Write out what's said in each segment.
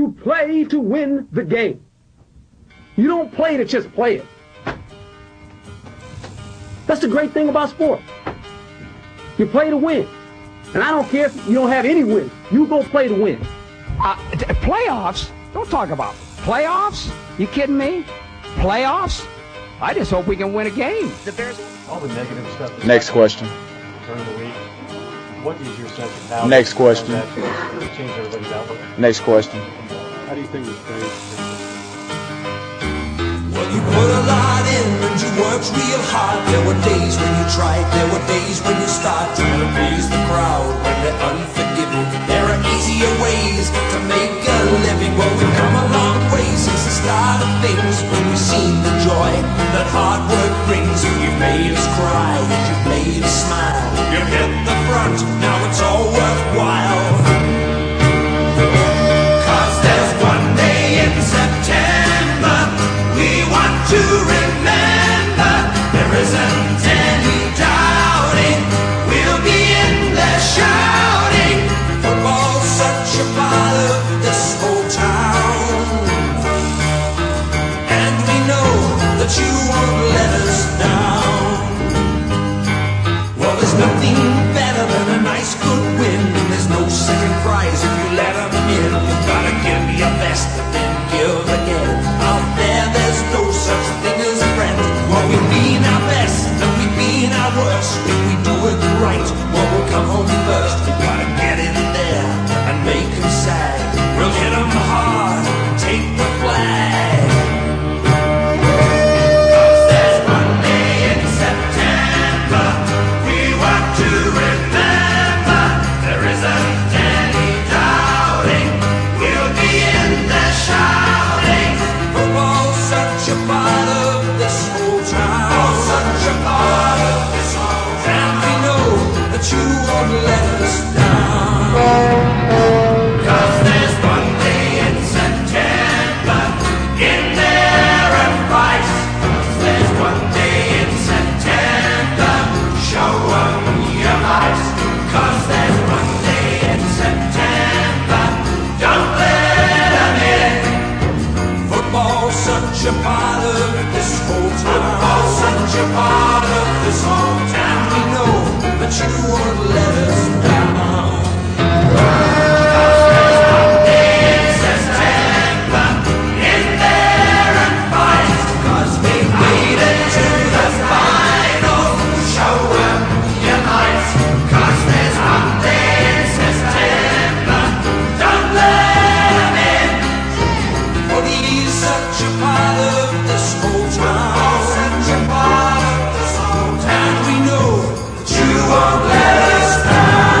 You play to win the game. You don't play to just play it. That's the great thing about sport. You play to win. And I don't care if you don't have any wins. You go play to win. Playoffs? Don't talk about playoffs. You kidding me? Playoffs? I just hope we can win a game. The Bears. All the negative stuff. Next question. During the week. What is your sense of how? Next question. Change everybody's outlook. Next question. How do you think this plays? Well, you put a lot in and you worked real hard. There were days when you tried, there were days when you start trying to please the crowd when they're unforgiving. There are easier ways to make a living. Well, we've come a long way since the start of things, when we've seen the joy that hard work brings. You've made us cry, you've made us smile. You've hit the front, now it's all worthwhile. 'Cause there's one day in September we want to remember. There isn't any doubting we'll be in there shouting. Football's such a part of this whole town, and we know that you won't let us down. Well, there's nothing better than a nice good win. There's no second prize if you let them in. You've gotta give your best and then give again. Out there, there's no such thing as a friend. Well, we mean our best and we mean our worst. If we do it right, well, we'll come home first. We've gotta get in there and make them sad. We'll hit them hard and take the flag. 'Cause there's one day in September we want to remember. There isn't any doubting we'll be in there shouting. Football's such a part of this whole town, such a part of this whole town, and we know that you won't let us down. 'Cause there's one day in September, in there and fight. 'Cause there's one day in September, show 'em your might. 'Cause there's one day in September, don't let 'em in. Football's such a part of this whole town, football's such a part of this whole town, and we know that you won't let us down. 'Cause there's one day in September, in there and fight. 'Cause we made it to the final, show 'em your might. 'Cause there's one day in September, don't let 'em in. For he's such a part of this whole town, such a part of this whole town, and we know that you won't let us down.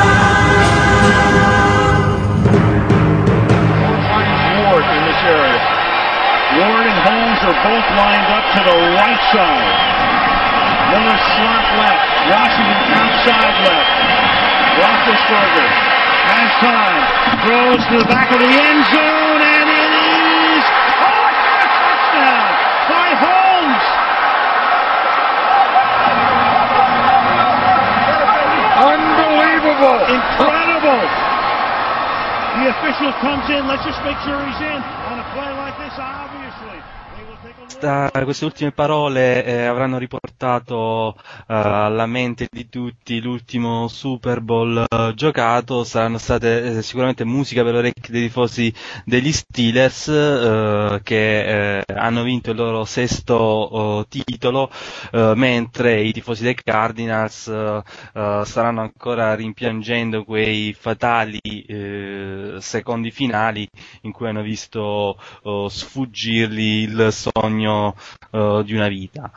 Ward in this area. Ward and Holmes are both lined up to the right side. Miller slot left. Washington outside left. Roethlisberger has time. Throws to the back of the end zone, and it is caught for a touchdown by Holmes. Unbelievable. Incredible. The official comes in. Let's just make sure he's in on a play like this, obviously. They will take a look. Queste ultime parole avranno riportato alla mente di tutti l'ultimo Super Bowl giocato. Saranno state sicuramente musica per le orecchie dei tifosi degli Steelers, che hanno vinto il loro sesto titolo, mentre i tifosi dei Cardinals staranno ancora rimpiangendo quei fatali secondi finali in cui hanno visto sfuggirli il sogno di una vita.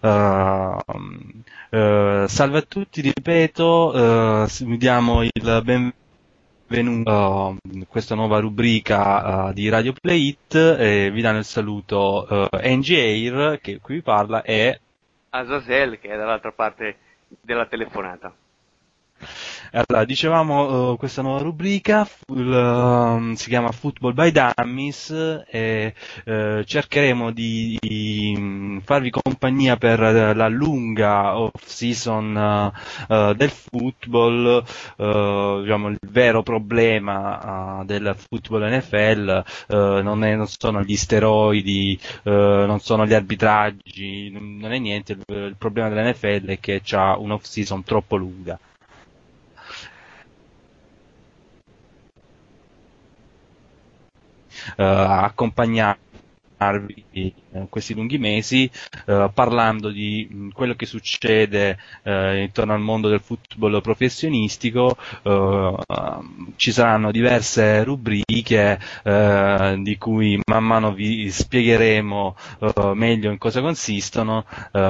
Salve a tutti, ripeto, diamo il benvenuto a questa nuova rubrica di Radio Play It, e vi danno il saluto Angie Air, che qui vi parla, e Azazel, che è dall'altra parte della telefonata. Allora, dicevamo, questa nuova rubrica si chiama Football by Dummies e cercheremo di farvi compagnia per la lunga off-season del football. Diciamo, il vero problema del football NFL non sono gli steroidi, non sono gli arbitraggi, non è niente. Il problema dell'NFL è che c'ha un'off-season troppo lunga. Accompagnarvi in questi lunghi mesi parlando di quello che succede intorno al mondo del football professionistico. Ci saranno diverse rubriche di cui man mano vi spiegheremo meglio in cosa consistono.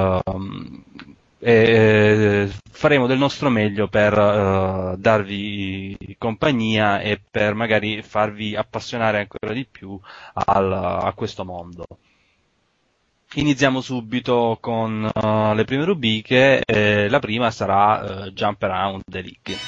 E faremo del nostro meglio per darvi compagnia e per magari farvi appassionare ancora di più a questo mondo. Iniziamo subito con le prime rubriche. La prima sarà Jump Around the League.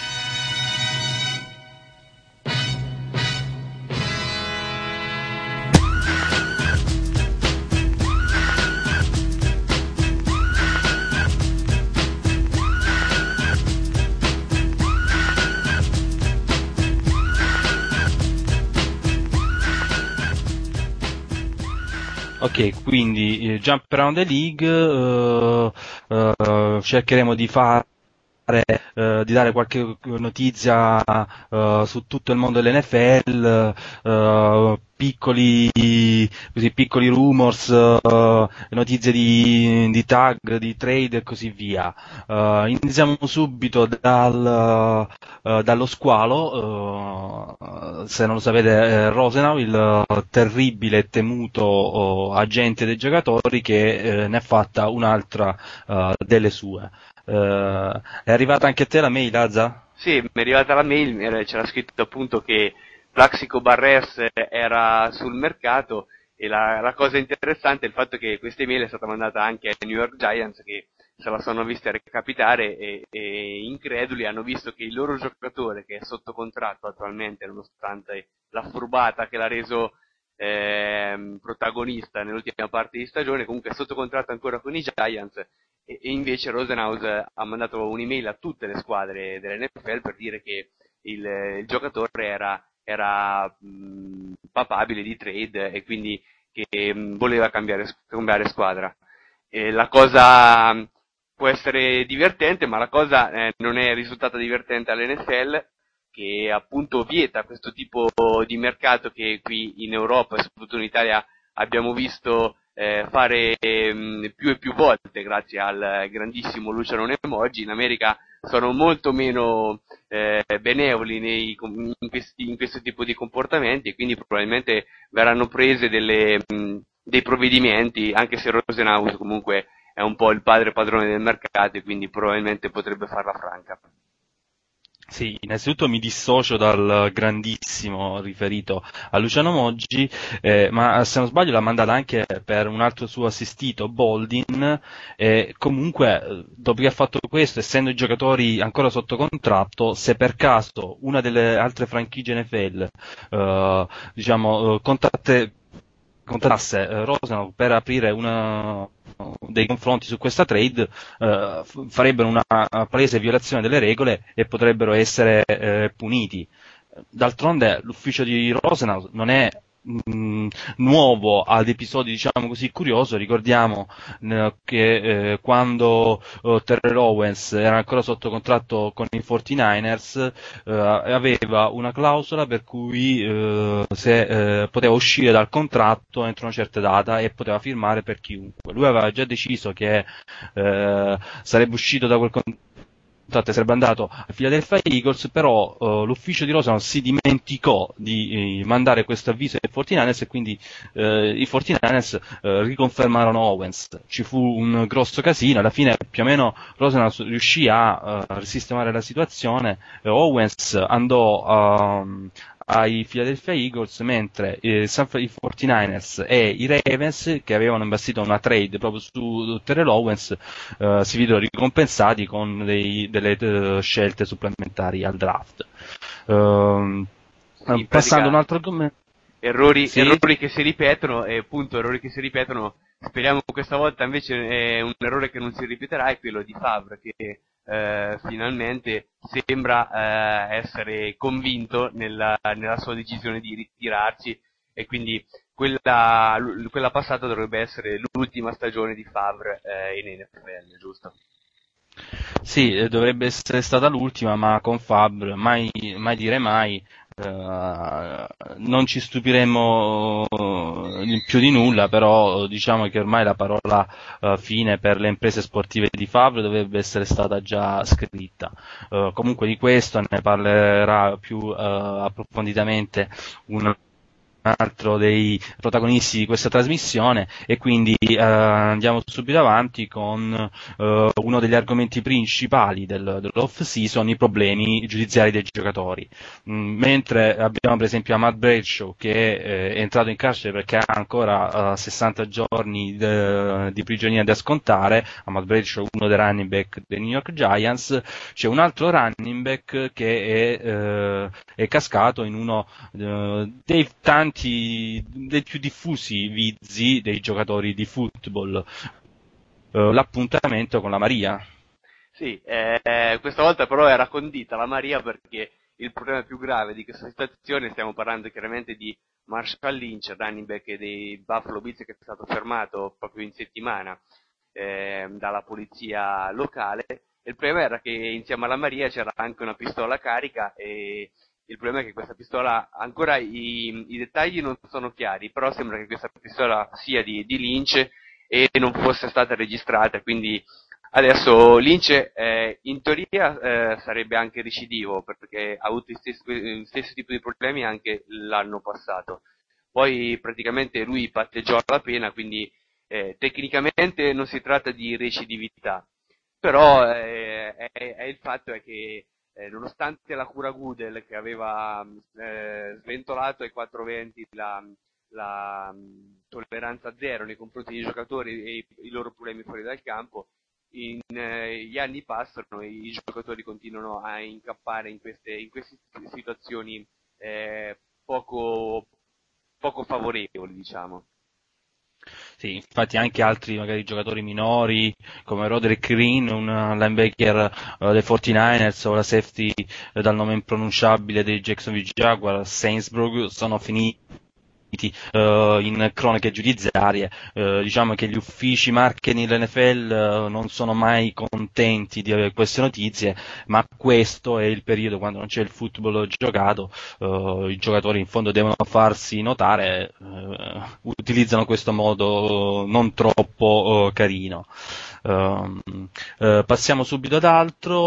Ok, quindi Jump Around the League, cercheremo di di dare qualche notizia su tutto il mondo dell'NFL, piccoli rumors, notizie di tag, di trade e così via. Iniziamo subito dallo squalo. Se non lo sapete, Rosenau, il terribile e temuto agente dei giocatori, che ne ha fatta un'altra delle sue. È arrivata anche a te la mail, Azza? Sì, mi è arrivata la mail, c'era scritto appunto che Plaxico Barres era sul mercato, e la cosa interessante è il fatto che questa email è stata mandata anche ai New York Giants, che se la sono viste recapitare e increduli hanno visto che il loro giocatore, che è sotto contratto attualmente nonostante la furbata che l'ha reso protagonista nell'ultima parte di stagione, comunque è sotto contratto ancora con i Giants, e invece Rosenhaus ha mandato un'email a tutte le squadre dell'NFL per dire che il giocatore era papabile di trade e quindi che voleva cambiare squadra. La cosa può essere divertente, ma la cosa non è risultata divertente all'NFL, che appunto vieta questo tipo di mercato che qui in Europa e soprattutto in Italia abbiamo visto fare più e più volte grazie al grandissimo Luciano Emoji. In America sono molto meno benevoli in questo tipo di comportamenti, e quindi probabilmente verranno prese dei provvedimenti, anche se Rosenhaus comunque è un po' il padrone del mercato e quindi probabilmente potrebbe farla franca. Sì, innanzitutto mi dissocio dal grandissimo riferito a Luciano Moggi, ma se non sbaglio l'ha mandata anche per un altro suo assistito, Boldin, e comunque dopo che ha fatto questo, essendo i giocatori ancora sotto contratto, se per caso una delle altre franchigie NFL contattasse Rosenau per aprire dei confronti su questa trade, farebbero una palese violazione delle regole e potrebbero essere puniti. D'altronde l'ufficio di Rosenau non è nuovo ad episodi, diciamo così, curioso. Ricordiamo che quando Terrell Owens era ancora sotto contratto con i 49ers, aveva una clausola per cui poteva uscire dal contratto entro una certa data e poteva firmare per chiunque. Lui aveva già deciso che sarebbe uscito da quel contratto, sarebbe andato a Philadelphia Eagles, però l'ufficio di Rosenau si dimenticò di mandare questo avviso ai 49ers e quindi i 49ers riconfermarono Owens. Ci fu un grosso casino, alla fine più o meno Rosenau riuscì a risistemare la situazione. Owens andò ai Philadelphia Eagles, mentre i 49ers e i Ravens, che avevano imbastito una trade proprio su Terrell Owens, si videro ricompensati con delle scelte supplementari al draft. Sì, Passando a un altro argomento. Errori Sì. che si ripetono, e appunto errori che si ripetono, speriamo questa volta invece è un errore che non si ripeterà, è quello di Favre, che finalmente sembra essere convinto nella sua decisione di ritirarsi, e quindi quella passata dovrebbe essere l'ultima stagione di Favre in NFL, giusto? Sì, dovrebbe essere stata l'ultima, ma con Favre mai dire mai. Non ci stupiremo più di nulla, però diciamo che ormai la parola fine per le imprese sportive di Favre dovrebbe essere stata già scritta. Comunque di questo ne parlerà più approfonditamente un altro dei protagonisti di questa trasmissione, e quindi andiamo subito avanti con uno degli argomenti principali dell'off season, i problemi giudiziari dei giocatori. Mentre abbiamo per esempio Ahmad Bradshaw, che è entrato in carcere perché ha ancora 60 giorni di prigionia da scontare. Ahmad Bradshaw, uno dei running back dei New York Giants. C'è un altro running back che è cascato in uno dei più diffusi vizi dei giocatori di football, l'appuntamento con la Maria. Sì, questa volta però era condita la Maria, perché il problema più grave di questa situazione, stiamo parlando chiaramente di Marshall Lynch, running back dei Buffalo Bills, che è stato fermato proprio in settimana dalla polizia locale. Il problema era che insieme alla Maria c'era anche una pistola carica, e il problema è che questa pistola, ancora i dettagli non sono chiari, però sembra che questa pistola sia di Lynch e non fosse stata registrata, quindi adesso Lynch in teoria sarebbe anche recidivo, perché ha avuto gli stessi tipi di problemi anche l'anno passato. Poi praticamente lui patteggiò la pena, quindi tecnicamente non si tratta di recidività, però il fatto è che nonostante la cura Goodell, che aveva sventolato ai 420 la tolleranza zero nei confronti dei giocatori e i loro problemi fuori dal campo, gli anni passano e i giocatori continuano a incappare in queste situazioni poco favorevoli, diciamo. Sì, infatti anche altri magari giocatori minori come Roderick Green, un linebacker dei 49ers, o la safety dal nome impronunciabile dei Jacksonville Jaguars, Sainsbury, sono finiti in cronache giudiziarie. Diciamo che gli uffici marketing dell'NFL non sono mai contenti di queste notizie, ma questo è il periodo quando non c'è il football giocato. I giocatori in fondo devono farsi notare, utilizzano questo modo non troppo carino. Passiamo subito ad altro.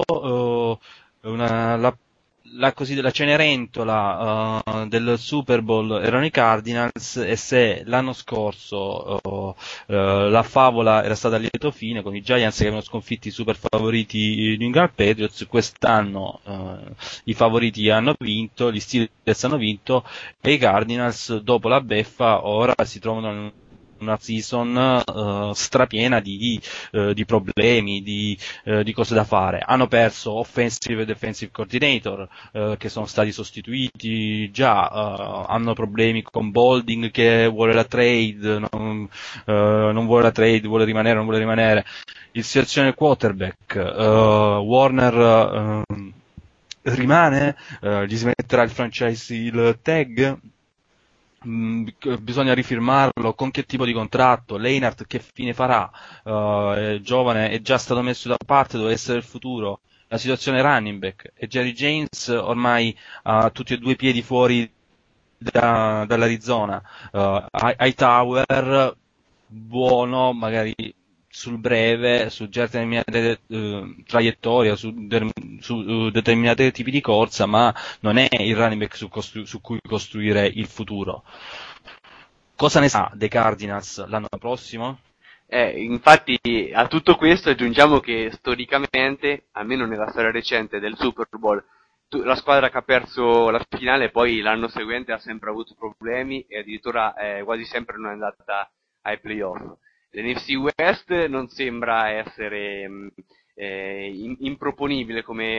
La Cenerentola del Super Bowl erano i Cardinals, e se l'anno scorso la favola era stata a lieto fine con i Giants che avevano sconfitti i super favoriti New England Patriots, quest'anno i favoriti hanno vinto, gli Steelers hanno vinto, e i Cardinals dopo la beffa ora si trovano in una season strapiena di problemi, di cose da fare. Hanno perso offensive e defensive coordinator che sono stati sostituiti già, hanno problemi con Bolding che vuole la trade, non vuole la trade, vuole rimanere, non vuole rimanere. Il situazione quarterback, Warner rimane, gli smetterà il tag, bisogna rifirmarlo, con che tipo di contratto, Leinart che fine farà, è giovane, è già stato messo da parte, deve essere il futuro. La situazione running back, e Jerry James ormai ha tutti e due i piedi fuori dall'Arizona. Hightower buono magari sul breve, su determinate traiettorie, su determinati tipi di corsa, ma non è il running back su cui costruire il futuro. Cosa ne sa dei Cardinals l'anno prossimo? Infatti a tutto questo aggiungiamo che storicamente, almeno nella storia recente del Super Bowl, la squadra che ha perso la finale poi l'anno seguente ha sempre avuto problemi e addirittura quasi sempre non è andata ai playoff. L'NFC West non sembra essere improponibile come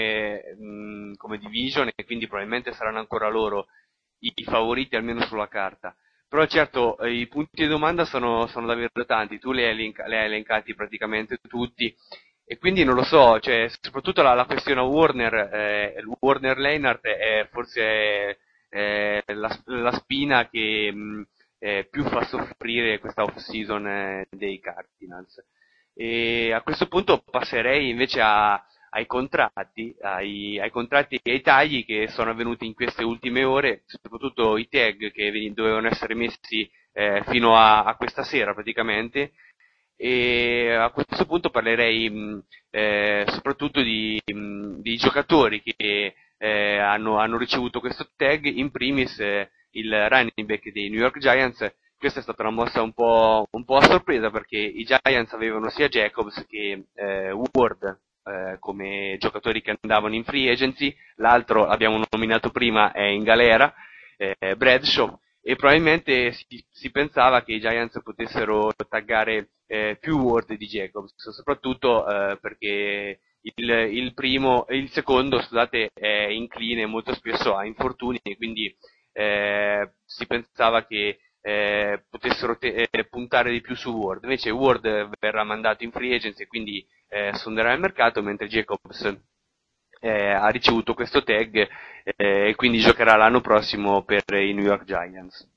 division, e quindi probabilmente saranno ancora loro i favoriti, almeno sulla carta. Però certo, i punti di domanda sono davvero tanti, tu li hai elencati praticamente tutti, e quindi non lo so, cioè, soprattutto la questione a Warner, Warner Leinart è forse la spina che più fa soffrire questa off-season dei Cardinals. E a questo punto passerei invece ai contratti e ai tagli che sono avvenuti in queste ultime ore, soprattutto i tag che dovevano essere messi fino a questa sera praticamente. E a questo punto parlerei soprattutto di giocatori che hanno ricevuto questo tag, in primis il running back dei New York Giants. Questa è stata una mossa un po' a sorpresa, perché i Giants avevano sia Jacobs che Ward come giocatori che andavano in free agency, l'altro l'abbiamo nominato prima, è in galera, Bradshaw, e probabilmente si pensava che i Giants potessero taggare più Ward di Jacobs, soprattutto perché il secondo, scusate, è incline molto spesso a infortuni, e quindi si pensava che potessero puntare di più su Ward. Invece Ward verrà mandato in free agency e quindi sonderà il mercato, mentre Jacobs ha ricevuto questo tag e quindi giocherà l'anno prossimo per i New York Giants.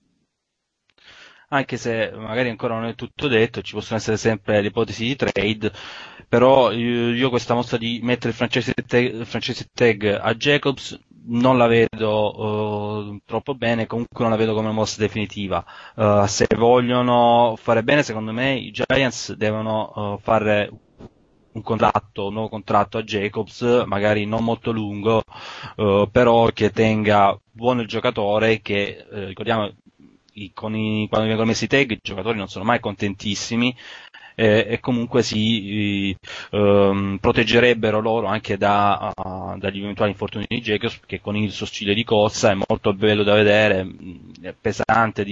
Anche se magari ancora non è tutto detto, ci possono essere sempre le ipotesi di trade, però io questa mossa di mettere il franchise tag a Jacobs non la vedo troppo bene, comunque non la vedo come una mossa definitiva. Se vogliono fare bene, secondo me i Giants devono fare un nuovo contratto a Jacobs, magari non molto lungo, però che tenga buono il giocatore, che ricordiamo quando vengono messi i tag i giocatori non sono mai contentissimi, e comunque si proteggerebbero loro anche dagli eventuali infortuni di Jacobs, che con il suo stile di corsa è molto bello da vedere, è pesante,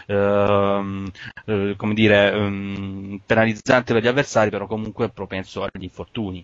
come dire, penalizzante per gli avversari, però comunque propenso agli infortuni.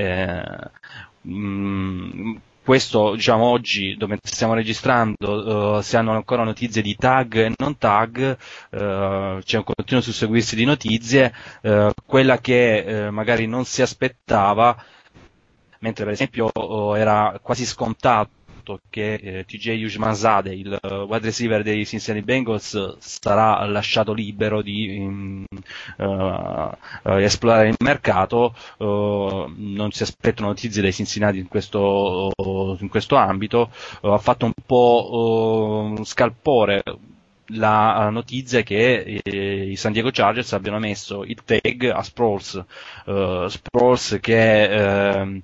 Questo, diciamo, oggi, dove stiamo registrando, si hanno ancora notizie di tag e non tag, c'è un continuo susseguirsi di notizie, quella che magari non si aspettava, mentre per esempio era quasi scontato che TJ Ushmanzadeh, il wide receiver dei Cincinnati Bengals, sarà lasciato libero di esplorare il mercato. Non si aspettano notizie dai Cincinnati in questo ambito. Ha fatto un po' scalpore la notizia che i San Diego Chargers abbiano messo il tag a Sproles che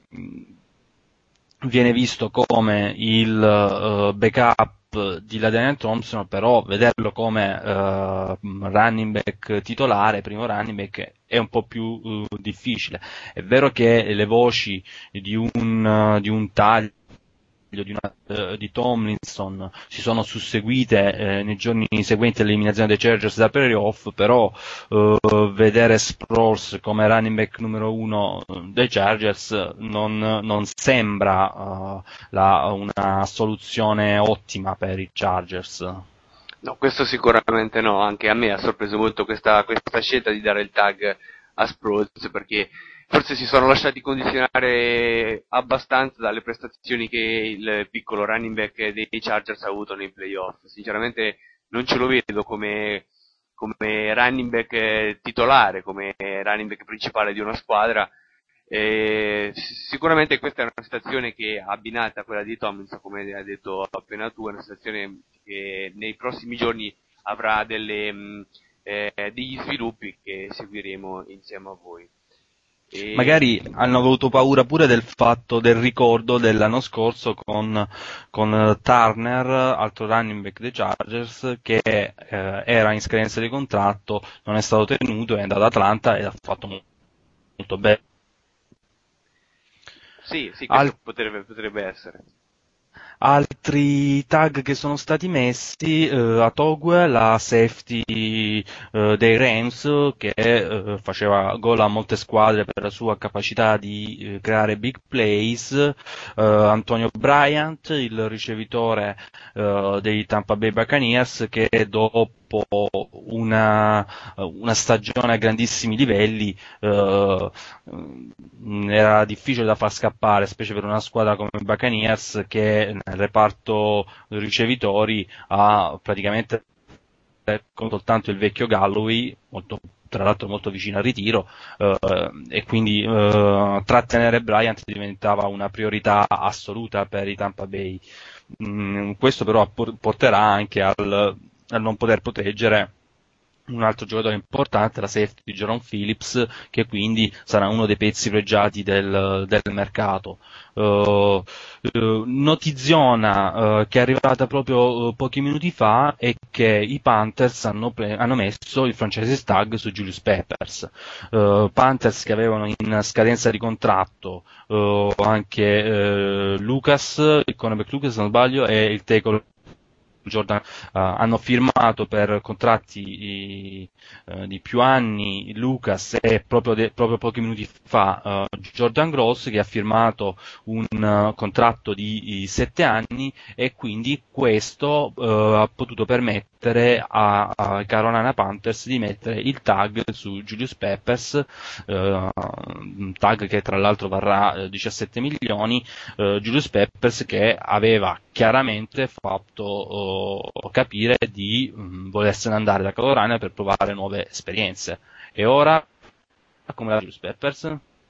viene visto come il backup di LaDainian Thompson, però vederlo come running back titolare, primo running back, è un po' più difficile. È vero che le voci di un taglio di Tomlinson si sono susseguite nei giorni seguenti all'eliminazione dei Chargers da playoff, però vedere Sproles come running back numero 1 dei Chargers non sembra una soluzione ottima per i Chargers. No, questo sicuramente no, anche a me ha sorpreso molto questa scelta di dare il tag a Sproles, perché forse si sono lasciati condizionare abbastanza dalle prestazioni che il piccolo running back dei Chargers ha avuto nei playoff. Sinceramente non ce lo vedo come running back titolare, come running back principale di una squadra. Sicuramente questa è una situazione che, abbinata a quella di Tomlinson, come hai detto appena tu, è una situazione che nei prossimi giorni avrà degli sviluppi che seguiremo insieme a voi. Magari hanno avuto paura pure del fatto del ricordo dell'anno scorso con Turner, altro running back dei Chargers, che era in scadenza di contratto, non è stato tenuto, è andato ad Atlanta e ha fatto molto bene. Sì, questo potrebbe essere. Altri tag che sono stati messi, a Togue la safety dei Rams che faceva gol a molte squadre per la sua capacità di creare big plays, Antonio Bryant, il ricevitore dei Tampa Bay Buccaneers, che dopo una stagione a grandissimi livelli era difficile da far scappare, specie per una squadra come Buccaneers che nel reparto ricevitori ha praticamente con soltanto il vecchio Galloway, tra l'altro molto vicino al ritiro, e quindi trattenere Bryant diventava una priorità assoluta per i Tampa Bay. Questo però porterà anche al non poter proteggere un altro giocatore importante, la safety di Jerome Phillips, che quindi sarà uno dei pezzi pregiati del mercato. Notiziona che è arrivata proprio pochi minuti fa è che i Panthers hanno messo il franchise tag su Julius Peppers. Panthers che avevano in scadenza di contratto anche Lucas, il cornerback Lucas se non sbaglio, e il tackle Jordan, hanno firmato per contratti di più anni Lucas e proprio pochi minuti fa Jordan Gross, che ha firmato un contratto di 7 anni, e quindi questo ha potuto permettere a Carolina Panthers di mettere il tag su Julius Peppers, un tag che tra l'altro varrà 17 milioni, Julius Peppers che aveva chiaramente fatto capire di volersene andare da Carolina per provare nuove esperienze. E ora come la Julius Peppers?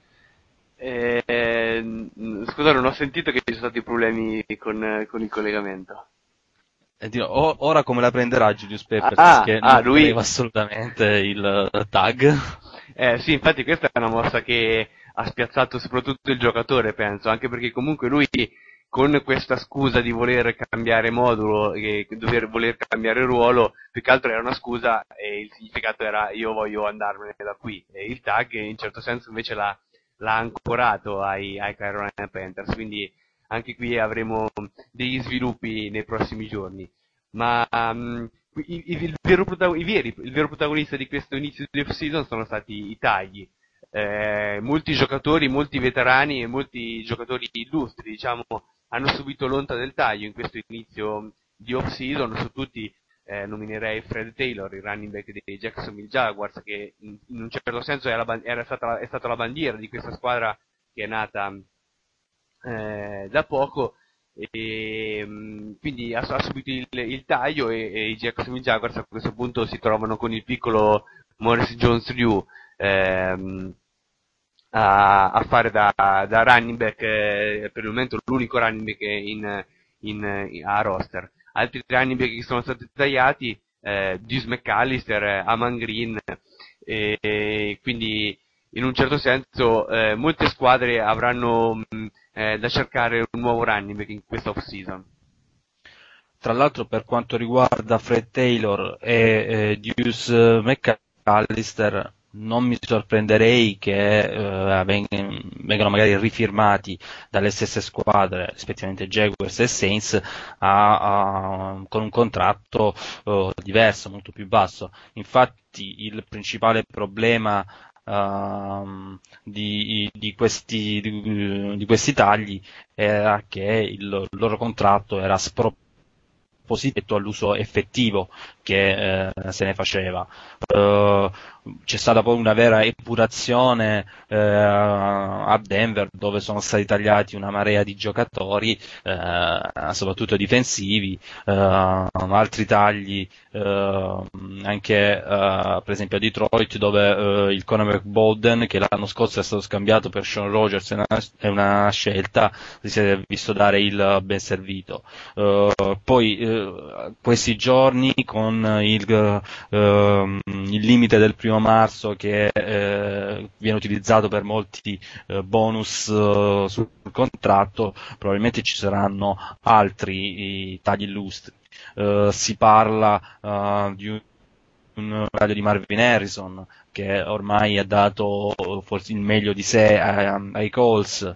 Scusa, non ho sentito che ci sono stati problemi con il collegamento. Ora come la prenderà Julius Peppers? Che non lui voleva assolutamente il tag. Sì, infatti questa è una mossa che ha spiazzato soprattutto il giocatore, penso, anche perché comunque lui, con questa scusa di voler cambiare modulo e voler cambiare ruolo, più che altro era una scusa e il significato era io voglio andarmene da qui, e il tag in certo senso invece l'ha ancorato ai Carolina Panthers, quindi anche qui avremo degli sviluppi nei prossimi giorni. Ma il vero protagonista di questo inizio di off-season sono stati i tagli. Molti giocatori, molti veterani e molti giocatori illustri, diciamo, hanno subito l'onta del taglio in questo inizio di off-season. Su tutti nominerei Fred Taylor, il running back dei Jacksonville Jaguars, che in un certo senso è stata la bandiera di questa squadra che è nata da poco, e quindi ha subito il taglio, e i Jacksonville Jaguars a questo punto si trovano con il piccolo Morris Jones-Drew a fare da running back, per il momento l'unico running back a roster. Altri running back che sono stati tagliati, Deuce McAllister, Aman Green, e quindi in un certo senso molte squadre avranno da cercare un nuovo running back in questa off-season. Tra l'altro, per quanto riguarda Fred Taylor e Deuce McAllister, non mi sorprenderei che vengano magari rifirmati dalle stesse squadre, rispettivamente Jaguars e Saints, con un contratto diverso, molto più basso. Infatti il principale problema di questi tagli era che il loro contratto era sproposito all'uso effettivo che se ne faceva. C'è stata poi una vera epurazione a Denver, dove sono stati tagliati una marea di giocatori, soprattutto difensivi, altri tagli anche per esempio a Detroit, dove il cornerback Bolden, che l'anno scorso è stato scambiato per Sean Rogers, è una scelta, si è visto dare il ben servito. Poi questi giorni, con il limite del 1 marzo che viene utilizzato per molti bonus sul contratto, probabilmente ci saranno altri tagli illustri. Si parla di un radio di Marvin Harrison, che ormai ha dato forse il meglio di sé ai Colts.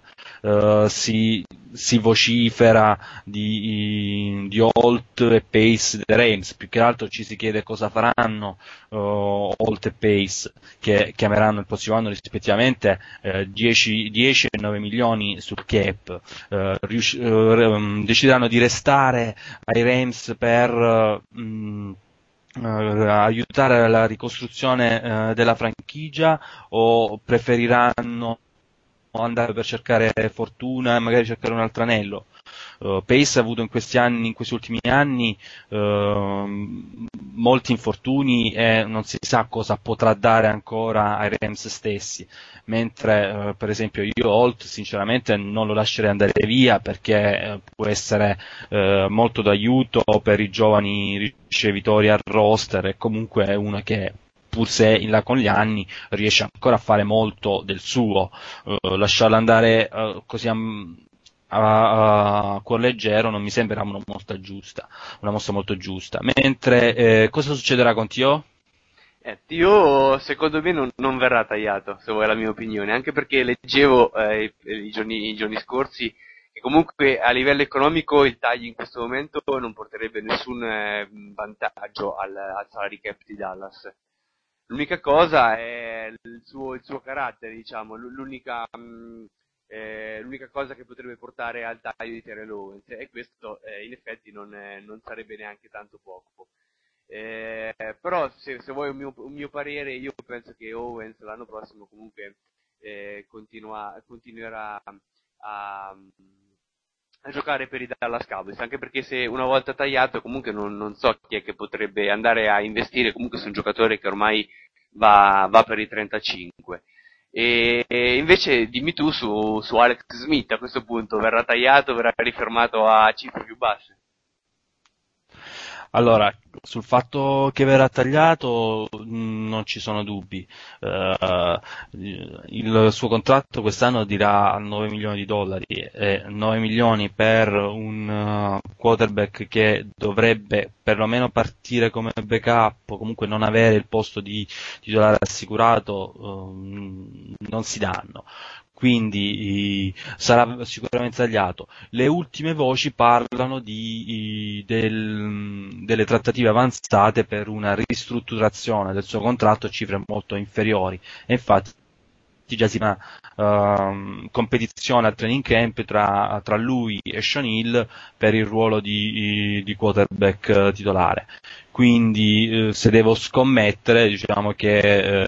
Si vocifera di Holt e Pace dei Rams. Più che altro ci si chiede cosa faranno Holt e Pace, che chiameranno il prossimo anno rispettivamente 10 e 9 milioni sul cap. Decideranno di restare ai Rams per aiutare la ricostruzione della franchigia, o preferiranno andare per cercare fortuna e magari cercare un altro anello? Pace ha avuto in questi ultimi anni molti infortuni e non si sa cosa potrà dare ancora ai Rams stessi, mentre per esempio io Holt sinceramente non lo lascerei andare via, perché può essere molto d'aiuto per i giovani ricevitori al roster, e comunque è uno che, pur se in là con gli anni, riesce ancora a fare molto del suo. Lasciarlo andare così a cuor leggero non mi sembra una mossa molto giusta. Mentre cosa succederà con Tio? Tio secondo me non verrà tagliato, se vuoi la mia opinione, anche perché leggevo i giorni scorsi che comunque a livello economico il taglio in questo momento non porterebbe nessun vantaggio al salary cap di Dallas. L'unica cosa è il suo carattere, diciamo, l'unica cosa che potrebbe portare al taglio di Terrell Owens, e questo in effetti non sarebbe neanche tanto poco. Però se vuoi un mio parere, io penso che Owens l'anno prossimo comunque continuerà a giocare per i Dallas Cowboys, anche perché se una volta tagliato comunque non so chi è che potrebbe andare a investire comunque su un giocatore che ormai va per i 35. E invece dimmi tu su Alex Smith, a questo punto verrà tagliato, verrà rifermato a cifre più basse? Allora, sul fatto che verrà tagliato non ci sono dubbi. Il suo contratto quest'anno dirà 9 milioni di dollari, e 9 milioni per un quarterback che dovrebbe perlomeno partire come backup, o comunque non avere il posto di titolare assicurato, non si danno. Quindi sarà sicuramente tagliato. Le ultime voci parlano delle trattative avanzate per una ristrutturazione del suo contratto a cifre molto inferiori, e infatti già si fa competizione al training camp tra lui e Sean Hill per il ruolo di quarterback titolare. Quindi se devo scommettere, diciamo che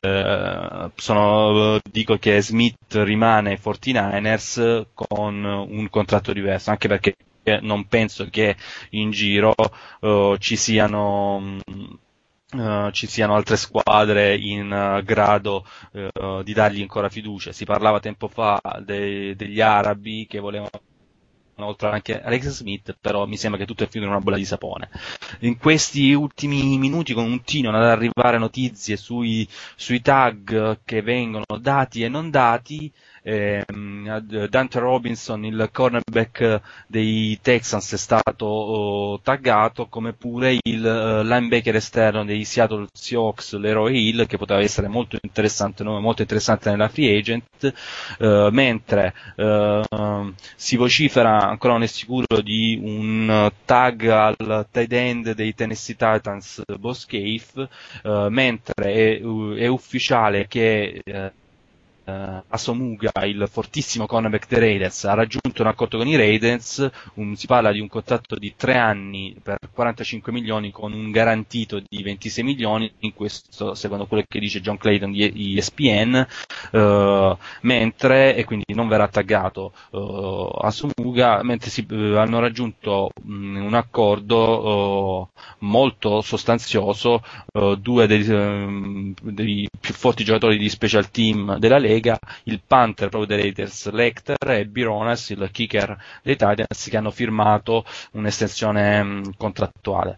dico che Smith rimane ai 49ers con un contratto diverso, anche perché non penso che in giro ci siano altre squadre in grado di dargli ancora fiducia. Si parlava tempo fa degli arabi che volevano oltre anche Alex Smith, però mi sembra che tutto è finito in una bolla di sapone. In questi ultimi minuti continuano ad arrivare notizie sui tag che vengono dati e non dati. Dante Robinson, il cornerback dei Texans, è stato taggato, come pure il linebacker esterno dei Seattle Seahawks, Leroy Hill, che poteva essere molto interessante nella free agent, mentre si vocifera, ancora non è sicuro, di un tag al tight end dei Tennessee Titans, Boscaife, mentre è ufficiale che Asomuga, il fortissimo cornerback dei Raiders, ha raggiunto un accordo con i Raiders. Si parla di un contratto di 3 anni per 45 milioni con un garantito di 26 milioni, in questo secondo quello che dice John Clayton di ESPN, mentre, e quindi non verrà taggato Asomuga, mentre hanno raggiunto un accordo molto sostanzioso, due dei più forti giocatori di special team della Lega, il punter proprio dei Raiders Lecter, e Bironas, il kicker dei Titans, che hanno firmato un'estensione contrattuale.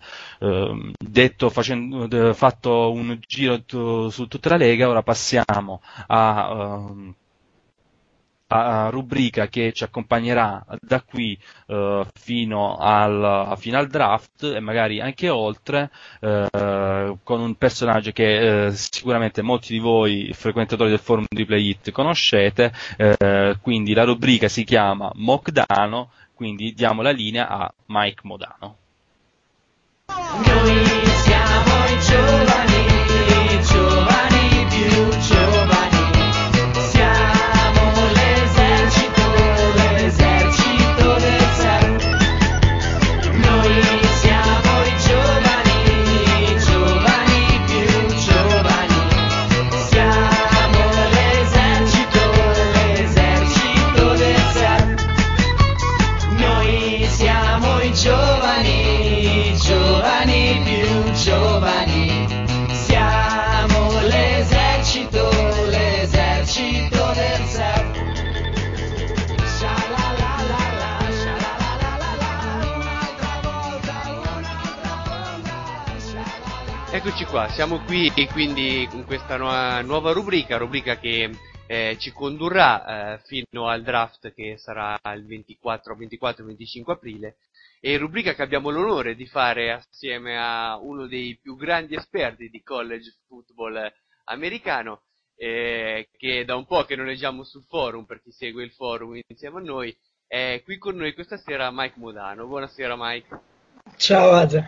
Fatto un giro su tutta la Lega, ora passiamo rubrica che ci accompagnerà da qui fino al draft e magari anche oltre, con un personaggio che sicuramente molti di voi frequentatori del forum di Play It conoscete, quindi la rubrica si chiama Mocdano, quindi diamo la linea a Mike Modano. Noi siamo i giovani, giovani più giovani. Siamo l'esercito del surf. Noi siamo i giovani, giovani più giovani. Siamo l'esercito del surf. Noi siamo i giovani, giovani più giovani. Siamo l'esercito del surf. Sha-la-la-la-la, sha-la-la-la-la, un'altra volta, sha-la-la. Eccoci qua, siamo qui e quindi con questa nuova rubrica che ci condurrà fino al draft che sarà il 24-25 aprile, e rubrica che abbiamo l'onore di fare assieme a uno dei più grandi esperti di college football americano, che da un po' che non leggiamo sul forum, per chi segue il forum insieme a noi. È qui con noi questa sera Mike Modano. Buonasera Mike. Ciao Adria.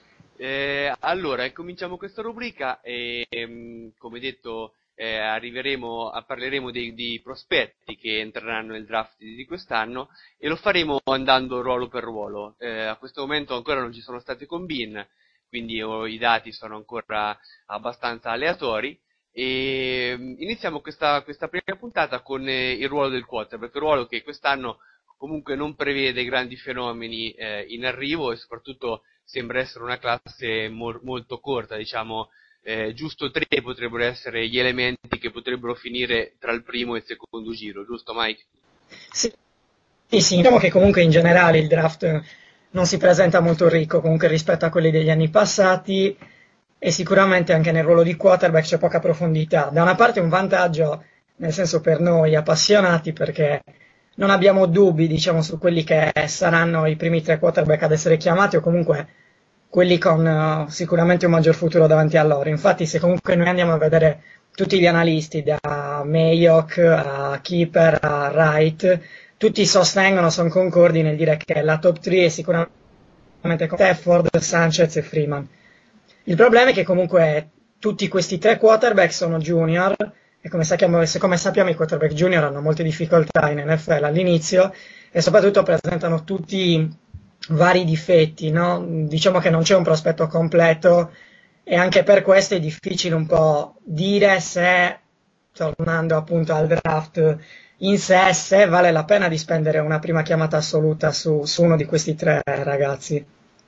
Allora, cominciamo questa rubrica e come detto parleremo dei prospetti che entreranno nel draft di quest'anno, e lo faremo andando ruolo per ruolo. A questo momento ancora non ci sono state combine, quindi i dati sono ancora abbastanza aleatori, e iniziamo questa prima puntata con il ruolo del quarterback, il ruolo che quest'anno comunque non prevede grandi fenomeni in arrivo, e soprattutto sembra essere una classe molto corta, diciamo. Giusto 3 potrebbero essere gli elementi che potrebbero finire tra il primo e il secondo giro, giusto Mike? Sì, diciamo che comunque in generale il draft non si presenta molto ricco comunque rispetto a quelli degli anni passati, e sicuramente anche nel ruolo di quarterback c'è poca profondità. Da una parte un vantaggio, nel senso per noi appassionati, perché non abbiamo dubbi, diciamo, su quelli che saranno i primi 3 quarterback ad essere chiamati, o comunque quelli con sicuramente un maggior futuro davanti a loro. Infatti, se comunque noi andiamo a vedere tutti gli analisti, da Mayock a Keeper a Wright, tutti sostengono, sono concordi nel dire che la top 3 è sicuramente con Stafford, Sanchez e Freeman. Il problema è che comunque tutti questi 3 quarterback sono junior, e come sappiamo i quarterback junior hanno molte difficoltà in NFL all'inizio, e soprattutto presentano tutti vari difetti, no? Diciamo che non c'è un prospetto completo, e anche per questo è difficile un po' dire se, tornando appunto al draft in sé, se vale la pena di spendere una prima chiamata assoluta su uno di questi 3 ragazzi.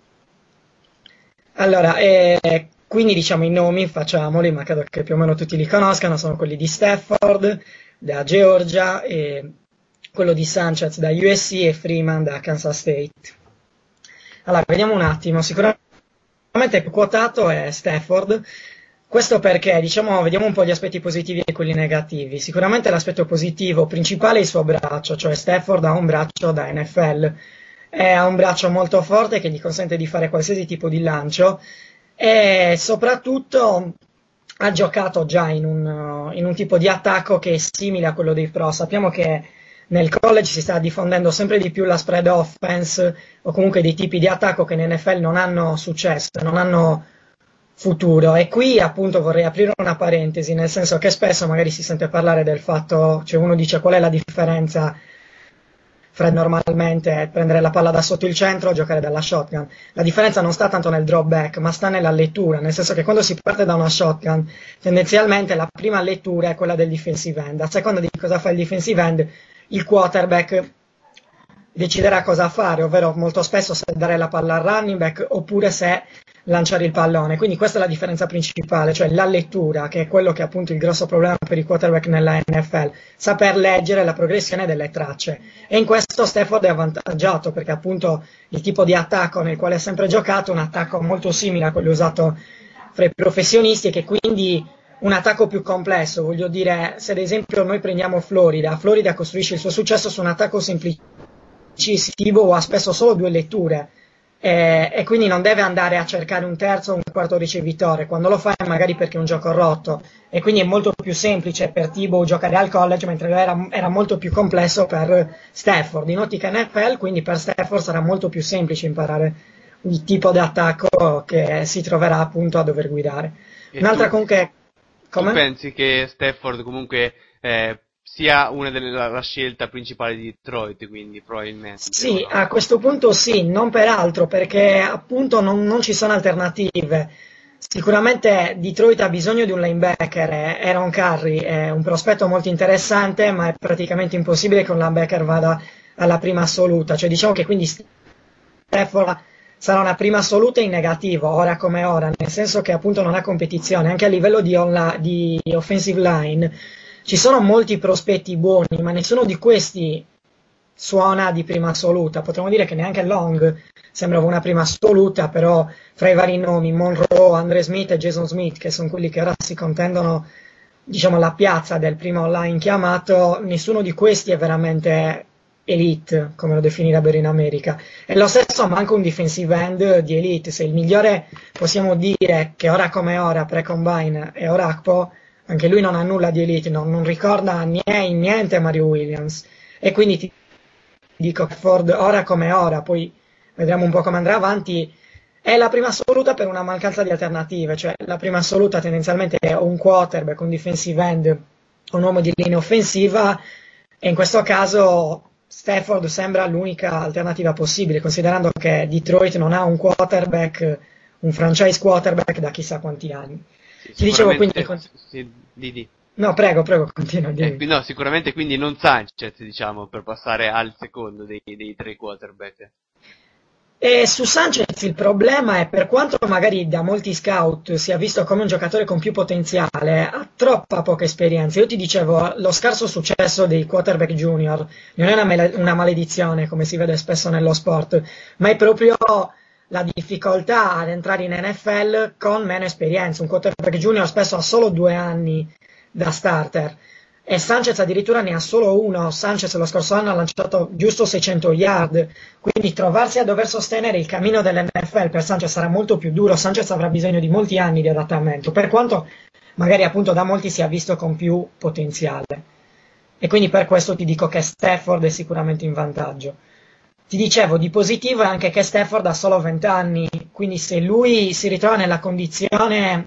Allora, quindi diciamo i nomi, facciamoli, ma credo che più o meno tutti li conoscano. Sono quelli di Stafford da Georgia, e quello di Sanchez da USC e Freeman da Kansas State. Allora, vediamo un attimo. Sicuramente il più quotato è Stafford. Questo perché, diciamo, vediamo un po' gli aspetti positivi e quelli negativi. Sicuramente l'aspetto positivo principale è il suo braccio, cioè Stafford ha un braccio da NFL, ha un braccio molto forte che gli consente di fare qualsiasi tipo di lancio, e soprattutto ha giocato già in un tipo di attacco che è simile a quello dei pro. Sappiamo che nel college si sta diffondendo sempre di più la spread offense, o comunque dei tipi di attacco che in NFL non hanno successo, non hanno futuro. E qui appunto vorrei aprire una parentesi, nel senso che spesso magari si sente parlare del fatto, cioè uno dice qual è la differenza fra normalmente prendere la palla da sotto il centro o giocare dalla shotgun. La differenza non sta tanto nel drop back, ma sta nella lettura, nel senso che quando si parte da una shotgun tendenzialmente la prima lettura è quella del defensive end, a seconda di cosa fa il defensive end il quarterback deciderà cosa fare, ovvero molto spesso se dare la palla al running back oppure se lanciare il pallone. Quindi questa è la differenza principale, cioè la lettura, che è quello che è appunto il grosso problema per i quarterback nella NFL, saper leggere la progressione delle tracce. E in questo Stafford è avvantaggiato, perché appunto il tipo di attacco nel quale ha sempre giocato, un attacco molto simile a quello usato fra i professionisti, e che quindi un attacco più complesso. Voglio dire, se ad esempio noi prendiamo Florida costruisce il suo successo su un attacco semplicissimo o ha spesso solo 2 letture. E quindi non deve andare a cercare un terzo o un quarto ricevitore, quando lo fa è magari perché è un gioco rotto, e quindi è molto più semplice per Tebow giocare al college, mentre era molto più complesso per Stafford. In ottica NFL, quindi per Stafford sarà molto più semplice imparare il tipo di attacco che si troverà appunto a dover guidare. Un'altra comunque... Tu pensi che Stafford comunque sia una la scelta principale di Detroit, quindi probabilmente? Sì, no? a questo punto sì, non per altro, perché appunto non ci sono alternative. Sicuramente Detroit ha bisogno di un linebacker, Aaron Curry è un prospetto molto interessante, ma è praticamente impossibile che un linebacker vada alla prima assoluta, cioè diciamo che quindi Stafford sarà una prima assoluta in negativo, ora come ora, nel senso che appunto non ha competizione, anche a livello di offensive line. Ci sono molti prospetti buoni, ma nessuno di questi suona di prima assoluta. Potremmo dire che neanche Long sembrava una prima assoluta, però fra i vari nomi, Monroe, Andre Smith e Jason Smith, che sono quelli che ora si contendono, diciamo, la piazza del primo online chiamato, nessuno di questi è veramente elite, come lo definirebbero in America. E lo stesso manca un defensive end di elite. Se il migliore possiamo dire che ora come ora, pre-combine, è Orakpo, anche lui non ha nulla di elite, non ricorda niente Mario Williams, e quindi ti dico che Ford ora come ora, poi vedremo un po' come andrà avanti, è la prima assoluta per una mancanza di alternative, cioè la prima assoluta tendenzialmente è un quarterback, un defensive end, un uomo di linea offensiva, e in questo caso Stafford sembra l'unica alternativa possibile, considerando che Detroit non ha un quarterback, un franchise quarterback da chissà quanti anni. Ti dicevo quindi... Sì. No, prego, continua. No, sicuramente quindi non Sanchez, diciamo, per passare al secondo dei 3 quarterback. E su Sanchez il problema è, per quanto magari da molti scout sia visto come un giocatore con più potenziale, ha troppa poca esperienza. Io ti dicevo, lo scarso successo dei quarterback junior non è una maledizione, come si vede spesso nello sport, ma è proprio la difficoltà ad entrare in NFL con meno esperienza. Un quarterback junior spesso ha solo 2 anni da starter, e Sanchez addirittura ne ha solo 1. Sanchez lo scorso anno ha lanciato giusto 600 yard, quindi trovarsi a dover sostenere il cammino dell'NFL per Sanchez sarà molto più duro. Sanchez avrà bisogno di molti anni di adattamento, per quanto magari appunto da molti sia visto con più potenziale, e quindi per questo ti dico che Stafford è sicuramente in vantaggio. Ti dicevo, di positivo è anche che Stafford ha solo 20 anni, quindi se lui si ritrova nella condizione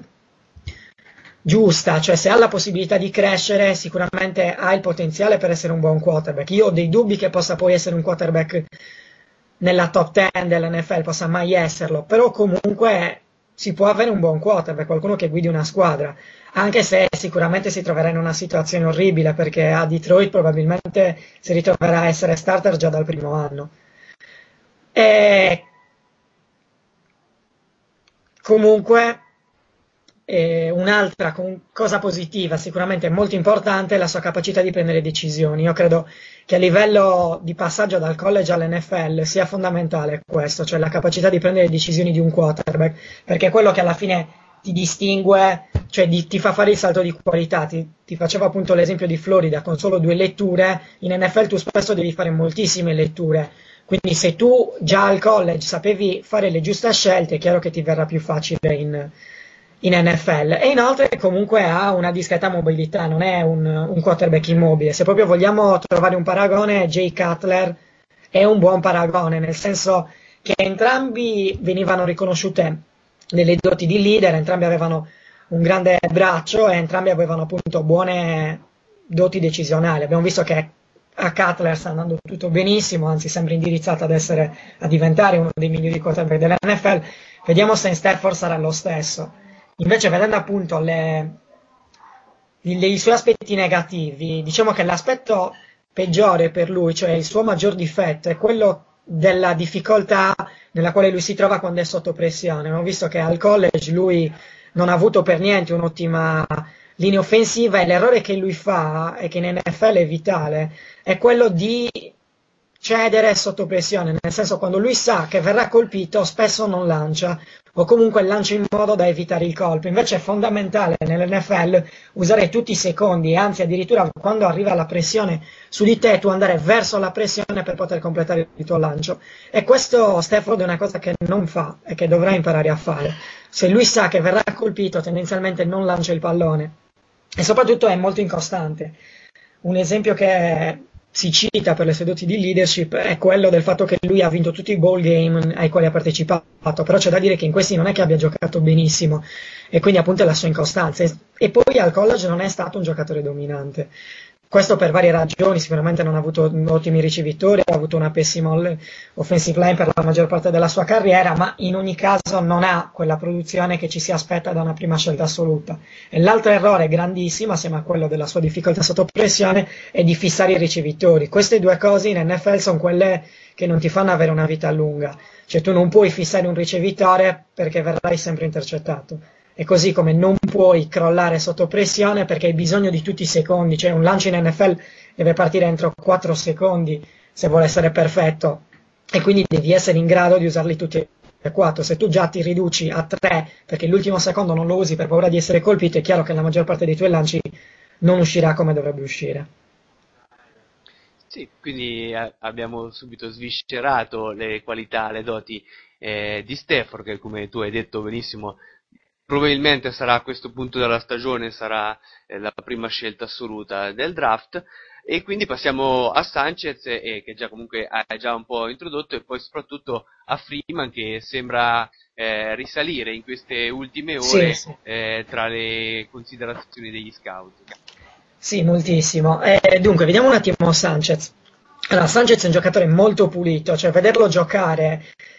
giusta, cioè se ha la possibilità di crescere, sicuramente ha il potenziale per essere un buon quarterback. Io ho dei dubbi che possa poi essere un quarterback nella top 10 dell'NFL, possa mai esserlo, però comunque si può avere un buon quarterback, qualcuno che guidi una squadra, anche se sicuramente si troverà in una situazione orribile, perché a Detroit probabilmente si ritroverà a essere starter già dal primo anno. E comunque un'altra cosa positiva, sicuramente molto importante, è la sua capacità di prendere decisioni. Io credo che a livello di passaggio dal college all'NFL sia fondamentale questo, cioè la capacità di prendere decisioni di un quarterback, perché è quello che alla fine ti distingue, cioè ti fa fare il salto di qualità. Ti facevo appunto l'esempio di Florida, con solo 2 letture, in NFL tu spesso devi fare moltissime letture, quindi se tu già al college sapevi fare le giuste scelte, è chiaro che ti verrà più facile in NFL. E inoltre comunque ha una discreta mobilità, non è un quarterback immobile. Se proprio vogliamo trovare un paragone, Jay Cutler è un buon paragone, nel senso che entrambi venivano riconosciute delle doti di leader, entrambi avevano un grande braccio e entrambi avevano appunto buone doti decisionali. Abbiamo visto che a Cutler sta andando tutto benissimo, anzi sembra indirizzato a diventare uno dei migliori quarterback dell'NFL. Vediamo se in Stafford sarà lo stesso. Invece, vedendo appunto i suoi aspetti negativi, diciamo che l'aspetto peggiore per lui, cioè il suo maggior difetto, è quello della difficoltà nella quale lui si trova quando è sotto pressione. Abbiamo visto che al college lui non ha avuto per niente un'ottima linea offensiva, e l'errore che lui fa, e che in NFL è vitale, è quello di cedere sotto pressione, nel senso quando lui sa che verrà colpito spesso non lancia o comunque lancia in modo da evitare il colpo. Invece è fondamentale nell'NFL usare tutti i secondi, anzi addirittura quando arriva la pressione su di te tu andare verso la pressione per poter completare il tuo lancio, e questo Stafford è una cosa che non fa e che dovrà imparare a fare. Se lui sa che verrà colpito tendenzialmente non lancia il pallone e soprattutto è molto incostante. Un esempio che si cita per le sue doti di leadership è quello del fatto che lui ha vinto tutti i bowl game ai quali ha partecipato, però c'è da dire che in questi non è che abbia giocato benissimo, e quindi appunto è la sua incostanza, e poi al college non è stato un giocatore dominante. Questo per varie ragioni, sicuramente non ha avuto ottimi ricevitori, ha avuto una pessima offensive line per la maggior parte della sua carriera, ma in ogni caso non ha quella produzione che ci si aspetta da una prima scelta assoluta. E l'altro errore grandissimo, assieme a quello della sua difficoltà sotto pressione, è di fissare i ricevitori. Queste due cose in NFL sono quelle che non ti fanno avere una vita lunga, cioè tu non puoi fissare un ricevitore perché verrai sempre intercettato. E così come non puoi crollare sotto pressione perché hai bisogno di tutti i secondi, cioè un lancio in NFL deve partire entro 4 secondi se vuole essere perfetto, e quindi devi essere in grado di usarli tutti e 4. Se tu già ti riduci a 3 perché l'ultimo secondo non lo usi per paura di essere colpito, è chiaro che la maggior parte dei tuoi lanci non uscirà come dovrebbe uscire. Sì, quindi abbiamo subito sviscerato le qualità, le doti di Stafford, che come tu hai detto benissimo probabilmente sarà a questo punto della stagione sarà la prima scelta assoluta del draft, e quindi passiamo a Sanchez, che già comunque hai già un po' introdotto, e poi soprattutto a Freeman, che sembra risalire in queste ultime ore Sì. tra le considerazioni degli scout. Sì, moltissimo. Dunque, vediamo un attimo Sanchez. Allora, Sanchez è un giocatore molto pulito, cioè vederlo giocare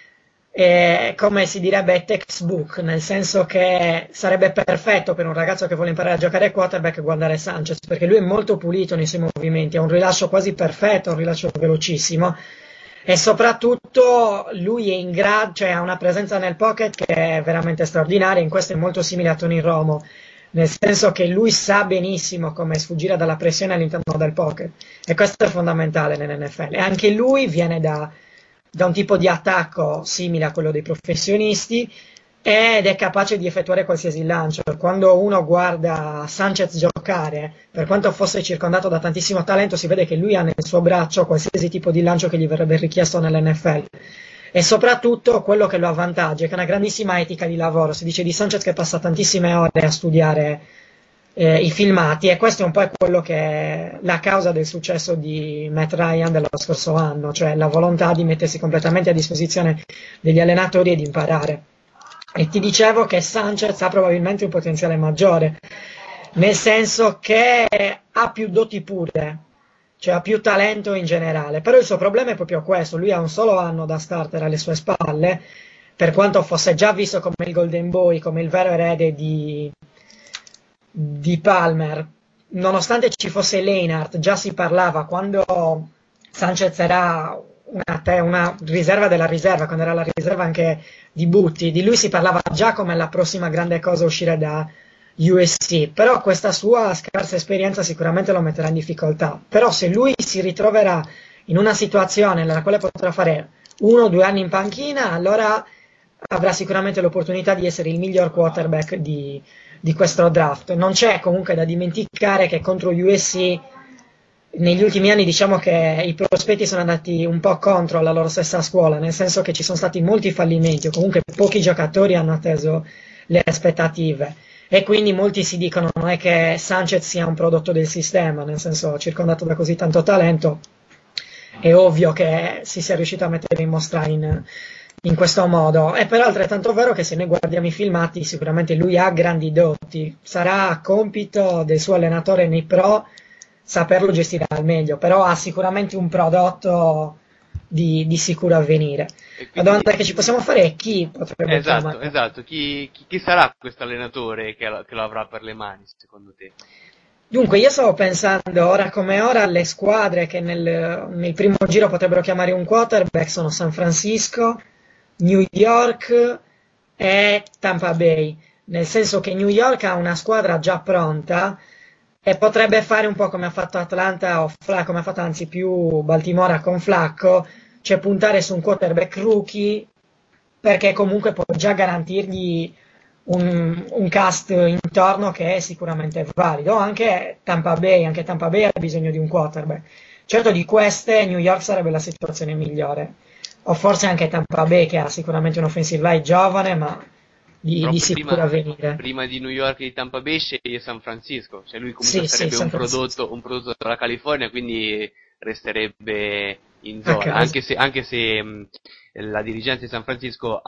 come si direbbe textbook, nel senso che sarebbe perfetto per un ragazzo che vuole imparare a giocare a quarterback guardare Sanchez, perché lui è molto pulito nei suoi movimenti, ha un rilascio quasi perfetto, un rilascio velocissimo, e soprattutto lui è in grado, cioè ha una presenza nel pocket che è veramente straordinaria. In questo è molto simile a Tony Romo, nel senso che lui sa benissimo come sfuggire dalla pressione all'interno del pocket, e questo è fondamentale nell'NFL. E anche lui viene da un tipo di attacco simile a quello dei professionisti ed è capace di effettuare qualsiasi lancio. Quando uno guarda Sanchez giocare, per quanto fosse circondato da tantissimo talento, si vede che lui ha nel suo braccio qualsiasi tipo di lancio che gli verrebbe richiesto nell'NFL. E soprattutto quello che lo avvantaggia è che ha una grandissima etica di lavoro. Si dice di Sanchez che passa tantissime ore a studiare i filmati, e questo è un po' quello che è la causa del successo di Matt Ryan dello scorso anno, cioè la volontà di mettersi completamente a disposizione degli allenatori e di imparare. E ti dicevo che Sanchez ha probabilmente un potenziale maggiore, nel senso che ha più doti pure, cioè ha più talento in generale, però il suo problema è proprio questo: lui ha un solo anno da starter alle sue spalle, per quanto fosse già visto come il Golden Boy, come il vero erede di Palmer. Nonostante ci fosse Leinart, già si parlava quando Sanchez era una riserva della riserva, quando era la riserva anche di Butti, di lui si parlava già come la prossima grande cosa a uscire da USC, però questa sua scarsa esperienza sicuramente lo metterà in difficoltà. Però se lui si ritroverà in una situazione nella quale potrà fare 1 o 2 anni in panchina, allora avrà sicuramente l'opportunità di essere il miglior quarterback di questo draft. Non c'è comunque da dimenticare che contro USC negli ultimi anni diciamo che i prospetti sono andati un po' contro la loro stessa scuola, nel senso che ci sono stati molti fallimenti, o comunque pochi giocatori hanno atteso le aspettative, e quindi molti si dicono non è che Sanchez sia un prodotto del sistema, nel senso, circondato da così tanto talento è ovvio che si sia riuscito a mettere in mostra in questo modo. E però è altrettanto vero che se noi guardiamo i filmati sicuramente lui ha grandi doti, sarà compito del suo allenatore nei pro saperlo gestire al meglio, però ha sicuramente un prodotto di sicuro avvenire. Quindi, la domanda che ci possiamo fare è chi potrebbe chiamare. Esatto, chi sarà questo allenatore che lo avrà per le mani secondo te? Dunque io stavo pensando ora come ora alle squadre che nel primo giro potrebbero chiamare un quarterback sono San Francisco, New York e Tampa Bay, nel senso che New York ha una squadra già pronta e potrebbe fare un po' come ha fatto Atlanta, o come ha fatto anzi più Baltimora con Flacco, cioè puntare su un quarterback rookie, perché comunque può già garantirgli un cast intorno che è sicuramente valido. Anche Tampa Bay ha bisogno di un quarterback. Certo, di queste New York sarebbe la situazione migliore, o forse anche Tampa Bay, che ha sicuramente un offensive line giovane, ma di sicuro avvenire. Prima di New York e di Tampa Bay sceglie San Francisco, cioè lui comunque Sì, sarebbe un prodotto della California, quindi resterebbe in zona, anche se la dirigenza di San Francisco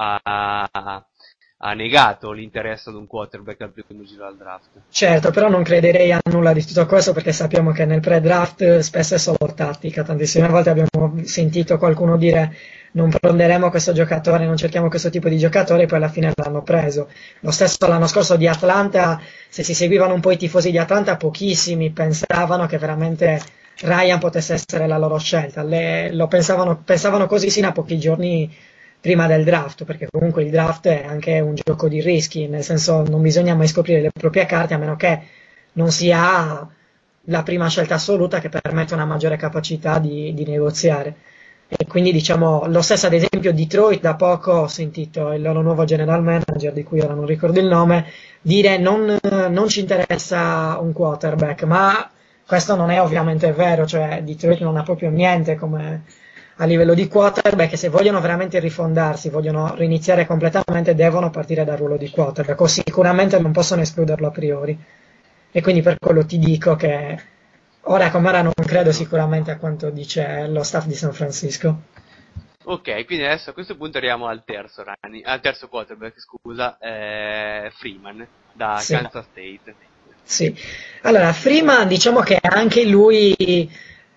ha negato l'interesse ad un quarterback al primo giro al draft. Certo, però non crederei a nulla di tutto questo, perché sappiamo che nel pre-draft spesso è solo tattica. Tantissime volte abbiamo sentito qualcuno dire non prenderemo questo giocatore, non cerchiamo questo tipo di giocatore, e poi alla fine l'hanno preso. Lo stesso l'anno scorso di Atlanta, se si seguivano un po' i tifosi di Atlanta, pochissimi pensavano che veramente Ryan potesse essere la loro scelta. Lo pensavano così sino a pochi giorni prima del draft, perché comunque il draft è anche un gioco di rischi, nel senso non bisogna mai scoprire le proprie carte, a meno che non si ha la prima scelta assoluta che permette una maggiore capacità di negoziare. E quindi diciamo lo stesso, ad esempio Detroit, da poco ho sentito il loro nuovo general manager, di cui ora non ricordo il nome, dire non ci interessa un quarterback, ma questo non è ovviamente vero, cioè Detroit non ha proprio niente come a livello di quarterback, e se vogliono veramente rifondarsi, vogliono riniziare completamente, devono partire dal ruolo di quarterback, o sicuramente non possono escluderlo a priori. E quindi per quello ti dico che ora come ora non credo sicuramente a quanto dice lo staff di San Francisco. Ok, quindi adesso a questo punto arriviamo al terzo quarterback, Freeman, da Sì. Kansas State. Sì, allora Freeman, diciamo che anche lui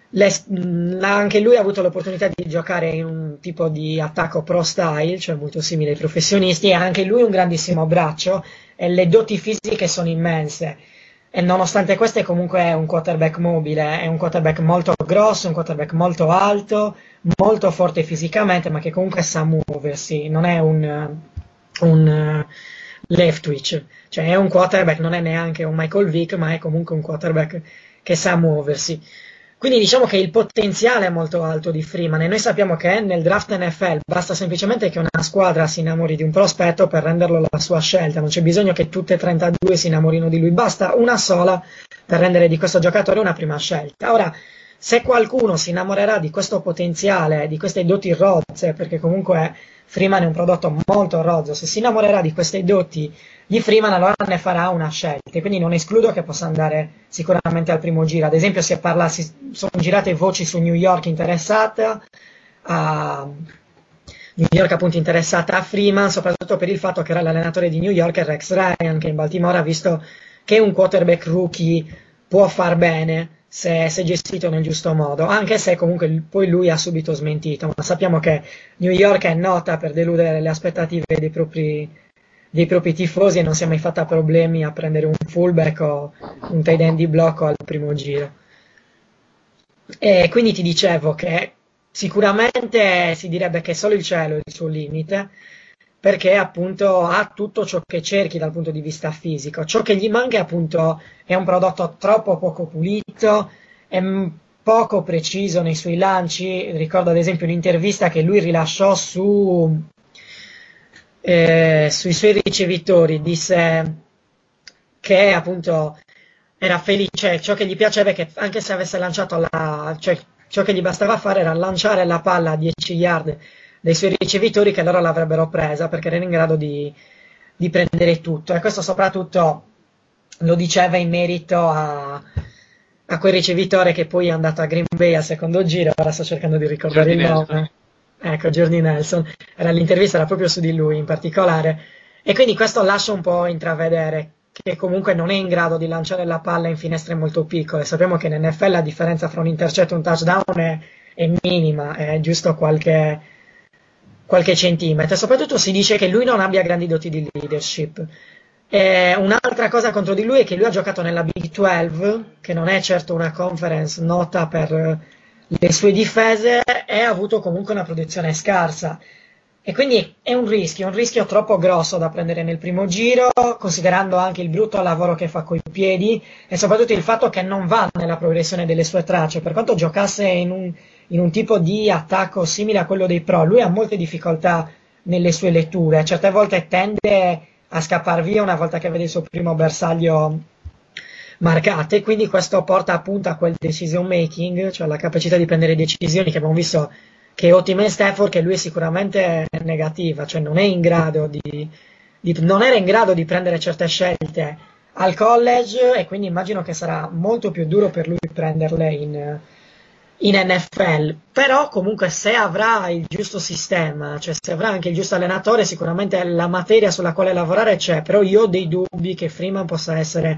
ha avuto l'opportunità di giocare in un tipo di attacco pro style, cioè molto simile ai professionisti, e anche lui un grandissimo braccio e le doti fisiche sono immense. E nonostante questo è comunque un quarterback mobile, è un quarterback molto grosso, un quarterback molto alto, molto forte fisicamente, ma che comunque sa muoversi, non è un left twitch, cioè è un quarterback, non è neanche un Michael Vick, ma è comunque un quarterback che sa muoversi. Quindi diciamo che il potenziale è molto alto di Freeman, e noi sappiamo che nel draft NFL basta semplicemente che una squadra si innamori di un prospetto per renderlo la sua scelta, non c'è bisogno che tutte e 32 si innamorino di lui, basta una sola per rendere di questo giocatore una prima scelta. Ora, se qualcuno si innamorerà di questo potenziale, di queste doti rozze, perché comunque Freeman è un prodotto molto rozzo, se si innamorerà di queste doti di Freeman, allora ne farà una scelta, e quindi non escludo che possa andare sicuramente al primo giro. Ad esempio sono girate voci su New York interessata a Freeman, soprattutto per il fatto che era l'allenatore di New York, Rex Ryan, che in Baltimora ha visto che un quarterback rookie può far bene se gestito nel giusto modo, anche se comunque poi lui ha subito smentito, ma sappiamo che New York è nota per deludere le aspettative dei propri tifosi, e non si è mai fatta problemi a prendere un fullback o un tight end di blocco al primo giro. E quindi ti dicevo che sicuramente si direbbe che solo il cielo è il suo limite, perché appunto ha tutto ciò che cerchi dal punto di vista fisico. Ciò che gli manca appunto è un prodotto troppo poco pulito, è poco preciso nei suoi lanci. Ricordo ad esempio un'intervista che lui rilasciò sui suoi ricevitori, disse che appunto era felice, ciò che gli piaceva è che anche se avesse lanciato cioè ciò che gli bastava fare era lanciare la palla a 10 yard dei suoi ricevitori, che loro l'avrebbero presa, perché era in grado di prendere tutto. E questo soprattutto lo diceva in merito a quel ricevitore che poi è andato a Green Bay al secondo giro, ora sto cercando di ricordare il nome. Ecco, Jordy Nelson, l'intervista era proprio su di lui in particolare, e quindi questo lascia un po' intravedere che comunque non è in grado di lanciare la palla in finestre molto piccole. Sappiamo che in NFL la differenza fra un intercetto e un touchdown è minima, è giusto qualche centimetro, e soprattutto si dice che lui non abbia grandi doti di leadership. Un'altra cosa contro di lui è che lui ha giocato nella Big 12, che non è certo una conference nota per le sue difese, e ha avuto comunque una produzione scarsa. E quindi è un rischio troppo grosso da prendere nel primo giro, considerando anche il brutto lavoro che fa coi piedi e soprattutto il fatto che non va nella progressione delle sue tracce. Per quanto giocasse in un tipo di attacco simile a quello dei pro, lui ha molte difficoltà nelle sue letture, certe volte tende a scappar via una volta che vede il suo primo bersaglio marcato, e quindi questo porta appunto a quel decision making, cioè la capacità di prendere decisioni che abbiamo visto che è ottima in Stafford, che lui è sicuramente negativa, cioè non era in grado di prendere certe scelte al college, e quindi immagino che sarà molto più duro per lui prenderle in NFL. Però comunque se avrà il giusto sistema, cioè se avrà anche il giusto allenatore, sicuramente la materia sulla quale lavorare c'è, però io ho dei dubbi che Freeman possa essere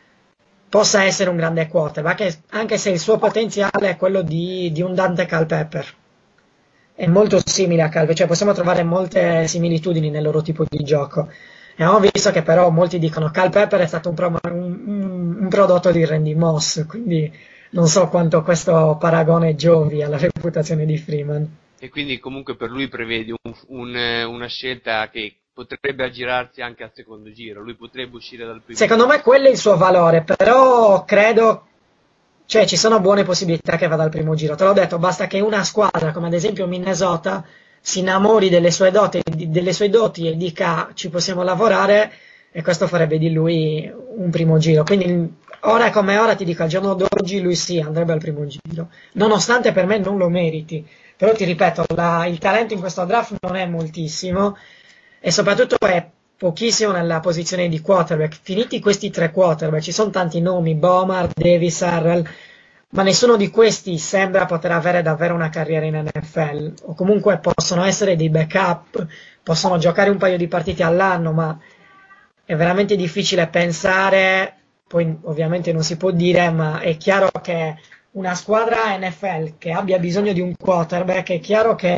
un grande quarterback, anche se il suo potenziale è quello di un Dante Culpepper. È molto simile a Calve, cioè possiamo trovare molte similitudini nel loro tipo di gioco. E abbiamo visto che però molti dicono Culpepper è stato un prodotto di Randy Moss, quindi non so quanto questo paragone giovi alla reputazione di Freeman. E quindi comunque per lui prevedi una scelta che potrebbe aggirarsi anche al secondo giro, lui potrebbe uscire dal primo Secondo me quello è il suo valore, però credo, cioè ci sono buone possibilità che vada al primo giro. Te l'ho detto, basta che una squadra come ad esempio Minnesota si innamori delle sue doti e dica ci possiamo lavorare, e questo farebbe di lui un primo giro. Quindi ora come ora ti dico, al giorno d'oggi lui sì, andrebbe al primo giro, nonostante per me non lo meriti. Però ti ripeto, il talento in questo draft non è moltissimo, e soprattutto è pochissimo nella posizione di quarterback. Finiti questi tre quarterback, ci sono tanti nomi, Bomar, Davis, Harrell, ma nessuno di questi sembra poter avere davvero una carriera in NFL, o comunque possono essere dei backup, possono giocare un paio di partite all'anno, ma è veramente difficile pensare, poi ovviamente non si può dire, ma è chiaro che una squadra NFL che abbia bisogno di un quarterback, è chiaro che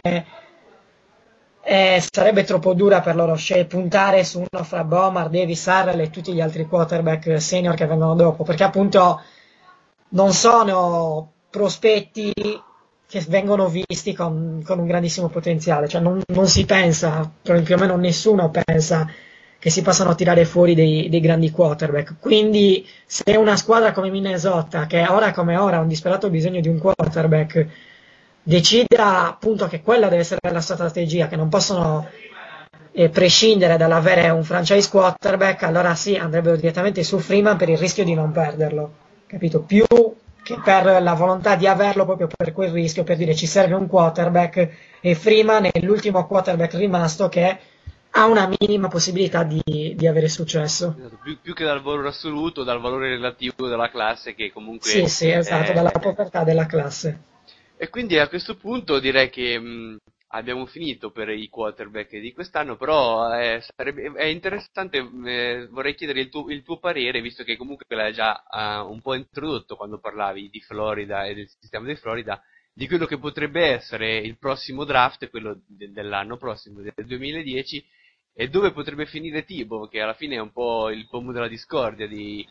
sarebbe troppo dura per loro puntare su uno fra Bomar, Davis, Harrell e tutti gli altri quarterback senior che vengono dopo, perché appunto non sono prospetti che vengono visti con un grandissimo potenziale, cioè non si pensa, più o meno nessuno pensa che si possano tirare fuori dei grandi quarterback. Quindi se una squadra come Minnesota, che ora come ora ha un disperato bisogno di un quarterback, decida appunto che quella deve essere la sua strategia, che non possono prescindere dall'avere un franchise quarterback, allora sì, andrebbero direttamente su Freeman per il rischio di non perderlo, capito? Più che per la volontà di averlo, proprio per quel rischio, per dire ci serve un quarterback, e Freeman è l'ultimo quarterback rimasto che ha una minima possibilità di avere successo. Esatto, più che dal valore assoluto, dal valore relativo della classe, che comunque sì, esatto, dalla povertà della classe. E quindi a questo punto direi che abbiamo finito per i quarterback di quest'anno, però è interessante, vorrei chiedere il tuo parere, visto che comunque l'hai già un po' introdotto quando parlavi di Florida e del sistema di Florida, di quello che potrebbe essere il prossimo draft, quello dell'anno prossimo, del 2010, e dove potrebbe finire Tebow, che alla fine è un po' il pomo della discordia di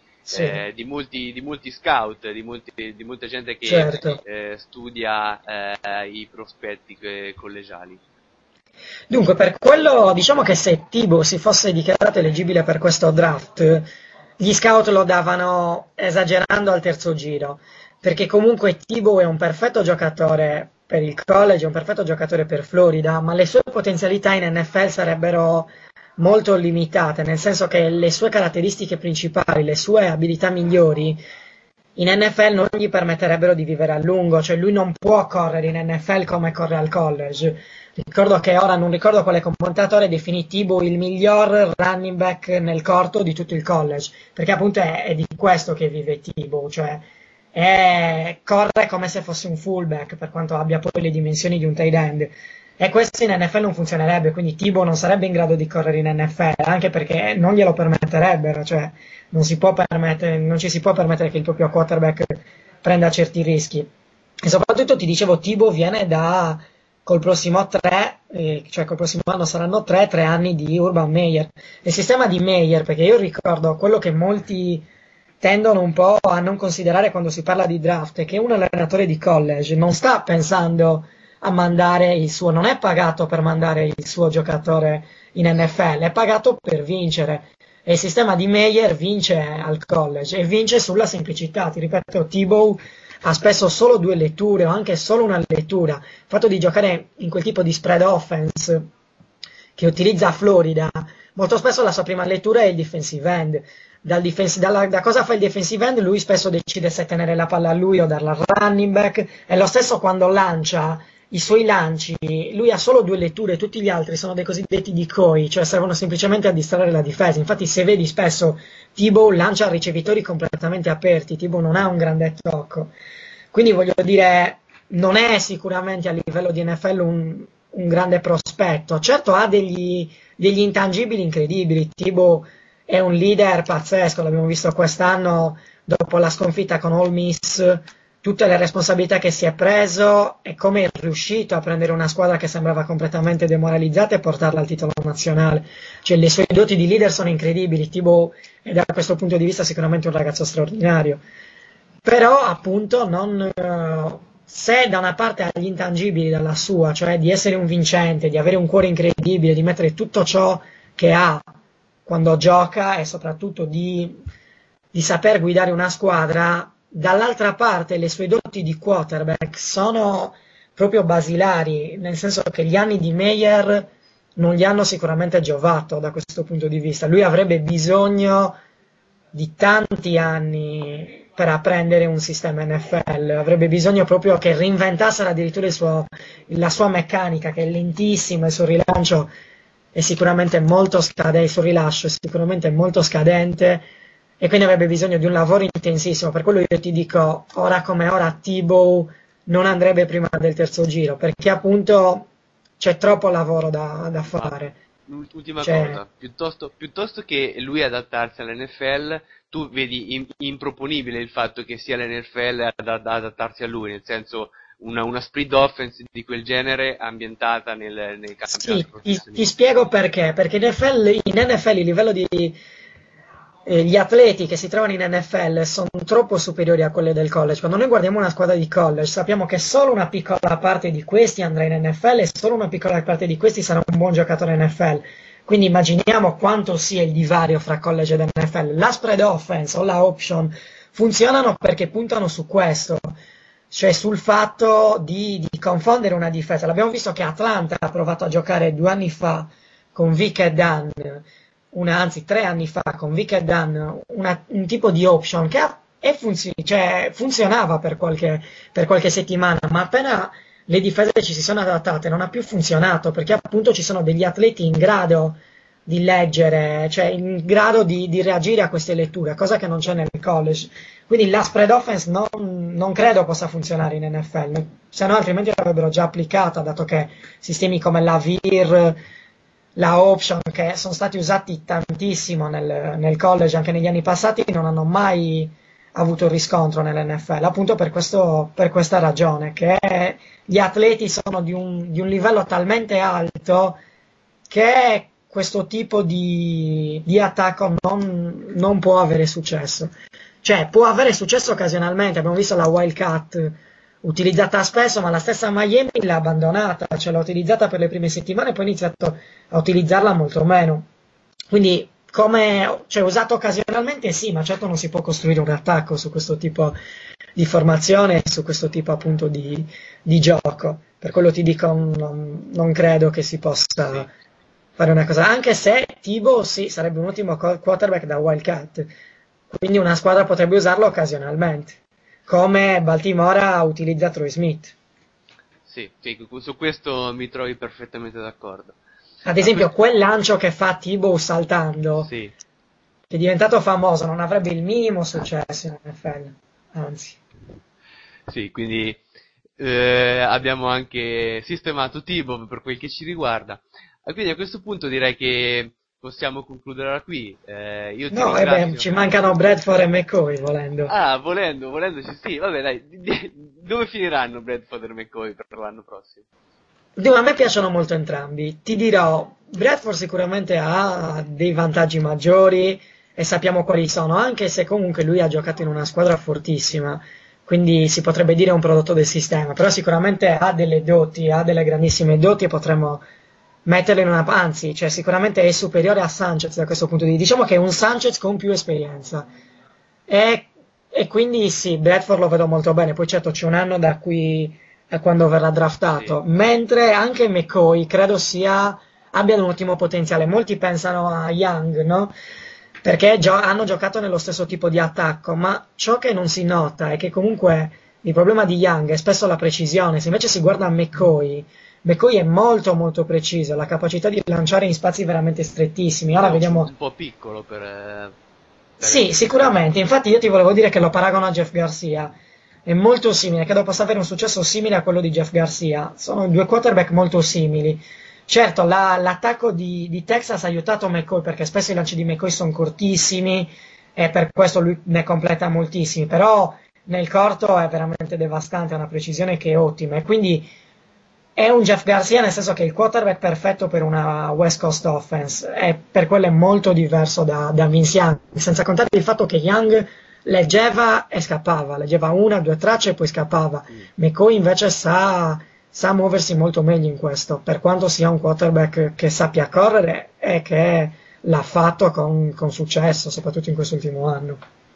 molti scout, di molta gente che certo. studia i prospetti collegiali. Dunque, per quello, diciamo che se Tebow si fosse dichiarato eleggibile per questo draft, gli scout lo davano esagerando al terzo giro, perché comunque Tebow è un perfetto giocatore per il college, è un perfetto giocatore per Florida, ma le sue potenzialità in NFL sarebbero molto limitate, nel senso che le sue caratteristiche principali, le sue abilità migliori in NFL non gli permetterebbero di vivere a lungo, cioè lui non può correre in NFL come corre al college. Ricordo che ora non ricordo quale commentatore definì Tebow il miglior running back nel corto di tutto il college, perché appunto è di questo che vive Tebow, cioè corre come se fosse un fullback, per quanto abbia poi le dimensioni di un tight end, e questo in NFL non funzionerebbe, quindi Tebow non sarebbe in grado di correre in NFL, anche perché non glielo permetterebbero, cioè non ci si può permettere che il proprio quarterback prenda certi rischi. E soprattutto ti dicevo, Tebow viene col prossimo anno saranno 3 anni di Urban Meyer. Il sistema di Meyer, perché io ricordo quello che molti tendono un po' a non considerare quando si parla di draft, è che un allenatore di college non sta pensando a mandare il suo, non è pagato per mandare il suo giocatore in NFL, è pagato per vincere. E il sistema di Meyer vince al college e vince sulla semplicità. Ti ripeto, Tebow ha spesso solo 2 letture o anche solo una lettura. Il fatto di giocare in quel tipo di spread offense che utilizza Florida, molto spesso la sua prima lettura è il defensive end. Da cosa fa il defensive end? Lui spesso decide se tenere la palla a lui o darla al running back. È lo stesso quando lancia i suoi lanci, lui ha solo 2 letture, tutti gli altri sono dei cosiddetti decoy, cioè servono semplicemente a distrarre la difesa. Infatti se vedi spesso Tebow lancia a ricevitori completamente aperti, Tebow non ha un grande tocco, quindi voglio dire non è sicuramente a livello di NFL un grande prospetto. Certo ha degli intangibili incredibili, Tebow è un leader pazzesco, l'abbiamo visto quest'anno dopo la sconfitta con Ole Miss, tutte le responsabilità che si è preso e come è riuscito a prendere una squadra che sembrava completamente demoralizzata e portarla al titolo nazionale. Cioè le sue doti di leader sono incredibili, Tebow è da questo punto di vista sicuramente un ragazzo straordinario, però appunto se da una parte ha gli intangibili dalla sua, cioè di essere un vincente, di avere un cuore incredibile, di mettere tutto ciò che ha quando gioca e soprattutto di saper guidare una squadra, dall'altra parte le sue doti di quarterback sono proprio basilari, nel senso che gli anni di Meyer non gli hanno sicuramente giovato da questo punto di vista. Lui avrebbe bisogno di tanti anni per apprendere un sistema NFL, avrebbe bisogno proprio che reinventassero addirittura la sua meccanica, che è lentissima, il suo rilancio è sicuramente molto scadente, il suo rilascio è sicuramente molto scadente, e quindi avrebbe bisogno di un lavoro intensissimo. Per quello io ti dico, ora come ora Tebow non andrebbe prima del terzo giro, perché appunto c'è troppo lavoro da fare. Ultima cosa, piuttosto che lui adattarsi all'NFL, tu vedi improponibile il fatto che sia l'NFL ad adattarsi a lui, nel senso una spread offense di quel genere ambientata nei campionati professionisti. Ti spiego perché in NFL il livello di gli atleti che si trovano in NFL sono troppo superiori a quelli del college. Quando noi guardiamo una squadra di college sappiamo che solo una piccola parte di questi andrà in NFL e solo una piccola parte di questi sarà un buon giocatore NFL. Quindi immaginiamo quanto sia il divario fra college ed NFL. La spread offense o la option funzionano perché puntano su questo, cioè sul fatto di confondere una difesa. L'abbiamo visto che Atlanta ha provato a giocare 2 anni fa con Vic e Dunn, anzi 3 anni fa con Vic e Dunn, un tipo di option che funzionava per qualche settimana, ma appena le difese ci si sono adattate non ha più funzionato, perché appunto ci sono degli atleti in grado di leggere, cioè in grado di reagire a queste letture, cosa che non c'è nel college. Quindi la spread offense non credo possa funzionare in NFL, se no altrimenti l'avrebbero già applicata, dato che sistemi come la VIR, la option, che sono stati usati tantissimo nel college anche negli anni passati, non hanno mai avuto riscontro nell'NFL, appunto per questa ragione, che gli atleti sono di un livello talmente alto che questo tipo di attacco non può avere successo. Cioè può avere successo occasionalmente, abbiamo visto la Wildcat utilizzata spesso, ma la stessa Miami l'ha abbandonata, cioè l'ha utilizzata per le prime settimane e poi ha iniziato a utilizzarla molto meno. Quindi usato occasionalmente sì, ma certo non si può costruire un attacco su questo tipo di formazione, su questo tipo appunto di gioco. Per quello ti dico, non credo che si possa fare una cosa, anche se Tebow sì, sarebbe un ottimo quarterback da Wildcat, quindi una squadra potrebbe usarlo occasionalmente, come Baltimore utilizza Troy Smith. Sì, su questo mi trovi perfettamente d'accordo. Ad esempio, quel lancio che fa Tebow saltando, sì, che è diventato famoso, non avrebbe il minimo successo in NFL, anzi. Sì, quindi abbiamo anche sistemato Tebow per quel che ci riguarda. Quindi a questo punto direi che possiamo concludere qui. Io ti ringrazio. Ci mancano Bradford e McCoy, volendo. Volendoci, sì, vabbè, dai. Dove finiranno Bradford e McCoy per l'anno prossimo? A me piacciono molto entrambi. Ti dirò, Bradford sicuramente ha dei vantaggi maggiori e sappiamo quali sono, anche se comunque lui ha giocato in una squadra fortissima quindi si potrebbe dire un prodotto del sistema, però sicuramente ha delle doti, ha delle grandissime doti e potremmo metterlo in una, anzi, cioè sicuramente è superiore a Sanchez da questo punto di vista, diciamo che è un Sanchez con più esperienza, e quindi sì, Bradford lo vedo molto bene, poi certo c'è un anno da qui a quando verrà draftato, mentre anche McCoy credo abbia un ottimo potenziale. Molti pensano a Young, no? Perché hanno giocato nello stesso tipo di attacco, ma ciò che non si nota è che comunque il problema di Young è spesso la precisione. Se invece si guarda a McCoy è molto molto preciso, la capacità di lanciare in spazi veramente strettissimi. Ora vediamo un po' piccolo per sì, sicuramente. Infatti io ti volevo dire che lo paragono a Jeff Garcia. È molto simile, credo possa avere un successo simile a quello di Jeff Garcia. Sono due quarterback molto simili. Certo, l'attacco di Texas ha aiutato McCoy perché spesso i lanci di McCoy sono cortissimi e per questo lui ne completa moltissimi, però nel corto è veramente devastante, ha una precisione che è ottima e quindi è un Jeff Garcia nel senso che è il quarterback perfetto per una West Coast offense e per quello è molto diverso da Vince Young, senza contare il fatto che Young leggeva e scappava, leggeva una, due tracce e poi scappava. McCoy invece sa muoversi molto meglio in questo, per quanto sia un quarterback che sappia correre e che l'ha fatto con successo, soprattutto in quest'ultimo anno.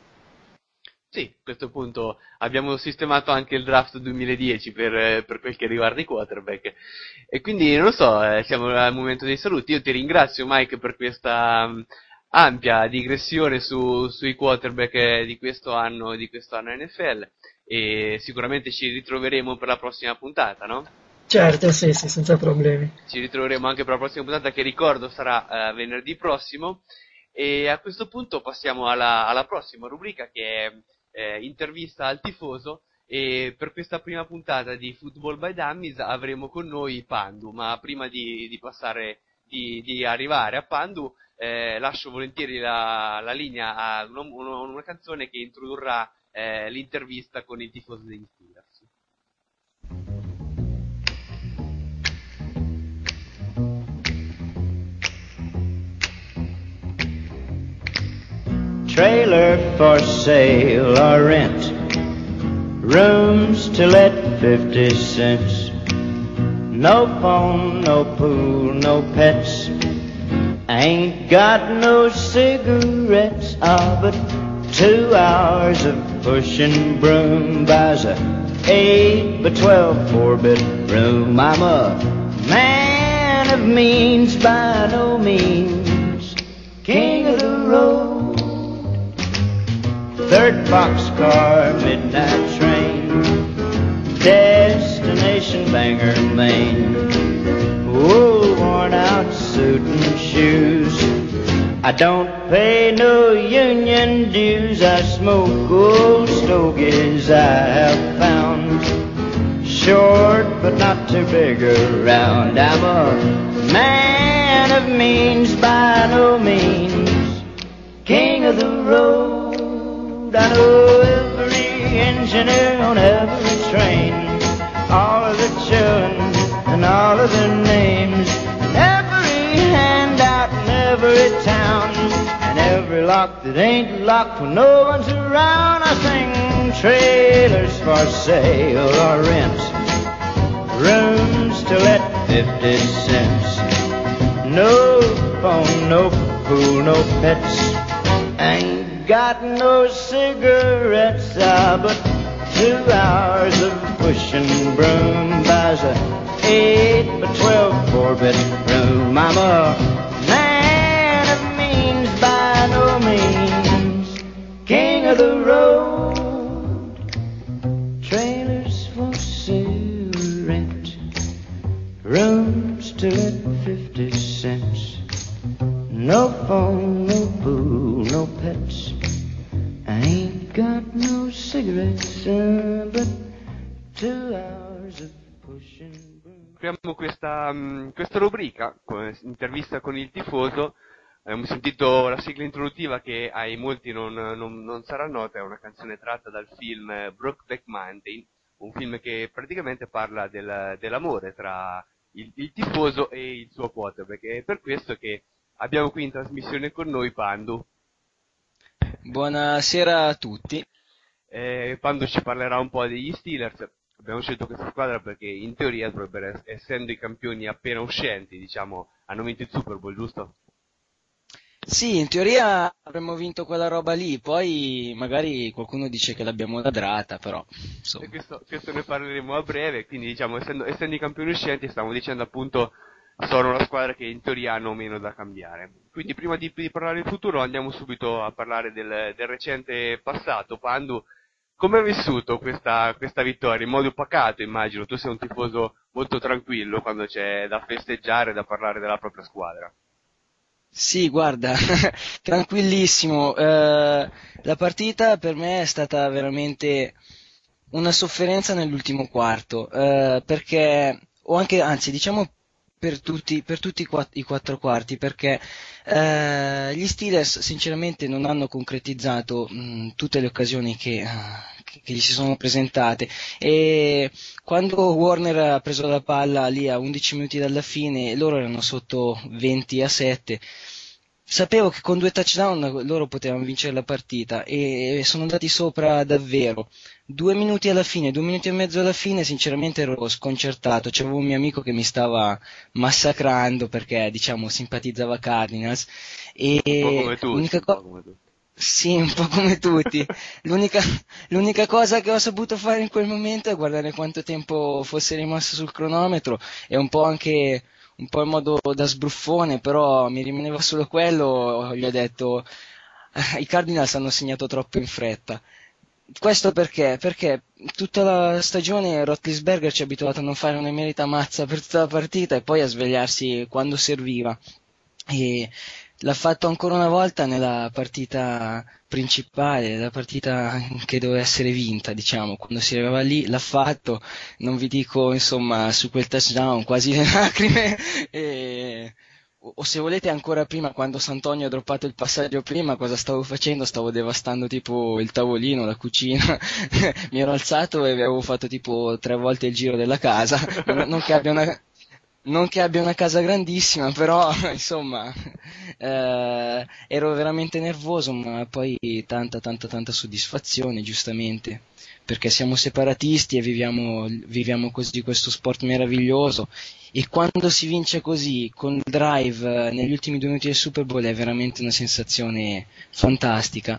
Sì, a questo punto abbiamo sistemato anche il draft 2010 per quel che riguarda i quarterback. E quindi, non lo so, siamo al momento dei saluti. Io ti ringrazio, Mike, per questa ampia digressione sui quarterback di questo anno NFL. E sicuramente ci ritroveremo per la prossima puntata, no? Certo, sì, senza problemi. Ci ritroveremo anche per la prossima puntata, che ricordo sarà venerdì prossimo. E a questo punto passiamo alla prossima rubrica, che è intervista al tifoso, e per questa prima puntata di Football by Dummies avremo con noi Pandu, ma prima di passare di arrivare a Pandu lascio volentieri la linea a una canzone che introdurrà l'intervista con il tifoso degli Steelers. Trailer for sale or rent, rooms to let 50 cents, no phone, no pool, no pets, ain't got no cigarettes, but 2 hours of pushing broom buys a 8 by 12 4-bedroom. I'm a man of means by no means, king of the road. Third boxcar, midnight train, destination Bangor, Maine. Old worn out suit and shoes, I don't pay no union dues. I smoke old stogies I have found, short but not too big around. I'm a man of means by no means, king of the road. I know every engineer on every train, all of the children and all of their names, and every handout in every town, and every lock that ain't locked when no one's around. I sing trailers for sale or rent, rooms to let 50 cents, no phone, no pool, no pets, ain't got no cigarettes, but 2 hours of pushing broom buys a 8 by 12 4-bedroom. I'm a man of means by no means, king of the road. Trailers for sale, rent, rooms to let 50 cents, no phone, no pool, no pets, I ain't got no cigarettes, but 2 hours of pushing. Apriamo questa rubrica, intervista con il tifoso. Abbiamo sentito la sigla introduttiva che ai molti non sarà nota, è una canzone tratta dal film Brokeback Mountain, un film che praticamente parla dell'amore tra il tifoso e il suo quarterback, è per questo che abbiamo qui in trasmissione con noi Pandu. Buonasera a tutti. Quando ci parlerà un po' degli Steelers, abbiamo scelto questa squadra perché in teoria dovrebbero, essendo i campioni appena uscenti, diciamo, hanno vinto il Super Bowl, giusto? Sì, in teoria avremmo vinto quella roba lì, poi magari qualcuno dice che l'abbiamo ladrata, però insomma. E questo ne parleremo a breve, quindi diciamo, essendo i campioni uscenti, stiamo dicendo appunto, sono la squadra che in teoria hanno meno da cambiare. Quindi prima di parlare del futuro andiamo subito a parlare del recente passato. Pandu, come hai vissuto questa vittoria? In modo pacato, immagino. Tu sei un tifoso molto tranquillo quando c'è da festeggiare, da parlare della propria squadra. Sì, guarda, tranquillissimo. La partita per me è stata veramente una sofferenza nell'ultimo quarto, perché, o anche, anzi, diciamo per tutti i quattro quarti, perché gli Steelers sinceramente non hanno concretizzato tutte le occasioni che gli si sono presentate, e quando Warner ha preso la palla lì a 11 minuti dalla fine, loro erano sotto 20-7, sapevo che con 2 touchdown loro potevano vincere la partita e sono andati sopra davvero. 2 minuti alla fine, 2 minuti e mezzo alla fine, sinceramente ero sconcertato. C'avevo un mio amico che mi stava massacrando perché, diciamo, simpatizzava Cardinals, e Un po' come tutti, l'unica un po' come tutti. sì, un po' come tutti. L'unica cosa che ho saputo fare in quel momento è guardare quanto tempo fosse rimasto sul cronometro, e un po' anche un po' in modo da sbruffone, però mi rimaneva solo quello. Gli ho detto: i Cardinals hanno segnato troppo in fretta. Questo perché? Perché tutta la stagione Roethlisberger ci ha abituato a non fare un'emerita mazza per tutta la partita e poi a svegliarsi quando serviva. E l'ha fatto ancora una volta nella partita principale, la partita che doveva essere vinta, diciamo, quando si arrivava lì, l'ha fatto. Non vi dico, insomma, su quel touchdown quasi le lacrime, o se volete ancora prima, quando Sant'Antonio ha droppato il passaggio prima, cosa stavo facendo? Stavo devastando tipo il tavolino, la cucina. Mi ero alzato e avevo fatto tipo 3 volte il giro della casa. Non che abbia una casa grandissima, però insomma ero veramente nervoso, ma poi tanta soddisfazione, giustamente, perché siamo separatisti e viviamo così questo sport meraviglioso, e quando si vince così con il drive negli ultimi 2 minuti del Super Bowl è veramente una sensazione fantastica,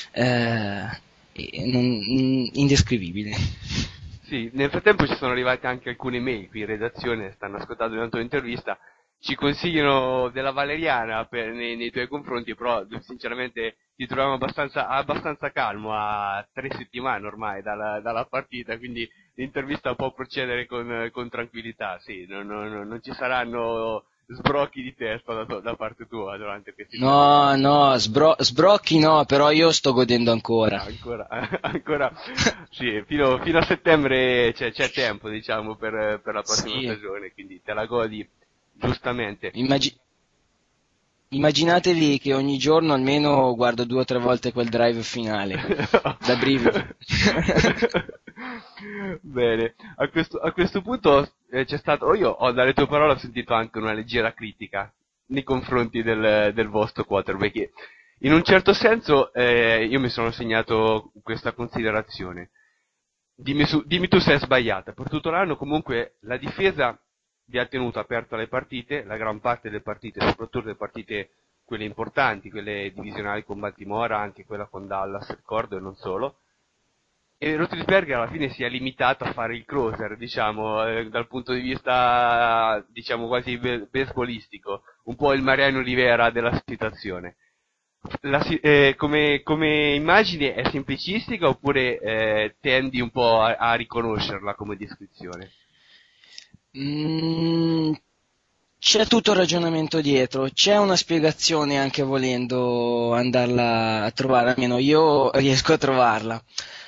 indescrivibile. Sì, nel frattempo ci sono arrivate anche alcune mail qui in redazione, stanno ascoltando la tua intervista, ci consigliano della valeriana nei tuoi confronti, però sinceramente ti troviamo abbastanza calmo a 3 settimane ormai dalla partita, quindi l'intervista può procedere con tranquillità, sì, non ci saranno sbrocchi di testa da parte tua durante questi giorni. No, sbrocchi no, però io sto godendo ancora. Ancora, sì, fino a settembre c'è tempo, diciamo, per la prossima Sì. stagione, quindi te la godi giustamente. Immaginatevi che ogni giorno almeno guardo 2 o 3 volte quel drive finale, da brividi. Bene, a questo punto c'è stato, io dalle tue parole ho sentito anche una leggera critica nei confronti del vostro quarterback, che in un certo senso io mi sono segnato questa considerazione. Dimmi tu se è sbagliata. Per tutto l'anno comunque la difesa vi ha tenuto aperta le partite, la gran parte delle partite, soprattutto le partite quelle importanti, quelle divisionali con Baltimora, anche quella con Dallas, ricordo, e non solo. E Roethlisberger alla fine si è limitato a fare il closer, diciamo, dal punto di vista, diciamo, quasi basebalistico, un po' il Mariano Rivera della situazione. Come immagine è semplicistica oppure tendi un po' a riconoscerla come descrizione? C'è tutto il ragionamento dietro, c'è una spiegazione anche volendo andarla a trovare, almeno io riesco a trovarla.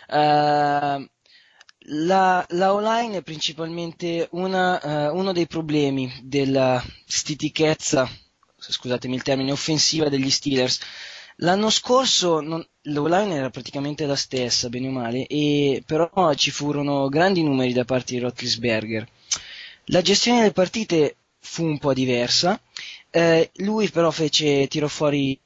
La O-line è principalmente uno dei problemi della stitichezza, scusatemi il termine, offensiva degli Steelers. L'anno scorso l'O-line era praticamente la stessa, bene o male, però ci furono grandi numeri da parte di Roethlisberger. La gestione delle partite fu un po' diversa, lui però tirò fuori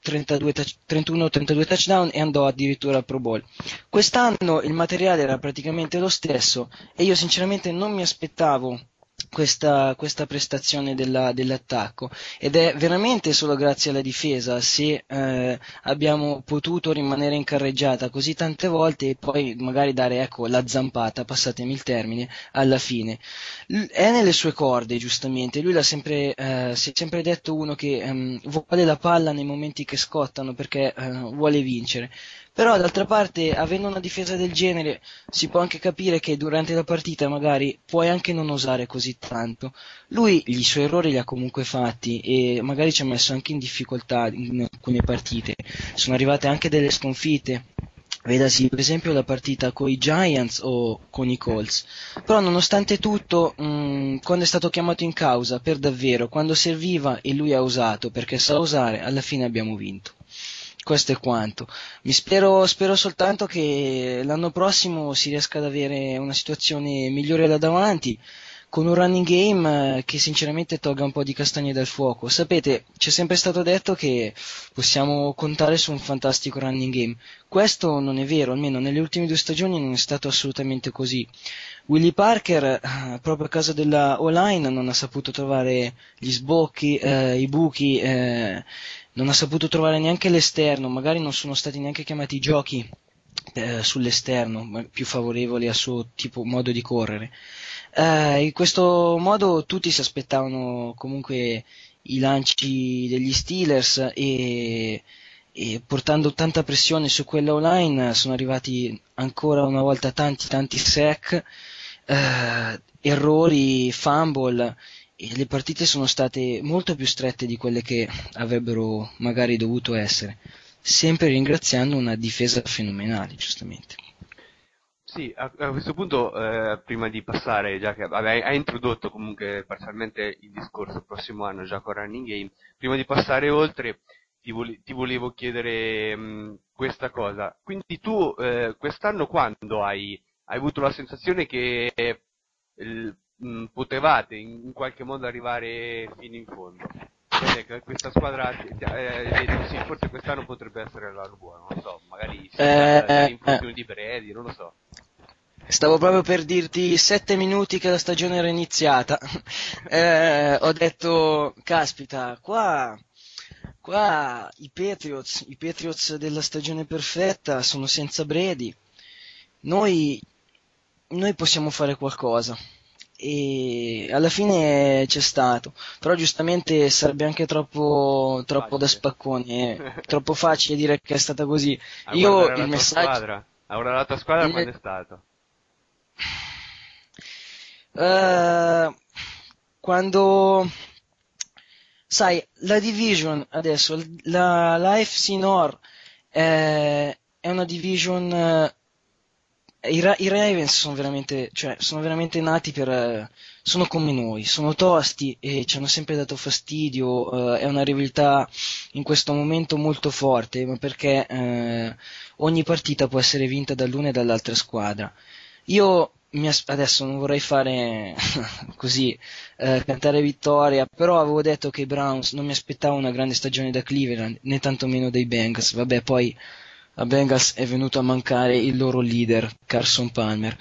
31-32 touchdown e andò addirittura al Pro Bowl. Quest'anno il materiale era praticamente lo stesso e io sinceramente non mi aspettavo questa prestazione dell'attacco, ed è veramente solo grazie alla difesa se abbiamo potuto rimanere in carreggiata così tante volte e poi magari dare, ecco, la zampata, passatemi il termine, alla fine. È nelle sue corde, giustamente. Lui si è sempre detto uno che vuole la palla nei momenti che scottano perché vuole vincere. Però d'altra parte, avendo una difesa del genere, si può anche capire che durante la partita magari puoi anche non osare così tanto. Lui i suoi errori li ha comunque fatti e magari ci ha messo anche in difficoltà in alcune partite. Sono arrivate anche delle sconfitte. Vedasi per esempio la partita con i Giants o con i Colts. Però nonostante tutto, quando è stato chiamato in causa per davvero, quando serviva e lui ha usato perché sa usare, alla fine abbiamo vinto. Questo è quanto. Spero soltanto che l'anno prossimo si riesca ad avere una situazione migliore da davanti, con un running game che sinceramente tolga un po' di castagne dal fuoco. Sapete, c'è sempre stato detto che possiamo contare su un fantastico running game. Questo non è vero, almeno nelle ultime 2 stagioni non è stato assolutamente così. Willie Parker, proprio a causa della O-line, non ha saputo trovare gli sbocchi, i buchi, non ha saputo trovare neanche l'esterno, magari non sono stati neanche chiamati i giochi sull'esterno, più favorevoli al suo modo di correre. In questo modo tutti si aspettavano comunque i lanci degli Steelers e portando tanta pressione su quella O-line sono arrivati ancora una volta tanti sack, errori, fumble, e le partite sono state molto più strette di quelle che avrebbero magari dovuto essere, sempre ringraziando una difesa fenomenale, giustamente. Sì, a questo punto, prima di passare, già che hai introdotto comunque parzialmente il discorso prossimo anno già con Running Game, prima di passare oltre ti volevo chiedere questa cosa. Quindi tu quest'anno quando hai avuto la sensazione che potevate in qualche modo arrivare fino in fondo? Che questa squadra sì, forse quest'anno potrebbe essere l'anno buono, non lo so, magari l'infortunio di Brady, non lo so. Stavo proprio per dirti 7 minuti che la stagione era iniziata. Ho detto, caspita, qua i Patriots della stagione perfetta sono senza Brady. Noi possiamo fare qualcosa. E alla fine c'è stato, però giustamente sarebbe anche troppo da spaccone, troppo facile dire che è stata così. Io il messaggio ora la tua squadra quando è stato? Quando sai, la division adesso, la AFC North è una division. I Ravens sono veramente nati sono come noi, sono tosti e ci hanno sempre dato fastidio, è una rivalità in questo momento molto forte, ma perché ogni partita può essere vinta dall'una e dall'altra squadra. Io adesso non vorrei fare così, cantare vittoria, però avevo detto che i Browns non mi aspettavo una grande stagione da Cleveland, né tantomeno dai Bengals, vabbè poi a Bengals è venuto a mancare il loro leader, Carson Palmer.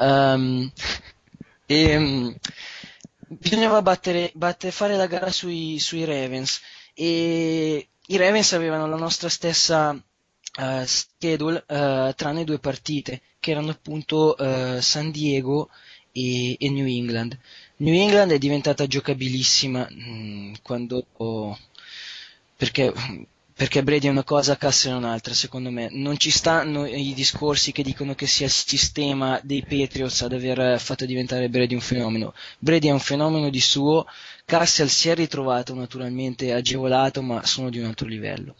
Bisognava fare la gara sui Ravens, e i Ravens avevano la nostra stessa schedule, tranne 2 partite, che erano appunto San Diego e New England. New England è diventata giocabilissima perché Brady è una cosa, Cassel è un'altra, secondo me. Non ci stanno i discorsi che dicono che sia il sistema dei Patriots ad aver fatto diventare Brady un fenomeno. Brady è un fenomeno di suo, Cassel si è ritrovato naturalmente agevolato, ma sono di un altro livello.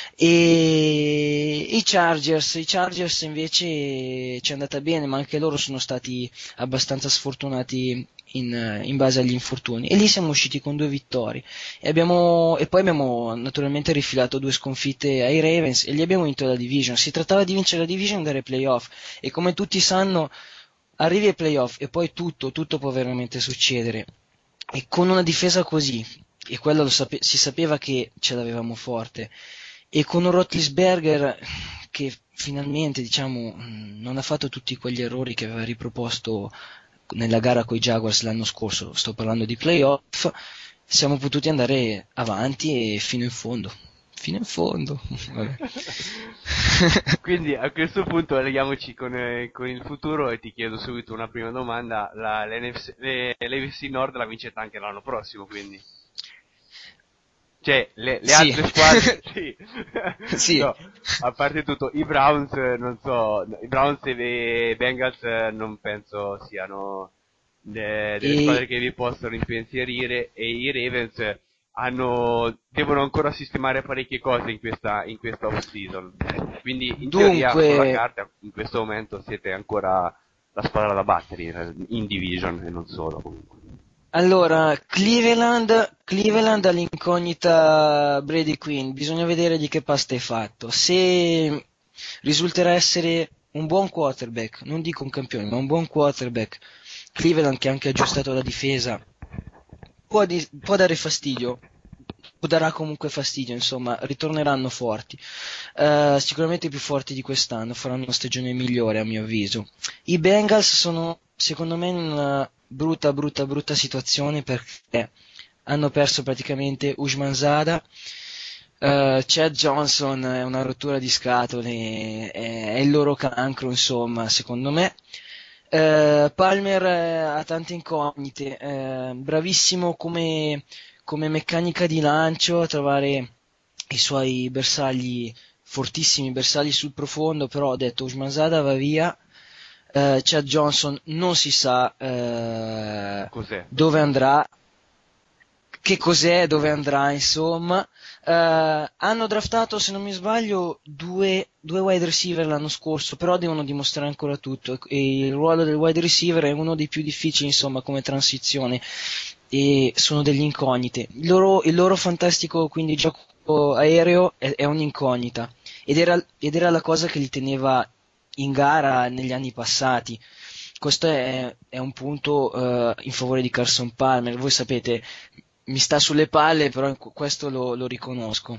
E i Chargers invece ci è andata bene, ma anche loro sono stati abbastanza sfortunati in base agli infortuni, e lì siamo usciti con 2 vittorie e poi abbiamo naturalmente rifilato 2 sconfitte ai Ravens e gli abbiamo vinto la division. Si trattava di vincere la division e andare ai playoff, e come tutti sanno arrivi ai playoff e poi tutto può veramente succedere, e con una difesa così, e quello si sapeva che ce l'avevamo forte, e con un Roethlisberger che finalmente, diciamo, non ha fatto tutti quegli errori che aveva riproposto nella gara con i Jaguars l'anno scorso, sto parlando di playoff, siamo potuti andare avanti e fino in fondo. Vabbè. Quindi a questo punto leghiamoci con il futuro e ti chiedo subito una prima domanda. L'AFC Nord l'ha vincetta anche l'anno prossimo, quindi. Cioè, le Sì. altre squadre, sì. Sì. No, a parte tutto, i Browns, non so, i Browns e i Bengals non penso siano delle squadre che vi possono impensierire, e i Ravens devono ancora sistemare parecchie cose in questa off-season. Quindi, in teoria, sulla carta, in questo momento siete ancora la squadra da battere in division e non solo, comunque. Allora, Cleveland all'incognita Brady Quinn, bisogna vedere di che pasta è fatto. Se risulterà essere un buon quarterback, non dico un campione, ma un buon quarterback, Cleveland, che ha anche aggiustato la difesa, può dare fastidio, o darà comunque fastidio, insomma, ritorneranno forti, sicuramente più forti di quest'anno, faranno una stagione migliore a mio avviso. I Bengals sono, secondo me, in una brutta situazione, perché hanno perso praticamente Ushmanzada, Chad Johnson è una rottura di scatole, è il loro cancro, insomma, secondo me. Palmer ha tante incognite, bravissimo come meccanica di lancio a trovare i suoi bersagli, fortissimi bersagli sul profondo, però ho detto Ushmanzada va via. Chad Johnson non si sa dove andrà, che cos'è, dove andrà, insomma. Hanno draftato, se non mi sbaglio, due wide receiver l'anno scorso, però devono dimostrare ancora tutto, e il ruolo del wide receiver è uno dei più difficili, insomma, come transizione, e sono delle incognite. Il loro fantastico, quindi, gioco aereo è un'incognita, ed era la cosa che li teneva in gara negli anni passati. Questo è un punto in favore di Carson Palmer. Voi sapete, mi sta sulle palle, però questo lo riconosco.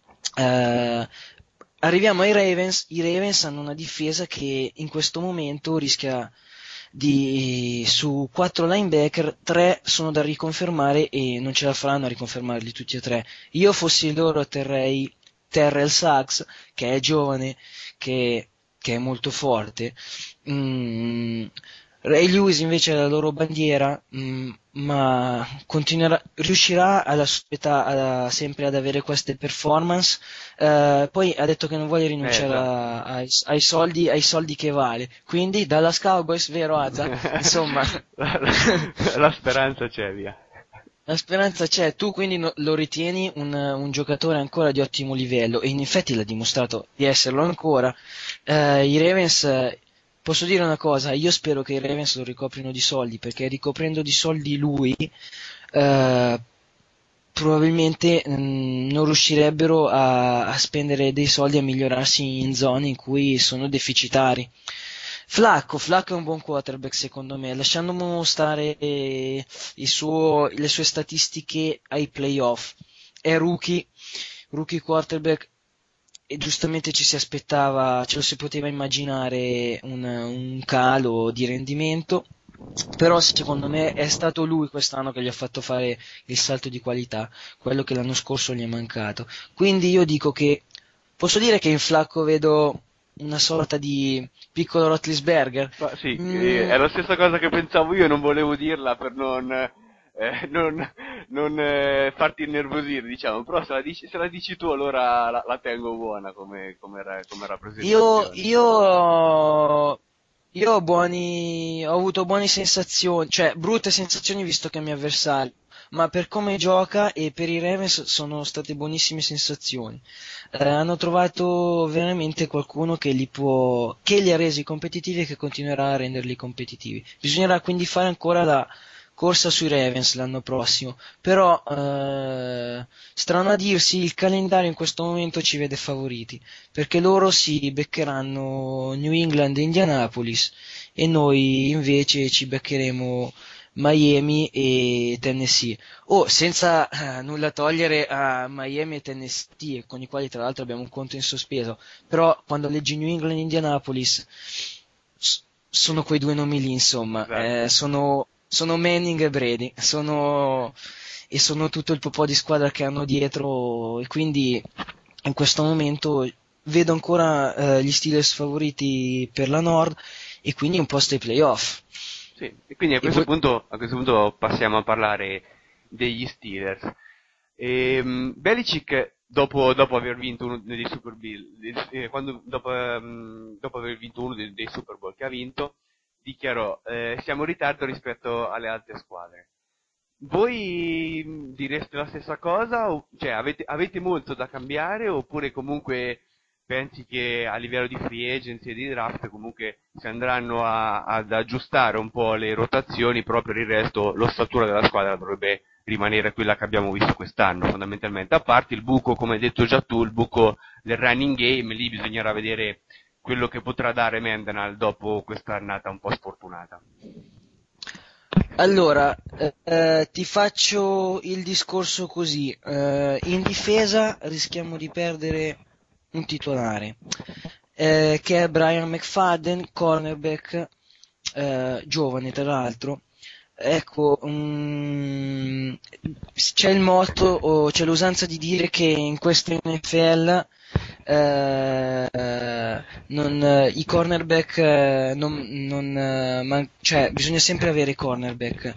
Arriviamo ai Ravens. I Ravens hanno una difesa che in questo momento rischia su 4 linebacker, 3 sono da riconfermare e non ce la faranno a riconfermarli tutti e 3. Io fossi loro terrei Terrell Suggs, che è giovane, che è molto forte. Ray Lewis invece è la loro bandiera, ma riuscirà alla sua età sempre ad avere queste performance. Poi ha detto che non vuole rinunciare ai soldi che vale, quindi Dallas Cowboys, vero Azza? Insomma, la speranza c'è, via. La speranza c'è. Tu quindi lo ritieni un giocatore ancora di ottimo livello, e in effetti l'ha dimostrato di esserlo ancora. I Ravens, posso dire una cosa, io spero che i Ravens lo ricoprino di soldi, perché ricoprendo di soldi lui probabilmente non riuscirebbero a spendere dei soldi a migliorarsi in zone in cui sono deficitari. Flacco è un buon quarterback, secondo me, lasciando stare le sue statistiche ai playoff. È rookie quarterback, e giustamente ce lo si poteva immaginare un calo di rendimento, però secondo me è stato lui quest'anno che gli ha fatto fare il salto di qualità, quello che l'anno scorso gli è mancato. Quindi io dico che posso dire che in Flacco vedo una sorta di piccolo Roethlisberger. Sì, è la stessa cosa che pensavo io, non volevo dirla per non farti innervosire, diciamo, però se la dici tu allora la tengo buona come rappresentazione. Io ho avuto buone sensazioni, cioè brutte sensazioni visto che è mio avversario, ma per come gioca e per i Ravens sono state buonissime sensazioni. Hanno trovato veramente qualcuno che li ha resi competitivi e che continuerà a renderli competitivi. Bisognerà quindi fare ancora la corsa sui Ravens l'anno prossimo, però strano a dirsi, il calendario in questo momento ci vede favoriti, perché loro si beccheranno New England e Indianapolis, e noi invece ci beccheremo Miami e Tennessee. Senza nulla togliere a Miami e Tennessee, con i quali tra l'altro abbiamo un conto in sospeso, però quando leggi New England e Indianapolis sono quei due nomi lì, insomma. Esatto. Sono Manning e Brady, sono tutto il popò di squadra che hanno dietro, e quindi in questo momento vedo ancora gli Steelers favoriti per la Nord, e quindi un posto ai playoff. Sì, e quindi a questo punto passiamo a parlare degli Steelers. Belichick, dopo aver vinto uno dei Super Bowl, dopo aver vinto uno dei Super Bowl che ha vinto, dichiarò: siamo in ritardo rispetto alle altre squadre. Voi direste la stessa cosa? Cioè, avete molto da cambiare, oppure comunque pensi che a livello di free agency e di draft comunque si andranno ad aggiustare un po' le rotazioni, però per il resto l'ossatura della squadra dovrebbe rimanere quella che abbiamo visto quest'anno fondamentalmente, a parte il buco, come hai detto già tu, il buco del running game. Lì bisognerà vedere quello che potrà dare Mendenhall dopo questa annata un po' sfortunata. Allora, ti faccio il discorso così. In difesa rischiamo di perdere un titolare, che è Brian McFadden, cornerback, giovane tra l'altro. Ecco, c'è il motto, o c'è l'usanza di dire che in questa NFL i cornerback cioè bisogna sempre avere cornerback.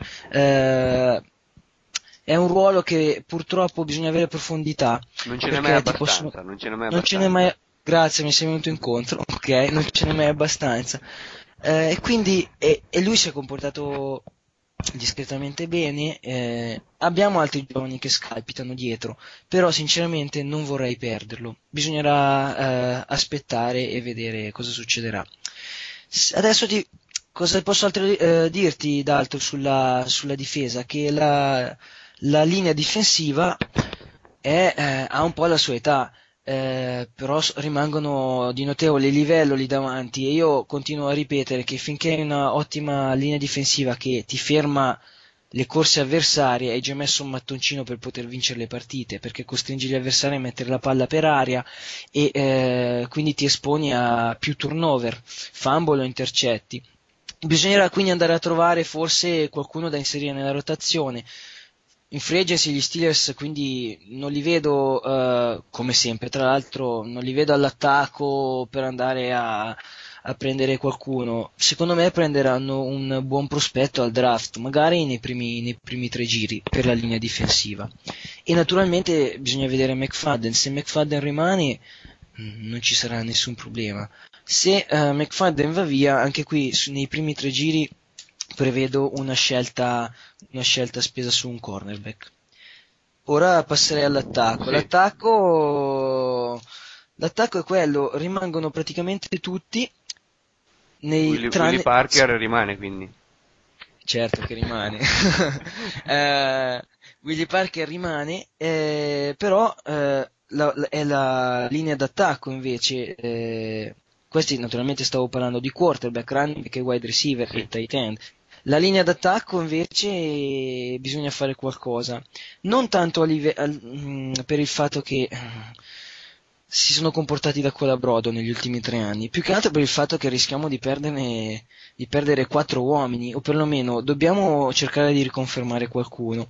È un ruolo che purtroppo bisogna avere profondità. Non ce n'è mai abbastanza, non ce n'è mai abbastanza. Grazie, mi sei venuto incontro, ok? Non ce n'è mai abbastanza. E quindi lui si è comportato discretamente bene. Abbiamo altri giovani che scalpitano dietro, però sinceramente non vorrei perderlo. Bisognerà aspettare e vedere cosa succederà. Adesso cosa posso altro dirti d'altro sulla difesa? Che la linea difensiva ha un po' la sua età. Però rimangono di notevole livello lì davanti, e io continuo a ripetere che finché hai una ottima linea difensiva che ti ferma le corse avversarie, hai già messo un mattoncino per poter vincere le partite, perché costringi gli avversari a mettere la palla per aria e quindi ti esponi a più turnover, fumble o intercetti. Bisognerà quindi andare a trovare forse qualcuno da inserire nella rotazione. In free agency gli Steelers quindi non li vedo, come sempre tra l'altro, non li vedo all'attacco per andare a prendere qualcuno. Secondo me prenderanno un buon prospetto al draft, magari nei primi 3 giri per la linea difensiva. E naturalmente bisogna vedere McFadden. Se McFadden rimane non ci sarà nessun problema. Se McFadden va via, anche qui nei primi 3 giri prevedo una scelta spesa su un cornerback. Ora passerei all'attacco. Sì. L'attacco è quello, rimangono praticamente tutti Willie Parker rimane, quindi. Certo che rimane. Willie Parker rimane, però è la linea d'attacco invece. Questi naturalmente stavo parlando di quarterback, running back e wide receiver e tight end. La linea d'attacco invece bisogna fare qualcosa, non tanto per il fatto che si sono comportati da colabrodo negli ultimi 3 anni, più che altro per il fatto che rischiamo di perdere 4 uomini, o perlomeno dobbiamo cercare di riconfermare qualcuno.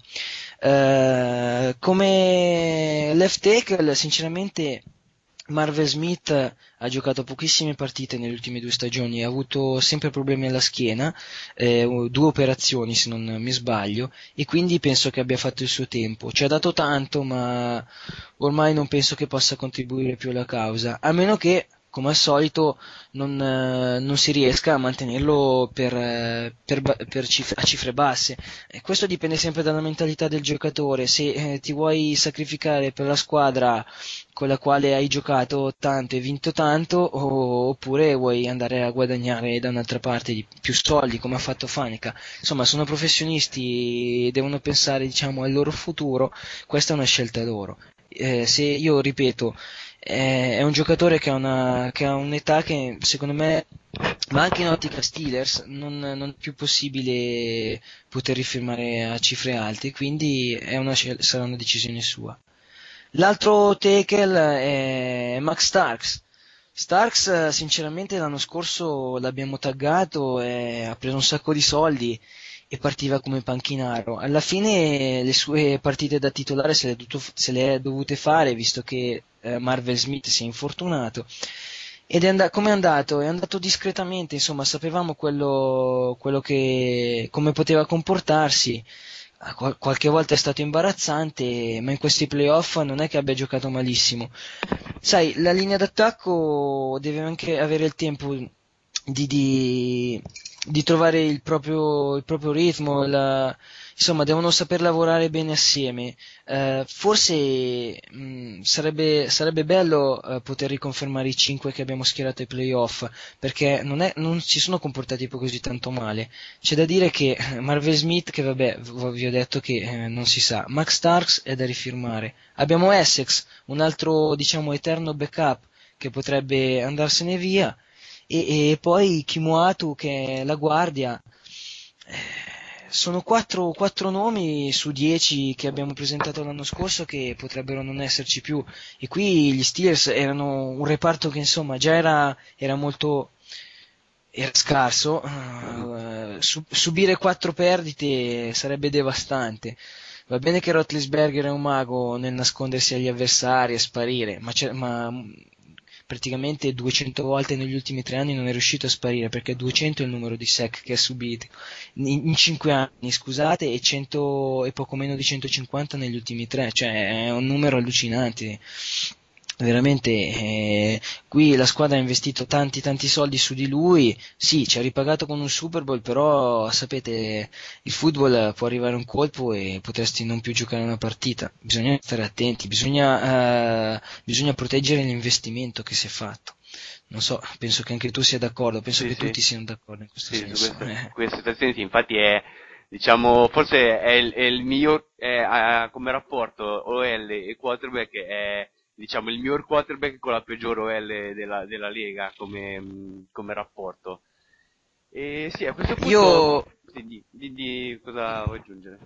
Come left tackle, sinceramente Marvel Smith ha giocato pochissime partite nelle ultime 2 stagioni, ha avuto sempre problemi alla schiena, 2 operazioni se non mi sbaglio, e quindi penso che abbia fatto il suo tempo. Ci ha dato tanto, ma ormai non penso che possa contribuire più alla causa, a meno che, come al solito, non si riesca a mantenerlo a cifre basse. Questo dipende sempre dalla mentalità del giocatore. Se ti vuoi sacrificare per la squadra con la quale hai giocato tanto e vinto tanto, oppure vuoi andare a guadagnare da un'altra parte più soldi, come ha fatto Faneca. Insomma, sono professionisti, devono pensare, diciamo, al loro futuro. Questa è una scelta loro. Se io ripeto, è un giocatore che ha un'età che secondo me ma anche in ottica Steelers non è più possibile poter rifirmare a cifre alte, quindi sarà una decisione sua. L'altro tackle è Max Starks. Starks, sinceramente, l'anno scorso l'abbiamo taggato e ha preso un sacco di soldi e partiva come panchinaro. Alla fine le sue partite da titolare se le è dovute fare, visto che Marvel Smith si è infortunato. Ed come è andato? È andato discretamente, insomma, sapevamo quello come poteva comportarsi. Qualche volta è stato imbarazzante, ma in questi playoff non è che abbia giocato malissimo. Sai, la linea d'attacco deve anche avere il tempo di trovare il proprio ritmo, insomma, devono saper lavorare bene assieme. Forse sarebbe bello poter riconfermare i 5 che abbiamo schierato ai playoff, perché non si sono comportati poi così tanto male. C'è da dire che Marvel Smith, che vabbè, vi ho detto che non si sa, Max Starks è da rifirmare. Abbiamo Essex, un altro, diciamo, eterno backup che potrebbe andarsene via, e poi Kimoatu, che è la guardia. Sono 4 nomi su 10 che abbiamo presentato l'anno scorso che potrebbero non esserci più, e qui gli Steelers erano un reparto che insomma già era molto scarso. Subire 4 perdite sarebbe devastante. Va bene che Roethlisberger è un mago nel nascondersi agli avversari e sparire, ma praticamente 200 volte negli ultimi 3 anni non è riuscito a sparire, perché 200 è il numero di sack che ha subito in 5 anni, scusate, e 100 e poco meno di 150 negli ultimi 3, cioè è un numero allucinante. Veramente, qui la squadra ha investito tanti soldi su di lui. Sì, ci ha ripagato con un Super Bowl, però sapete, il football può arrivare un colpo e potresti non più giocare una partita. Bisogna stare attenti, bisogna proteggere l'investimento che si è fatto. Non so, penso che anche tu sia d'accordo, penso che tutti siano d'accordo in questo senso. Su questa situazione sì, infatti è, diciamo, forse è il miglior, come rapporto OL e quarterback è, diciamo, il miglior quarterback con la peggior OL della Lega come rapporto. E sì, a questo punto di cosa vuoi aggiungere?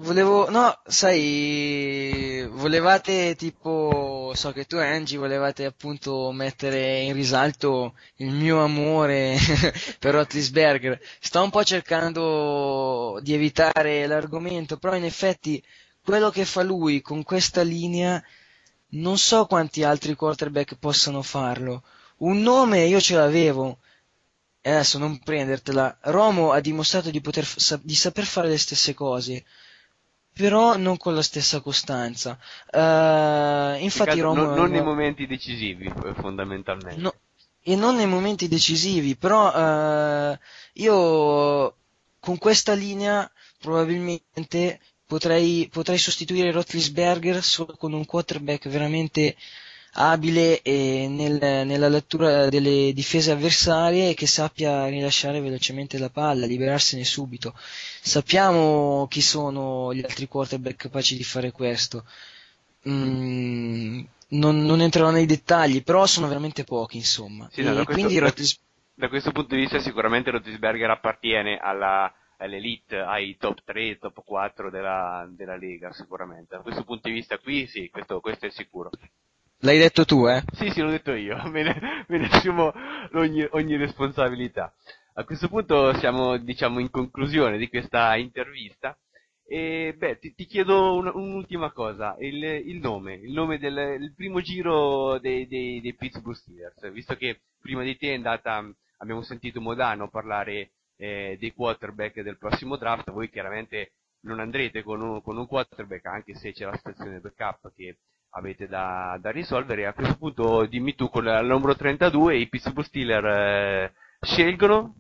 Volevate tipo, so che tu Angie volevate appunto mettere in risalto il mio amore per Roethlisberger. Sto un po' cercando di evitare l'argomento, però in effetti quello che fa lui con questa linea non so quanti altri quarterback possano farlo. Un nome io ce l'avevo, e adesso non prendertela. Romo ha dimostrato di saper fare le stesse cose, però non con la stessa costanza. Infatti Romo non nei momenti decisivi, fondamentalmente. No, e non nei momenti decisivi, però io con questa linea probabilmente potrei sostituire Roethlisberger solo con un quarterback veramente abile nella lettura delle difese avversarie e che sappia rilasciare velocemente la palla, liberarsene subito. Sappiamo chi sono gli altri quarterback capaci di fare questo. Non entrerò nei dettagli, però sono veramente pochi, insomma. Sì, no, da questo punto di vista sicuramente Roethlisberger appartiene all'elite, ai top 3, top 4 della Lega, sicuramente. Da questo punto di vista qui, sì, questo è sicuro. L'hai detto tu, eh? Sì, l'ho detto io, me ne assumo ogni responsabilità. A questo punto siamo, diciamo, in conclusione di questa intervista. E ti chiedo un'ultima cosa, il nome del primo giro dei Pittsburgh Steelers, visto che prima di te è andata, abbiamo sentito Modano parlare dei quarterback del prossimo draft. Voi chiaramente non andrete con un quarterback, anche se c'è la situazione backup che avete da risolvere. A questo punto dimmi tu, con il numero 32 i Pittsburgh Steelers scelgono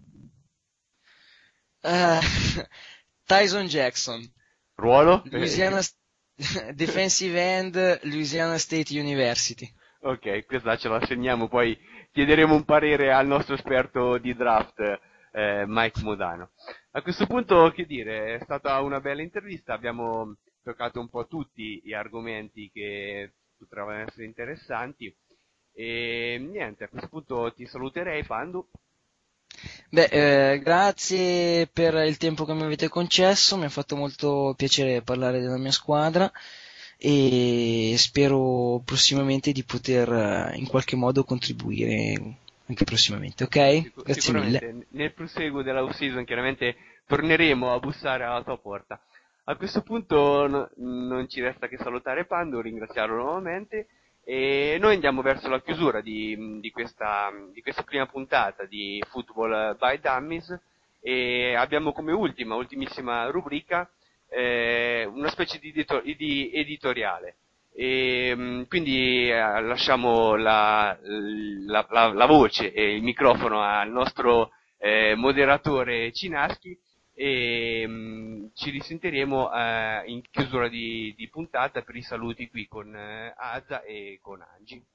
Tyson Jackson, ruolo? Defensive End, Louisiana State University. Ok, questa ce la segniamo, poi chiederemo un parere al nostro esperto di draft, Mike Modano. A questo punto, che dire, è stata una bella intervista, abbiamo toccato un po' tutti gli argomenti che potrebbero essere interessanti, e niente, a questo punto ti saluterei, Fandu. Grazie per il tempo che mi avete concesso, mi ha fatto molto piacere parlare della mia squadra e spero prossimamente di poter in qualche modo contribuire anche prossimamente, ok? Grazie mille. Sicuramente nel proseguo della off-season chiaramente torneremo a bussare alla tua porta. A questo punto non ci resta che salutare Pando, ringraziarlo nuovamente e noi andiamo verso la chiusura di questa prima puntata di Football by Dummies e abbiamo come ultimissima rubrica una specie di editoriale. E quindi lasciamo la voce e il microfono al nostro moderatore Cinaschi e ci risentiremo in chiusura di puntata per i saluti qui con Azza e con Angi.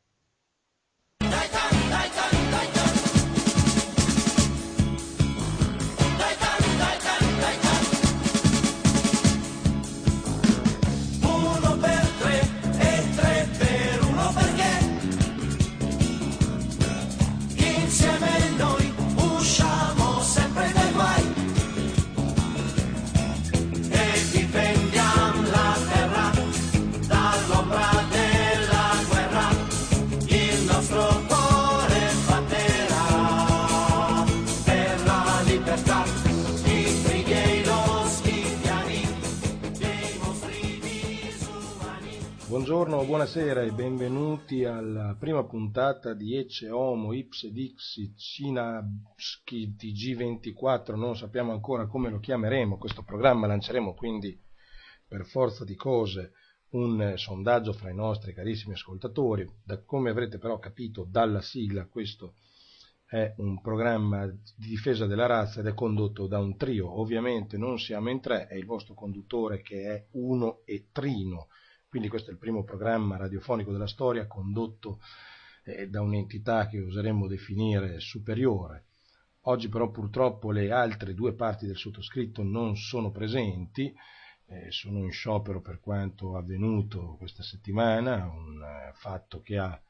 Buongiorno, buonasera e benvenuti alla prima puntata di Ecce Homo Ipse Dixit Cinaschi TG24, non sappiamo ancora come lo chiameremo, questo programma lanceremo quindi per forza di cose un sondaggio fra i nostri carissimi ascoltatori. Come avrete però capito dalla sigla, questo è un programma di difesa della razza ed è condotto da un trio, ovviamente non siamo in tre, è il vostro conduttore che è Uno e Trino. Quindi questo è il primo programma radiofonico della storia condotto da un'entità che oseremmo definire superiore. Oggi però purtroppo le altre due parti del sottoscritto non sono presenti, sono in sciopero per quanto avvenuto questa settimana, un fatto che ha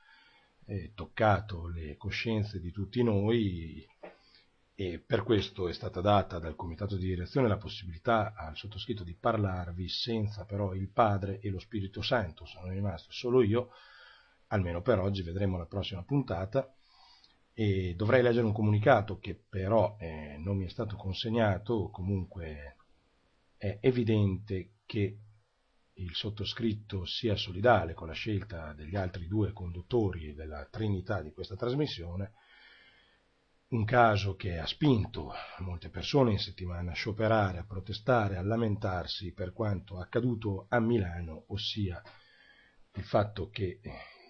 toccato le coscienze di tutti noi e per questo è stata data dal comitato di direzione la possibilità al sottoscritto di parlarvi senza però il Padre e lo Spirito Santo. Sono rimasto solo io, almeno per oggi, vedremo la prossima puntata e dovrei leggere un comunicato che però non mi è stato consegnato. Comunque è evidente che il sottoscritto sia solidale con la scelta degli altri due conduttori della Trinità di questa trasmissione. Un caso che ha spinto molte persone in settimana a scioperare, a protestare, a lamentarsi per quanto accaduto a Milano, ossia il fatto che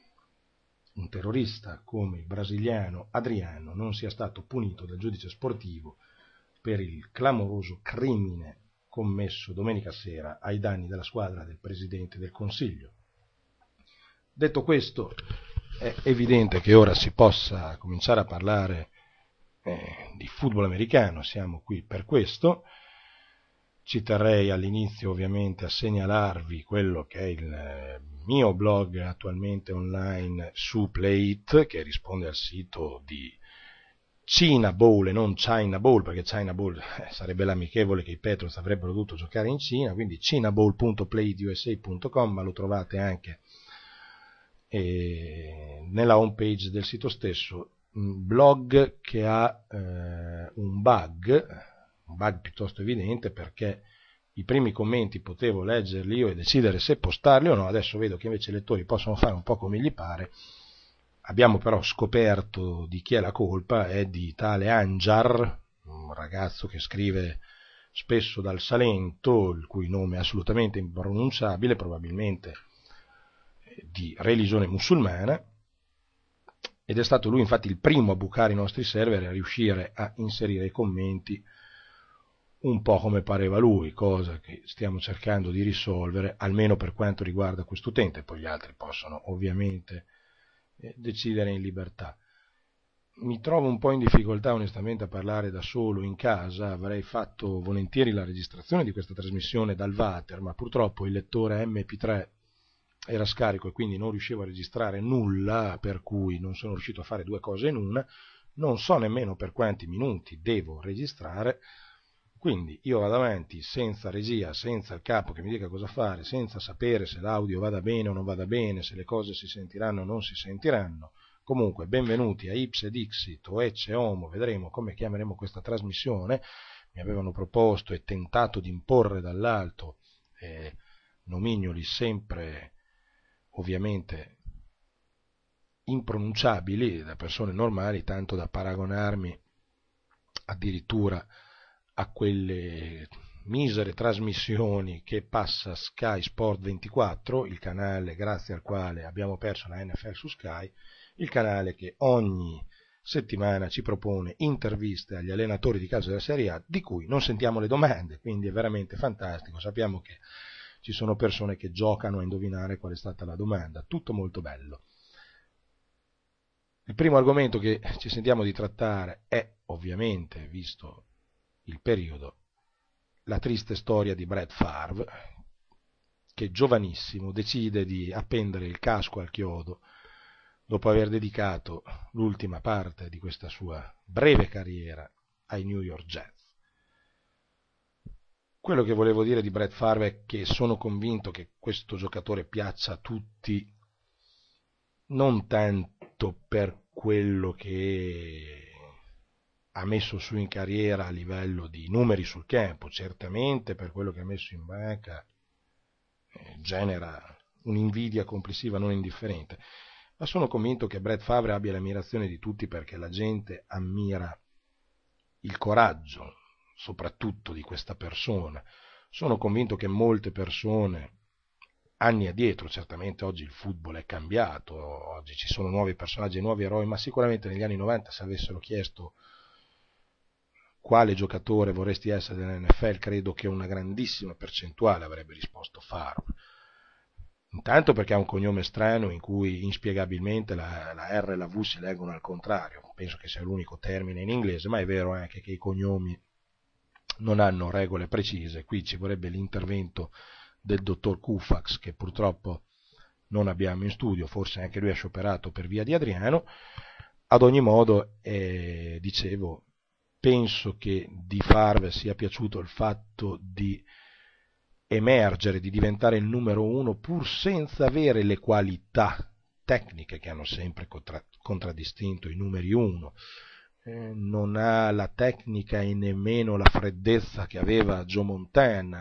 un terrorista come il brasiliano Adriano non sia stato punito dal giudice sportivo per il clamoroso crimine commesso domenica sera ai danni della squadra del Presidente del Consiglio. Detto questo, è evidente che ora si possa cominciare a parlare di football americano, siamo qui per questo. Ci terrei all'inizio ovviamente a segnalarvi quello che è il mio blog attualmente online su Playit, che risponde al sito di Cina Bowl e non China Bowl, perché China Bowl sarebbe l'amichevole che i Patriots avrebbero dovuto giocare in Cina, quindi cinabowl.playitusa.com, ma lo trovate anche nella home page del sito stesso. Blog che ha un bug piuttosto evidente, perché i primi commenti potevo leggerli io e decidere se postarli o no, adesso vedo che invece i lettori possono fare un po' come gli pare. Abbiamo però scoperto di chi è la colpa, è di tale Anjar, un ragazzo che scrive spesso dal Salento, il cui nome è assolutamente impronunciabile, probabilmente di religione musulmana, ed è stato lui infatti il primo a bucare i nostri server e a riuscire a inserire i commenti un po' come pareva lui, cosa che stiamo cercando di risolvere, almeno per quanto riguarda quest'utente, poi gli altri possono ovviamente decidere in libertà. Mi trovo un po' in difficoltà onestamente a parlare da solo in casa, avrei fatto volentieri la registrazione di questa trasmissione dal Vater, ma purtroppo il lettore MP3 era scarico e quindi non riuscivo a registrare nulla, per cui non sono riuscito a fare due cose in una. non so nemmeno per quanti minuti devo registrare, quindi io vado avanti senza regia, senza il capo che mi dica cosa fare, senza sapere se l'audio vada bene o non vada bene, se le cose si sentiranno o non si sentiranno. Comunque, benvenuti a Ipse Dixit o Ecce Homo, vedremo come chiameremo questa trasmissione. Mi avevano proposto e tentato di imporre dall'alto nomignoli sempre, ovviamente, impronunciabili da persone normali, tanto da paragonarmi addirittura a quelle misere trasmissioni che passa Sky Sport 24, il canale grazie al quale abbiamo perso la NFL su Sky, il canale che ogni settimana ci propone interviste agli allenatori di calcio della Serie A, di cui non sentiamo le domande, quindi è veramente fantastico. Sappiamo che ci sono persone che giocano a indovinare qual è stata la domanda, tutto molto bello. Il primo argomento che ci sentiamo di trattare è, ovviamente, visto il periodo, la triste storia di Brett Favre, che giovanissimo decide di appendere il casco al chiodo dopo aver dedicato l'ultima parte di questa sua breve carriera ai New York Jets. Quello che volevo dire di Brett Favre è che sono convinto che questo giocatore piaccia a tutti, non tanto per quello che ha messo su in carriera a livello di numeri sul campo, certamente per quello che ha messo in banca genera un'invidia complessiva non indifferente, ma sono convinto che Brett Favre abbia l'ammirazione di tutti perché la gente ammira il coraggio, soprattutto di questa persona. Sono convinto che molte persone, anni addietro, certamente oggi il football è cambiato, oggi ci sono nuovi personaggi e nuovi eroi, ma sicuramente negli anni 90 se avessero chiesto quale giocatore vorresti essere nell'NFL, credo che una grandissima percentuale avrebbe risposto Favre. Intanto perché ha un cognome strano in cui inspiegabilmente la R e la V si leggono al contrario, penso che sia l'unico termine in inglese, ma è vero anche che i cognomi non hanno regole precise. Qui ci vorrebbe l'intervento del dottor Koufax, che purtroppo non abbiamo in studio, forse anche lui è scioperato per via di Adriano. Ad ogni modo, dicevo, penso che di Favre sia piaciuto il fatto di emergere, di diventare il numero uno pur senza avere le qualità tecniche che hanno sempre contraddistinto i numeri uno. Non ha la tecnica e nemmeno la freddezza che aveva Joe Montana,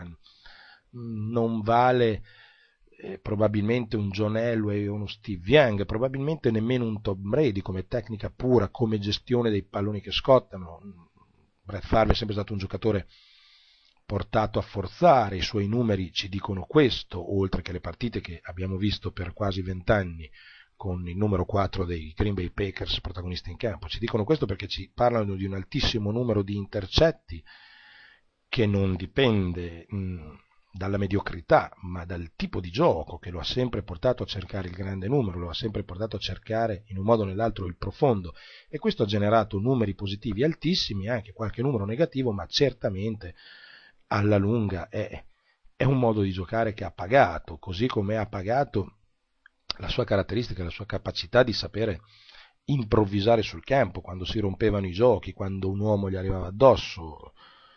non vale probabilmente un John Elway o uno Steve Young, probabilmente nemmeno un Tom Brady come tecnica pura, come gestione dei palloni che scottano. Brett Favre è sempre stato un giocatore portato a forzare, i suoi numeri ci dicono questo, oltre che le partite che abbiamo visto per quasi 20 anni con il numero 4 dei Green Bay Packers protagonisti in campo. Ci dicono questo perché ci parlano di un altissimo numero di intercetti che non dipende dalla mediocrità, ma dal tipo di gioco che lo ha sempre portato a cercare il grande numero, lo ha sempre portato a cercare in un modo o nell'altro il profondo, e questo ha generato numeri positivi altissimi, anche qualche numero negativo, ma certamente alla lunga è un modo di giocare che ha pagato, così come ha pagato la sua caratteristica, la sua capacità di sapere improvvisare sul campo quando si rompevano i giochi, quando un uomo gli arrivava addosso.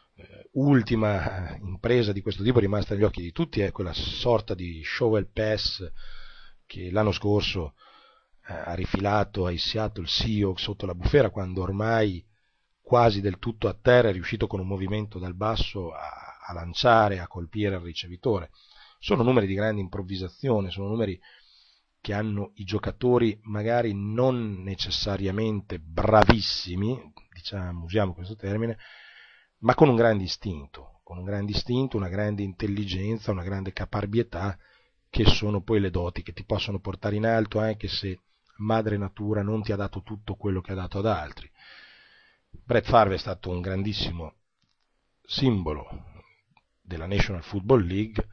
Ultima impresa di questo tipo rimasta agli occhi di tutti è quella sorta di shovel pass che l'anno scorso ha rifilato ai Seattle Seahawks sotto la bufera, quando ormai quasi del tutto a terra è riuscito con un movimento dal basso a lanciare, a colpire il ricevitore. Sono numeri di grande improvvisazione, sono numeri che hanno i giocatori magari non necessariamente bravissimi, diciamo, usiamo questo termine, ma con un grande istinto, una grande intelligenza, una grande caparbietà, che sono poi le doti che ti possono portare in alto anche se madre natura non ti ha dato tutto quello che ha dato ad altri. Brett Favre è stato un grandissimo simbolo della National Football League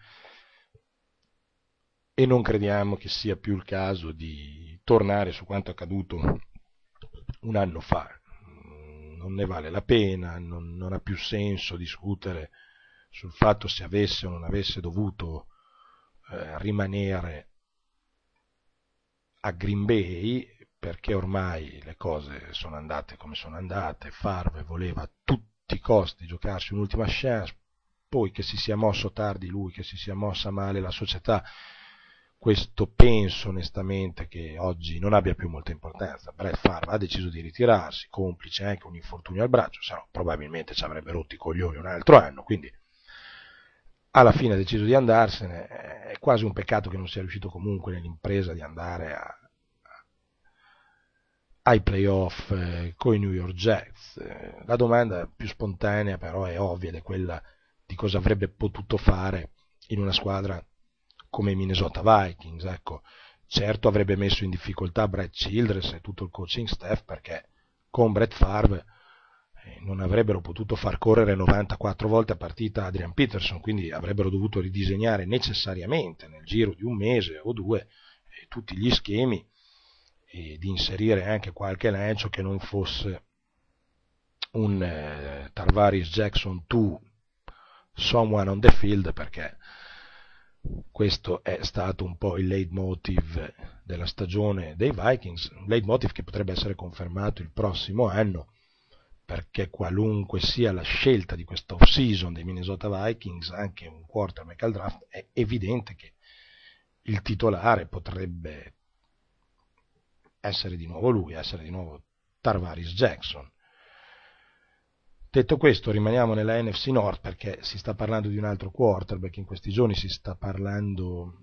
e non crediamo che sia più il caso di tornare su quanto accaduto un anno fa. Non ne vale la pena, non ha più senso discutere sul fatto se avesse o non avesse dovuto rimanere a Green Bay, perché ormai le cose sono andate come sono andate. Favre voleva a tutti i costi giocarsi un'ultima chance, poi che si sia mosso tardi lui, che si sia mossa male la società, questo penso onestamente che oggi non abbia più molta importanza. Brett Favre ha deciso di ritirarsi, complice anche un infortunio al braccio, se no probabilmente ci avrebbe rotto i coglioni un altro anno, quindi alla fine ha deciso di andarsene. È quasi un peccato che non sia riuscito comunque nell'impresa di andare ai playoff con i New York Jets. La domanda più spontanea però è ovvia, ed è quella di cosa avrebbe potuto fare in una squadra come i Minnesota Vikings. Ecco, certo avrebbe messo in difficoltà Brad Childress e tutto il coaching staff, perché con Brett Favre non avrebbero potuto far correre 94 volte a partita Adrian Peterson, quindi avrebbero dovuto ridisegnare necessariamente nel giro di un mese o due tutti gli schemi, e di inserire anche qualche lancio che non fosse un Tarvaris Jackson 2 someone on the field, perché questo è stato un po' il leitmotiv della stagione dei Vikings, un leitmotiv che potrebbe essere confermato il prossimo anno, perché qualunque sia la scelta di questa off-season dei Minnesota Vikings, anche un quarterback al draft, è evidente che il titolare potrebbe essere di nuovo lui, essere di nuovo Tarvaris Jackson. Detto questo, rimaniamo nella NFC North, perché si sta parlando di un altro quarterback in questi giorni, si sta parlando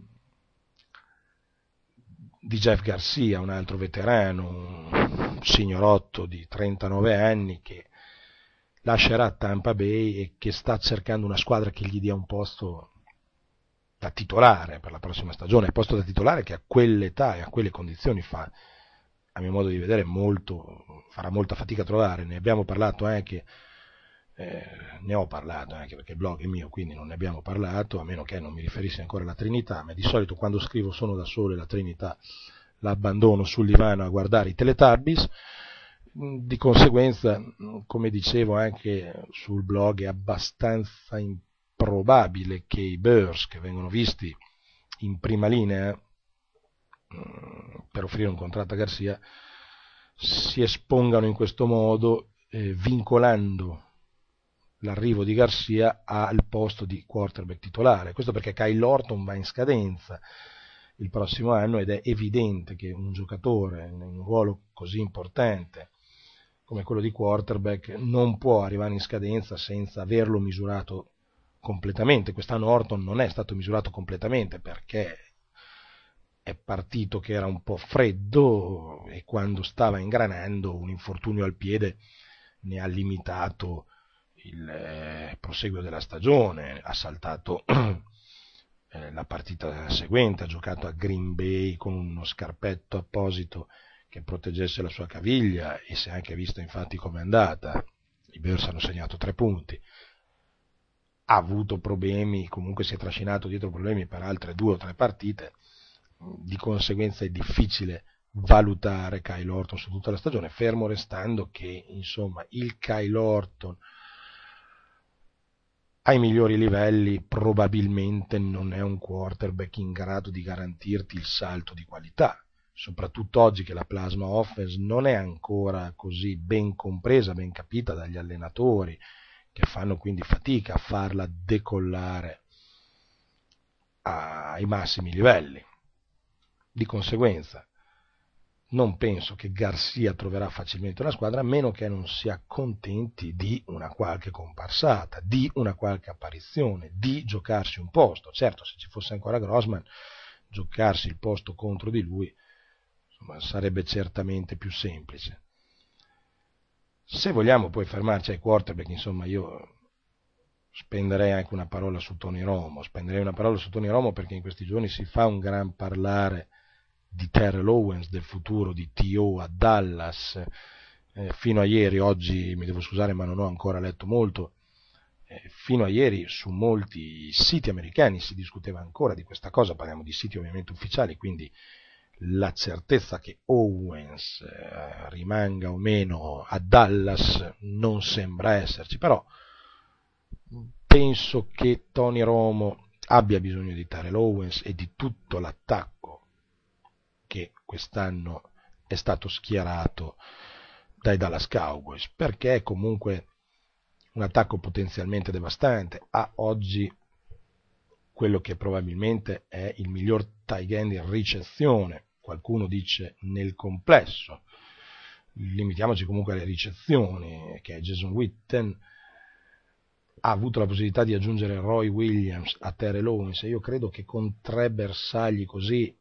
di Jeff Garcia, un altro veterano, un signorotto di 39 anni che lascerà Tampa Bay e che sta cercando una squadra che gli dia un posto da titolare per la prossima stagione, posto da titolare che a quell'età e a quelle condizioni fa, a mio modo di vedere, farà molta fatica a trovare. Ne abbiamo parlato anche, ne ho parlato anche perché il blog è mio, quindi non ne abbiamo parlato, a meno che non mi riferissi ancora alla Trinità, ma di solito quando scrivo sono da solo e la Trinità la abbandono sul divano a guardare i Teletubbies. Di conseguenza, come dicevo anche sul blog, è abbastanza improbabile che i Bears, che vengono visti in prima linea per offrire un contratto a Garcia, si espongano in questo modo, vincolando l'arrivo di Garcia al posto di quarterback titolare. Questo perché Kyle Orton va in scadenza il prossimo anno ed è evidente che un giocatore in un ruolo così importante come quello di quarterback non può arrivare in scadenza senza averlo misurato completamente. Quest'anno Orton non è stato misurato completamente perché è partito che era un po' freddo e quando stava ingranando un infortunio al piede ne ha limitato il proseguio della stagione, ha saltato la partita seguente, ha giocato a Green Bay con uno scarpetto apposito che proteggesse la sua caviglia e si è anche visto infatti com'è andata. I Bears hanno segnato 3 punti, ha avuto problemi, comunque si è trascinato dietro problemi per altre 2 o 3 partite, di conseguenza è difficile valutare Kyle Orton su tutta la stagione, fermo restando che insomma il Kyle Orton ai migliori livelli probabilmente non è un quarterback in grado di garantirti il salto di qualità, soprattutto oggi che la plasma offense non è ancora così ben compresa, ben capita dagli allenatori, che fanno quindi fatica a farla decollare ai massimi livelli. Di conseguenza non penso che Garcia troverà facilmente una squadra, a meno che non si accontenti di una qualche comparsata, di una qualche apparizione, di giocarsi un posto. Certo, se ci fosse ancora Grossman, giocarsi il posto contro di lui, insomma, sarebbe certamente più semplice. Se vogliamo poi fermarci ai quarterback, insomma, io spenderei anche una parola su Tony Romo, perché in questi giorni si fa un gran parlare di Terrell Owens, del futuro di T.O. a Dallas. Fino a ieri, oggi mi devo scusare ma non ho ancora letto molto, fino a ieri su molti siti americani si discuteva ancora di questa cosa, parliamo di siti ovviamente ufficiali, quindi la certezza che Owens rimanga o meno a Dallas non sembra esserci, però penso che Tony Romo abbia bisogno di Terrell Owens e di tutto l'attacco che quest'anno è è stato schierato dai Dallas Cowboys, perché è comunque un attacco potenzialmente devastante. Ha oggi quello che probabilmente è il miglior tight end in ricezione, qualcuno dice nel complesso, limitiamoci comunque alle ricezioni, che è Jason Witten. Ha avuto la possibilità di aggiungere Roy Williams a Terrell Owens, e io credo che con 3 bersagli così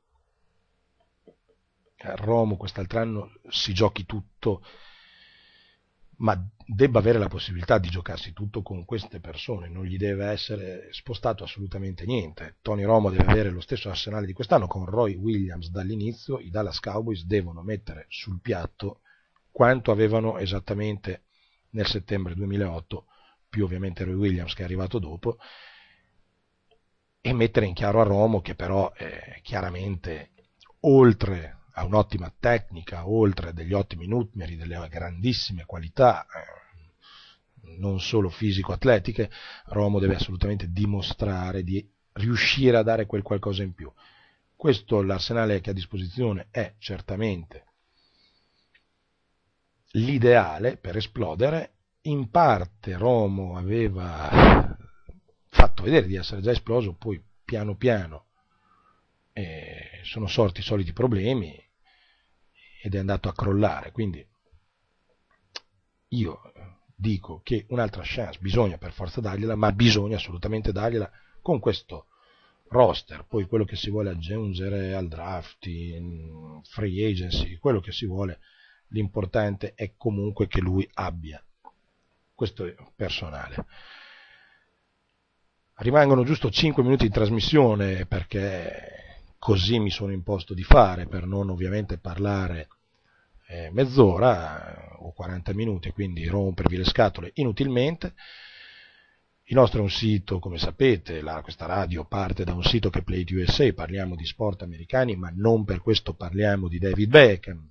Romo quest'altro anno si giochi tutto, ma debba avere la possibilità di giocarsi tutto con queste persone, non gli deve essere spostato assolutamente niente. Tony Romo deve avere lo stesso arsenale di quest'anno con Roy Williams dall'inizio. I Dallas Cowboys devono mettere sul piatto quanto avevano esattamente nel settembre 2008, più ovviamente Roy Williams che è arrivato dopo, e mettere in chiaro a Romo che però chiaramente, oltre a un'ottima tecnica, oltre a degli ottimi numeri, delle grandissime qualità, non solo fisico-atletiche, Romo deve assolutamente dimostrare di riuscire a dare quel qualcosa in più. Questo, l'arsenale che ha a disposizione, è certamente l'ideale per esplodere. In parte Romo aveva fatto vedere di essere già esploso, poi piano piano sono sorti i soliti problemi ed è andato a crollare. Quindi io dico che un'altra chance bisogna per forza dargliela, ma bisogna assolutamente dargliela con questo roster. Poi quello che si vuole aggiungere al draft, in free agency, quello che si vuole, l'importante è comunque che lui abbia questo personale. Rimangono giusto 5 minuti di trasmissione, perché così mi sono imposto di fare, per non ovviamente parlare mezz'ora o 40 minuti, quindi rompervi le scatole inutilmente. Il nostro è un sito, come sapete, questa radio parte da un sito che è Play USA, parliamo di sport americani, ma non per questo parliamo di David Beckham,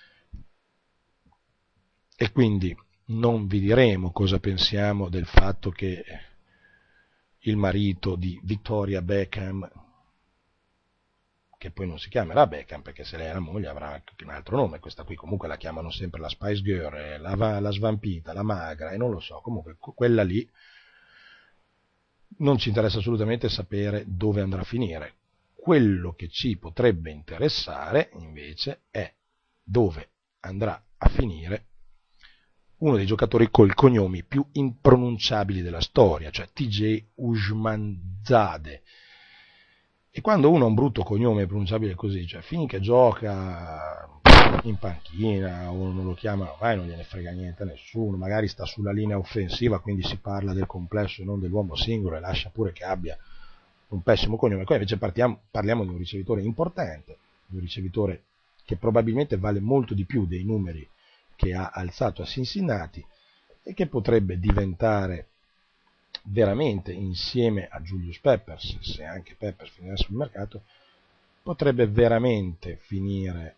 e quindi non vi diremo cosa pensiamo del fatto che il marito di Victoria Beckham, che poi non si chiamerà Beckham perché se lei è la moglie avrà anche un altro nome, questa qui comunque la chiamano sempre la Spice Girl, la svampita, la magra, e non lo so, comunque quella lì non ci interessa assolutamente sapere dove andrà a finire. Quello che ci potrebbe interessare invece è dove andrà a finire uno dei giocatori col cognomi più impronunciabili della storia, cioè TJ Usmanzadeh. E quando uno ha un brutto cognome pronunciabile così, cioè finché gioca in panchina o non lo chiamano mai, non gliene frega niente a nessuno, magari sta sulla linea offensiva, quindi si parla del complesso e non dell'uomo singolo, e lascia pure che abbia un pessimo cognome. Qua invece parliamo di un ricevitore importante, di un ricevitore che probabilmente vale molto di più dei numeri che ha alzato a Cincinnati, e che potrebbe diventare veramente, insieme a Julius Peppers, se anche Peppers finirà sul mercato, potrebbe veramente finire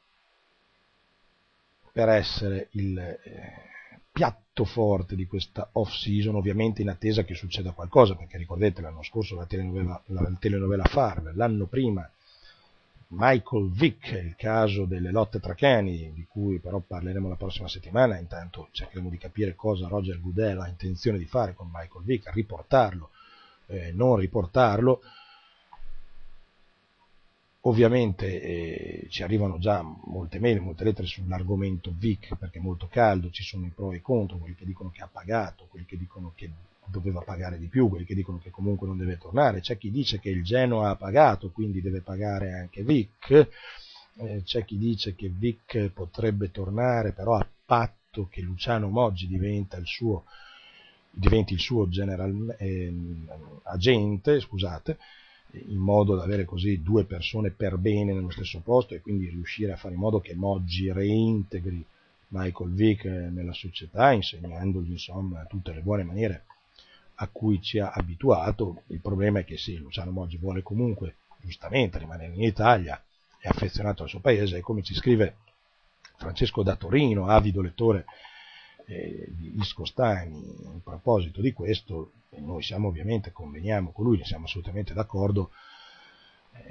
per essere il piatto forte di questa off-season, ovviamente in attesa che succeda qualcosa, perché ricordate l'anno scorso la telenovela Farmer, l'anno prima Michael Vick, il caso delle lotte tra cani, di cui però parleremo la prossima settimana. Intanto cercheremo di capire cosa Roger Goodell ha intenzione di fare con Michael Vick, riportarlo, non riportarlo. Ovviamente ci arrivano già molte mail, molte lettere sull'argomento Vick, perché è molto caldo, ci sono i pro e i contro, quelli che dicono che ha pagato, quelli che dicono che doveva pagare di più, quelli che dicono che comunque non deve tornare, c'è chi dice che il Genoa ha pagato, quindi deve pagare anche Vick, c'è chi dice che Vick potrebbe tornare però a patto che Luciano Moggi diventi il suo general agente, scusate, in modo da avere così 2 persone per bene nello stesso posto, e quindi riuscire a fare in modo che Moggi reintegri Michael Vick nella società, insegnandogli insomma tutte le buone maniere a cui ci ha abituato. Il problema è che sì, Luciano Moggi vuole comunque giustamente rimanere in Italia, è affezionato al suo paese, e come ci scrive Francesco da Torino, avido lettore di Isco Stani, in proposito di questo, e noi siamo ovviamente, conveniamo con lui, ne siamo assolutamente d'accordo,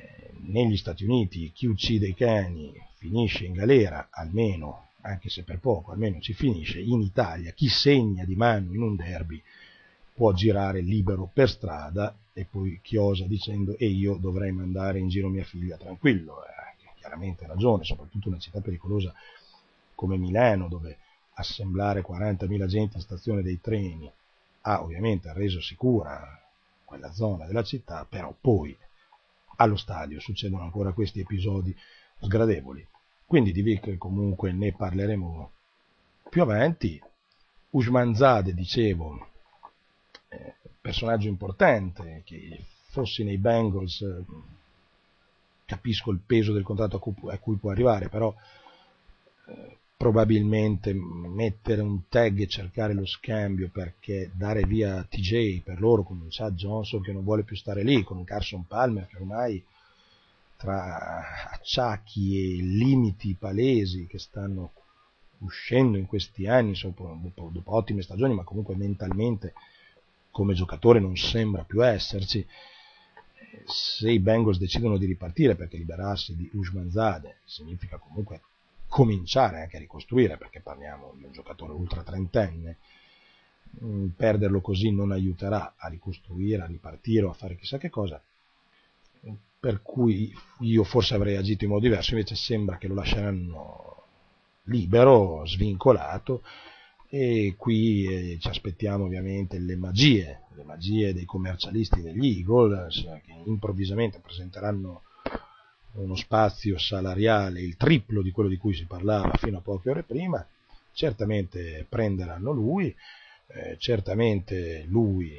negli Stati Uniti chi uccide i cani finisce in galera, almeno, anche se per poco, almeno ci finisce. In Italia chi segna di mano in un derby può girare libero per strada e poi chiosa dicendo e io dovrei mandare in giro mia figlia tranquillo. Chiaramente ha ragione, soprattutto una città pericolosa come Milano, dove assemblare 40.000 gente in stazione dei treni ha ovviamente reso sicura quella zona della città, però poi allo stadio succedono ancora questi episodi sgradevoli. Quindi di Vic comunque ne parleremo più avanti. Ushmanzadeh, dicevo, personaggio importante, che fossi nei Bengals capisco il peso del contratto a cui può arrivare, però probabilmente mettere un tag e cercare lo scambio, perché dare via TJ per loro con un Chad Johnson che non vuole più stare lì, con un Carson Palmer che ormai tra acciacchi e limiti palesi che stanno uscendo in questi anni, dopo ottime stagioni, ma comunque mentalmente come giocatore non sembra più esserci. Se i Bengals decidono di ripartire perché liberarsi di Ushmanzadeh significa comunque cominciare anche a ricostruire, perché parliamo di un giocatore ultra trentenne, perderlo così non aiuterà a ricostruire, a ripartire o a fare chissà che cosa, per cui io forse avrei agito in modo diverso. Invece sembra che lo lasceranno libero, svincolato, e qui ci aspettiamo ovviamente le magie dei commercialisti degli Eagles, che improvvisamente presenteranno uno spazio salariale il triplo di quello di cui si parlava fino a poche ore prima. Certamente prenderanno lui, certamente lui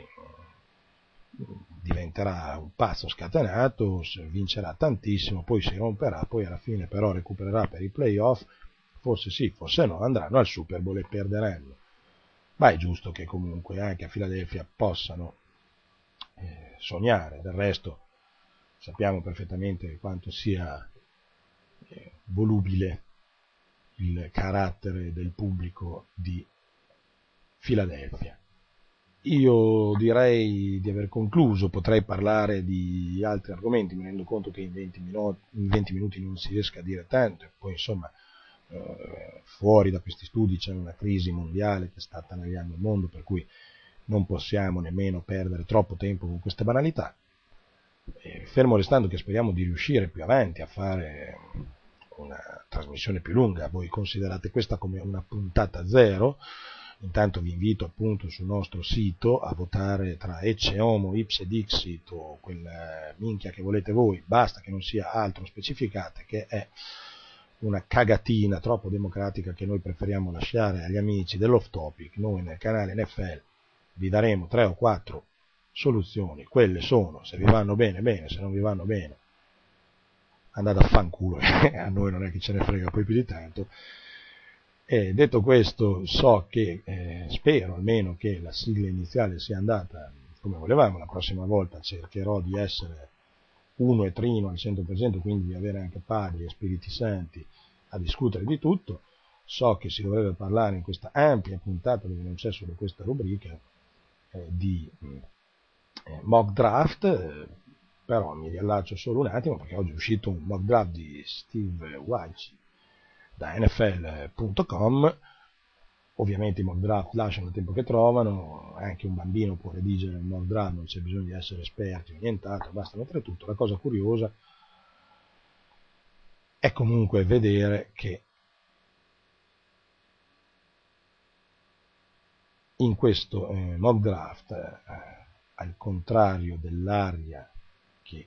diventerà un pazzo scatenato, vincerà tantissimo, poi si romperà, poi alla fine però recupererà per i playoff, forse sì, forse no, andranno al Super Bowl e perderanno. Ma è giusto che comunque anche a Philadelphia possano sognare. Del resto sappiamo perfettamente quanto sia volubile il carattere del pubblico di Philadelphia. Io direi di aver concluso, potrei parlare di altri argomenti, mi rendo conto che in 20 minuti non si riesca a dire tanto, e poi insomma fuori da questi studi c'è una crisi mondiale che sta attanagliando il mondo, per cui non possiamo nemmeno perdere troppo tempo con queste banalità. Fermo restando che speriamo di riuscire più avanti a fare una trasmissione più lunga. Voi considerate questa come una puntata zero. Intanto vi invito appunto sul nostro sito a votare tra Ecce Homo, Ipse Dixit o quella minchia che volete voi, basta che non sia altro specificate, che è una cagatina troppo democratica che noi preferiamo lasciare agli amici dell'Off Topic. Noi nel canale NFL vi daremo 3 o 4 soluzioni, quelle sono: se vi vanno bene bene, se non vi vanno bene andate a fanculo, a noi non è che ce ne frega poi più di tanto. E detto questo, so che spero almeno che la sigla iniziale sia andata come volevamo. La prossima volta cercherò di essere uno e trino al 100%, quindi di avere anche padri e spiriti santi a discutere di tutto. So che si dovrebbe parlare in questa ampia puntata, dove non c'è solo questa rubrica, di mock draft, però mi riallaccio solo un attimo perché oggi è uscito un mock draft di Steve Wyche da NFL.com. Ovviamente i mock draft lasciano il tempo che trovano, anche un bambino può redigere un mock draft, non c'è bisogno di essere esperti o nient'altro, basta mettere tutto. La cosa curiosa è comunque vedere che in questo mock draft, al contrario dell'aria che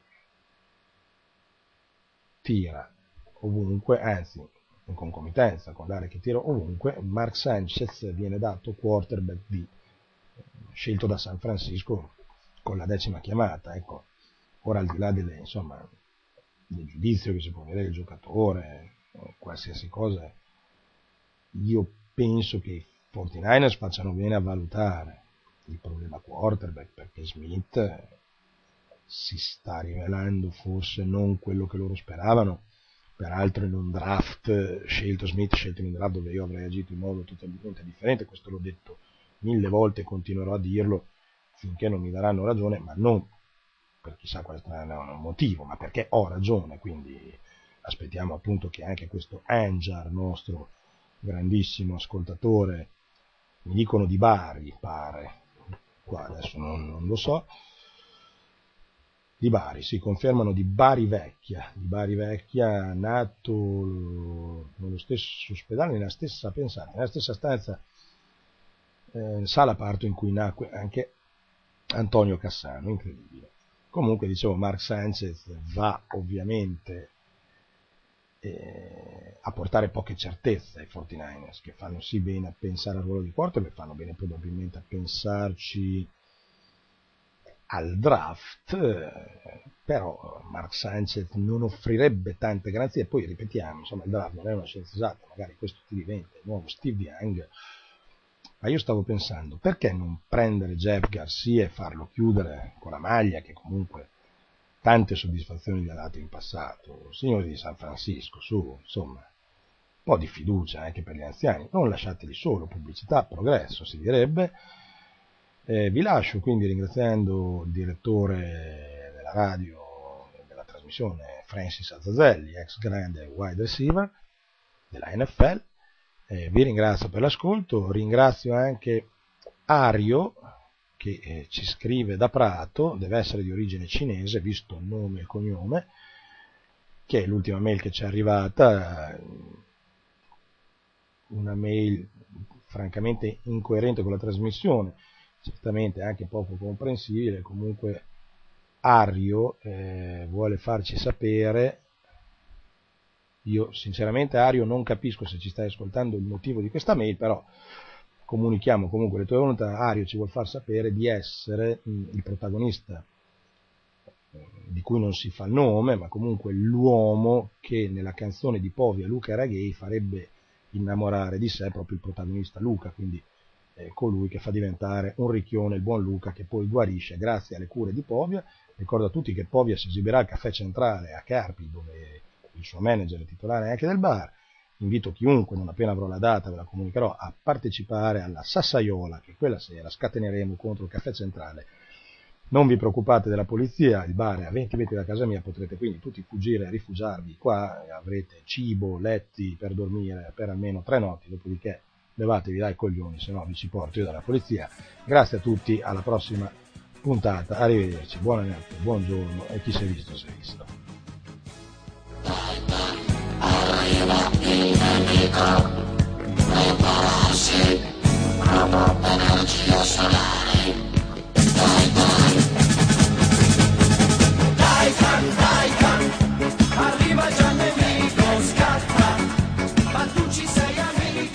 tira ovunque, anzi in concomitanza con l'aria che tira ovunque, Mark Sanchez viene dato quarterback scelto da San Francisco con la 10ª chiamata. Ecco, ora al di là del giudizio che si può avere del giocatore, qualsiasi cosa, io penso che i 49ers facciano bene a valutare il problema quarterback, perché Smith si sta rivelando forse non quello che loro speravano. Peraltro in un draft scelto in un draft dove io avrei agito in modo totalmente differente, questo l'ho detto 1000 volte e continuerò a dirlo finché non mi daranno ragione, ma non per chissà quale motivo, ma perché ho ragione, quindi aspettiamo appunto che anche questo Anjar, nostro grandissimo ascoltatore, mi dicono di Bari, pare, qua adesso non lo so, di Bari, si confermano di Bari Vecchia, nato nello stesso ospedale, nella stessa, pensate, nella stessa stanza, sala parto in cui nacque anche Antonio Cassano, incredibile. Comunque, dicevo, Mark Sanchez va ovviamente a portare poche certezze ai 49ers, che fanno sì bene a pensare al ruolo di quarterback, fanno bene probabilmente a pensarci al draft, però Mark Sanchez non offrirebbe tante garanzie. Poi ripetiamo, insomma, il draft non è una scienza esatta, magari questo ti diventa il nuovo Steve Young, ma io stavo pensando, perché non prendere Jeff Garcia e farlo chiudere con la maglia che comunque tante soddisfazioni vi ha dato in passato, signori di San Francisco, su, insomma, un po' di fiducia anche per gli anziani, non lasciateli solo, pubblicità, progresso si direbbe. Vi lascio quindi ringraziando il direttore della radio della trasmissione, Francis Azzazelli, ex grande wide receiver della NFL. Vi ringrazio per l'ascolto, ringrazio anche Ario che ci scrive da Prato, deve essere di origine cinese visto il nome e il cognome, che è l'ultima mail che ci è arrivata, una mail francamente incoerente con la trasmissione, certamente anche poco comprensibile. Comunque Ario vuole farci sapere, io sinceramente Ario non capisco se ci stai ascoltando il motivo di questa mail, però comunichiamo comunque le tue volontà. Ario ci vuol far sapere di essere il protagonista di cui non si fa il nome, ma comunque l'uomo che nella canzone di Povia Luca Raghei farebbe innamorare di sé proprio il protagonista Luca, quindi colui che fa diventare un ricchione il buon Luca, che poi guarisce grazie alle cure di Povia. Ricordo a tutti che Povia si esibirà al Caffè Centrale a Carpi, dove il suo manager è titolare anche del bar. Invito chiunque, non appena avrò la data ve la comunicherò, a partecipare alla Sassaiola che quella sera scateneremo contro il Caffè Centrale. Non vi preoccupate della polizia, il bar è a 20 metri da casa mia, potrete quindi tutti fuggire e rifugiarvi qua, avrete cibo, letti per dormire per almeno 3 notti, dopodiché levatevi dai coglioni, se no vi ci porto io dalla polizia. Grazie a tutti, alla prossima puntata, arrivederci, buonanotte, buongiorno e chi si è visto si è visto. Arriva già il nemico, scatta, ma tu ci sei amico,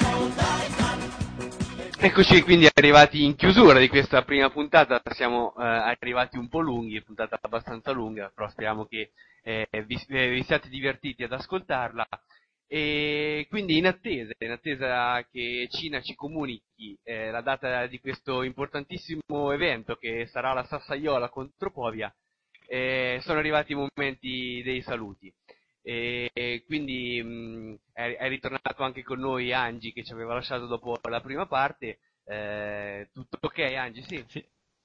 Eccoci quindi arrivati in chiusura di questa prima puntata, siamo arrivati un po' lunghi, puntata abbastanza lunga, però speriamo che vi siate divertiti ad ascoltarla. E quindi in attesa che Cina ci comunichi la data di questo importantissimo evento che sarà la Sassaiola contro Povia, sono arrivati i momenti dei saluti. E quindi è ritornato anche con noi Angi, che ci aveva lasciato dopo la prima parte. Tutto ok, Angi? Sì.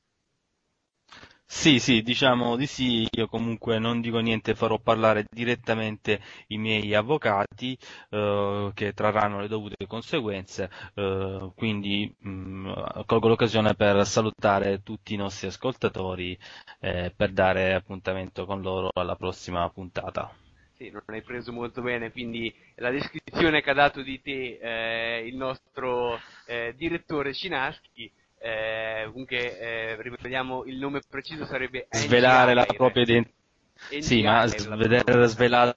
Sì, diciamo di sì. Io comunque non dico niente, farò parlare direttamente i miei avvocati che trarranno le dovute conseguenze, quindi colgo l'occasione per salutare tutti i nostri ascoltatori, per dare appuntamento con loro alla prossima puntata. Sì, non hai preso molto bene, quindi la descrizione che ha dato di te il nostro direttore Cinaschi. Comunque ripetiamo, il nome preciso sarebbe svelare la NGI, propria identità. Sì, ma vedere svelata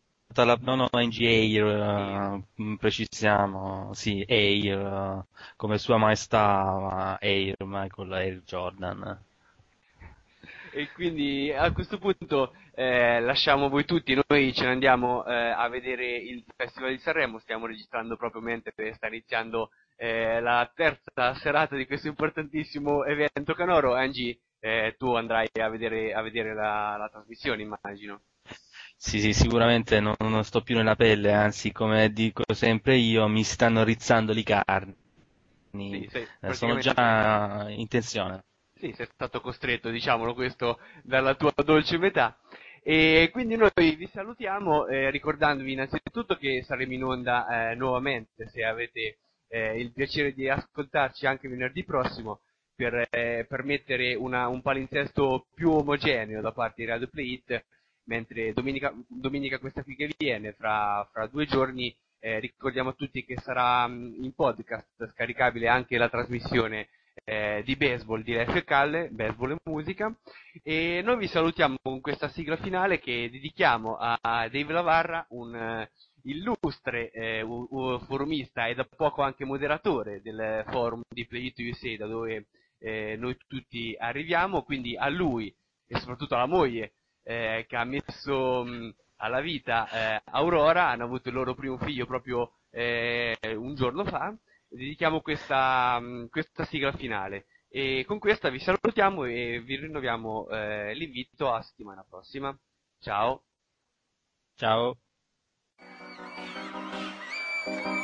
NGA, precisiamo, sì, Air, come Sua Maestà Air, Michael Air Jordan. E quindi a questo punto lasciamo voi tutti, noi ce ne andiamo a vedere il Festival di Sanremo, stiamo registrando proprio mentre sta iniziando la terza serata di questo importantissimo evento canoro. Angie, tu andrai a vedere la trasmissione, immagino. Sì, sicuramente non sto più nella pelle, anzi, come dico sempre io, mi stanno rizzando le carni. Sì, Sono già in tensione. Sì, sei stato costretto, diciamolo questo, dalla tua dolce metà. E quindi noi vi salutiamo ricordandovi innanzitutto che saremo in onda nuovamente, se avete il piacere di ascoltarci anche venerdì prossimo, per mettere un palinsesto più omogeneo da parte di Radio Play It, mentre domenica questa qui che viene, fra 2 giorni, ricordiamo a tutti che sarà in podcast scaricabile anche la trasmissione di baseball di Leffe Calle, baseball e musica, e noi vi salutiamo con questa sigla finale che dedichiamo a Dave Lavarra, un illustre forumista e da poco anche moderatore del forum di Play It USA, da dove noi tutti arriviamo, quindi a lui e soprattutto alla moglie che ha messo alla vita Aurora, hanno avuto il loro primo figlio proprio un giorno fa. Dedichiamo questa sigla finale e con questa vi salutiamo e vi rinnoviamo l'invito a settimana prossima. Ciao. Ciao.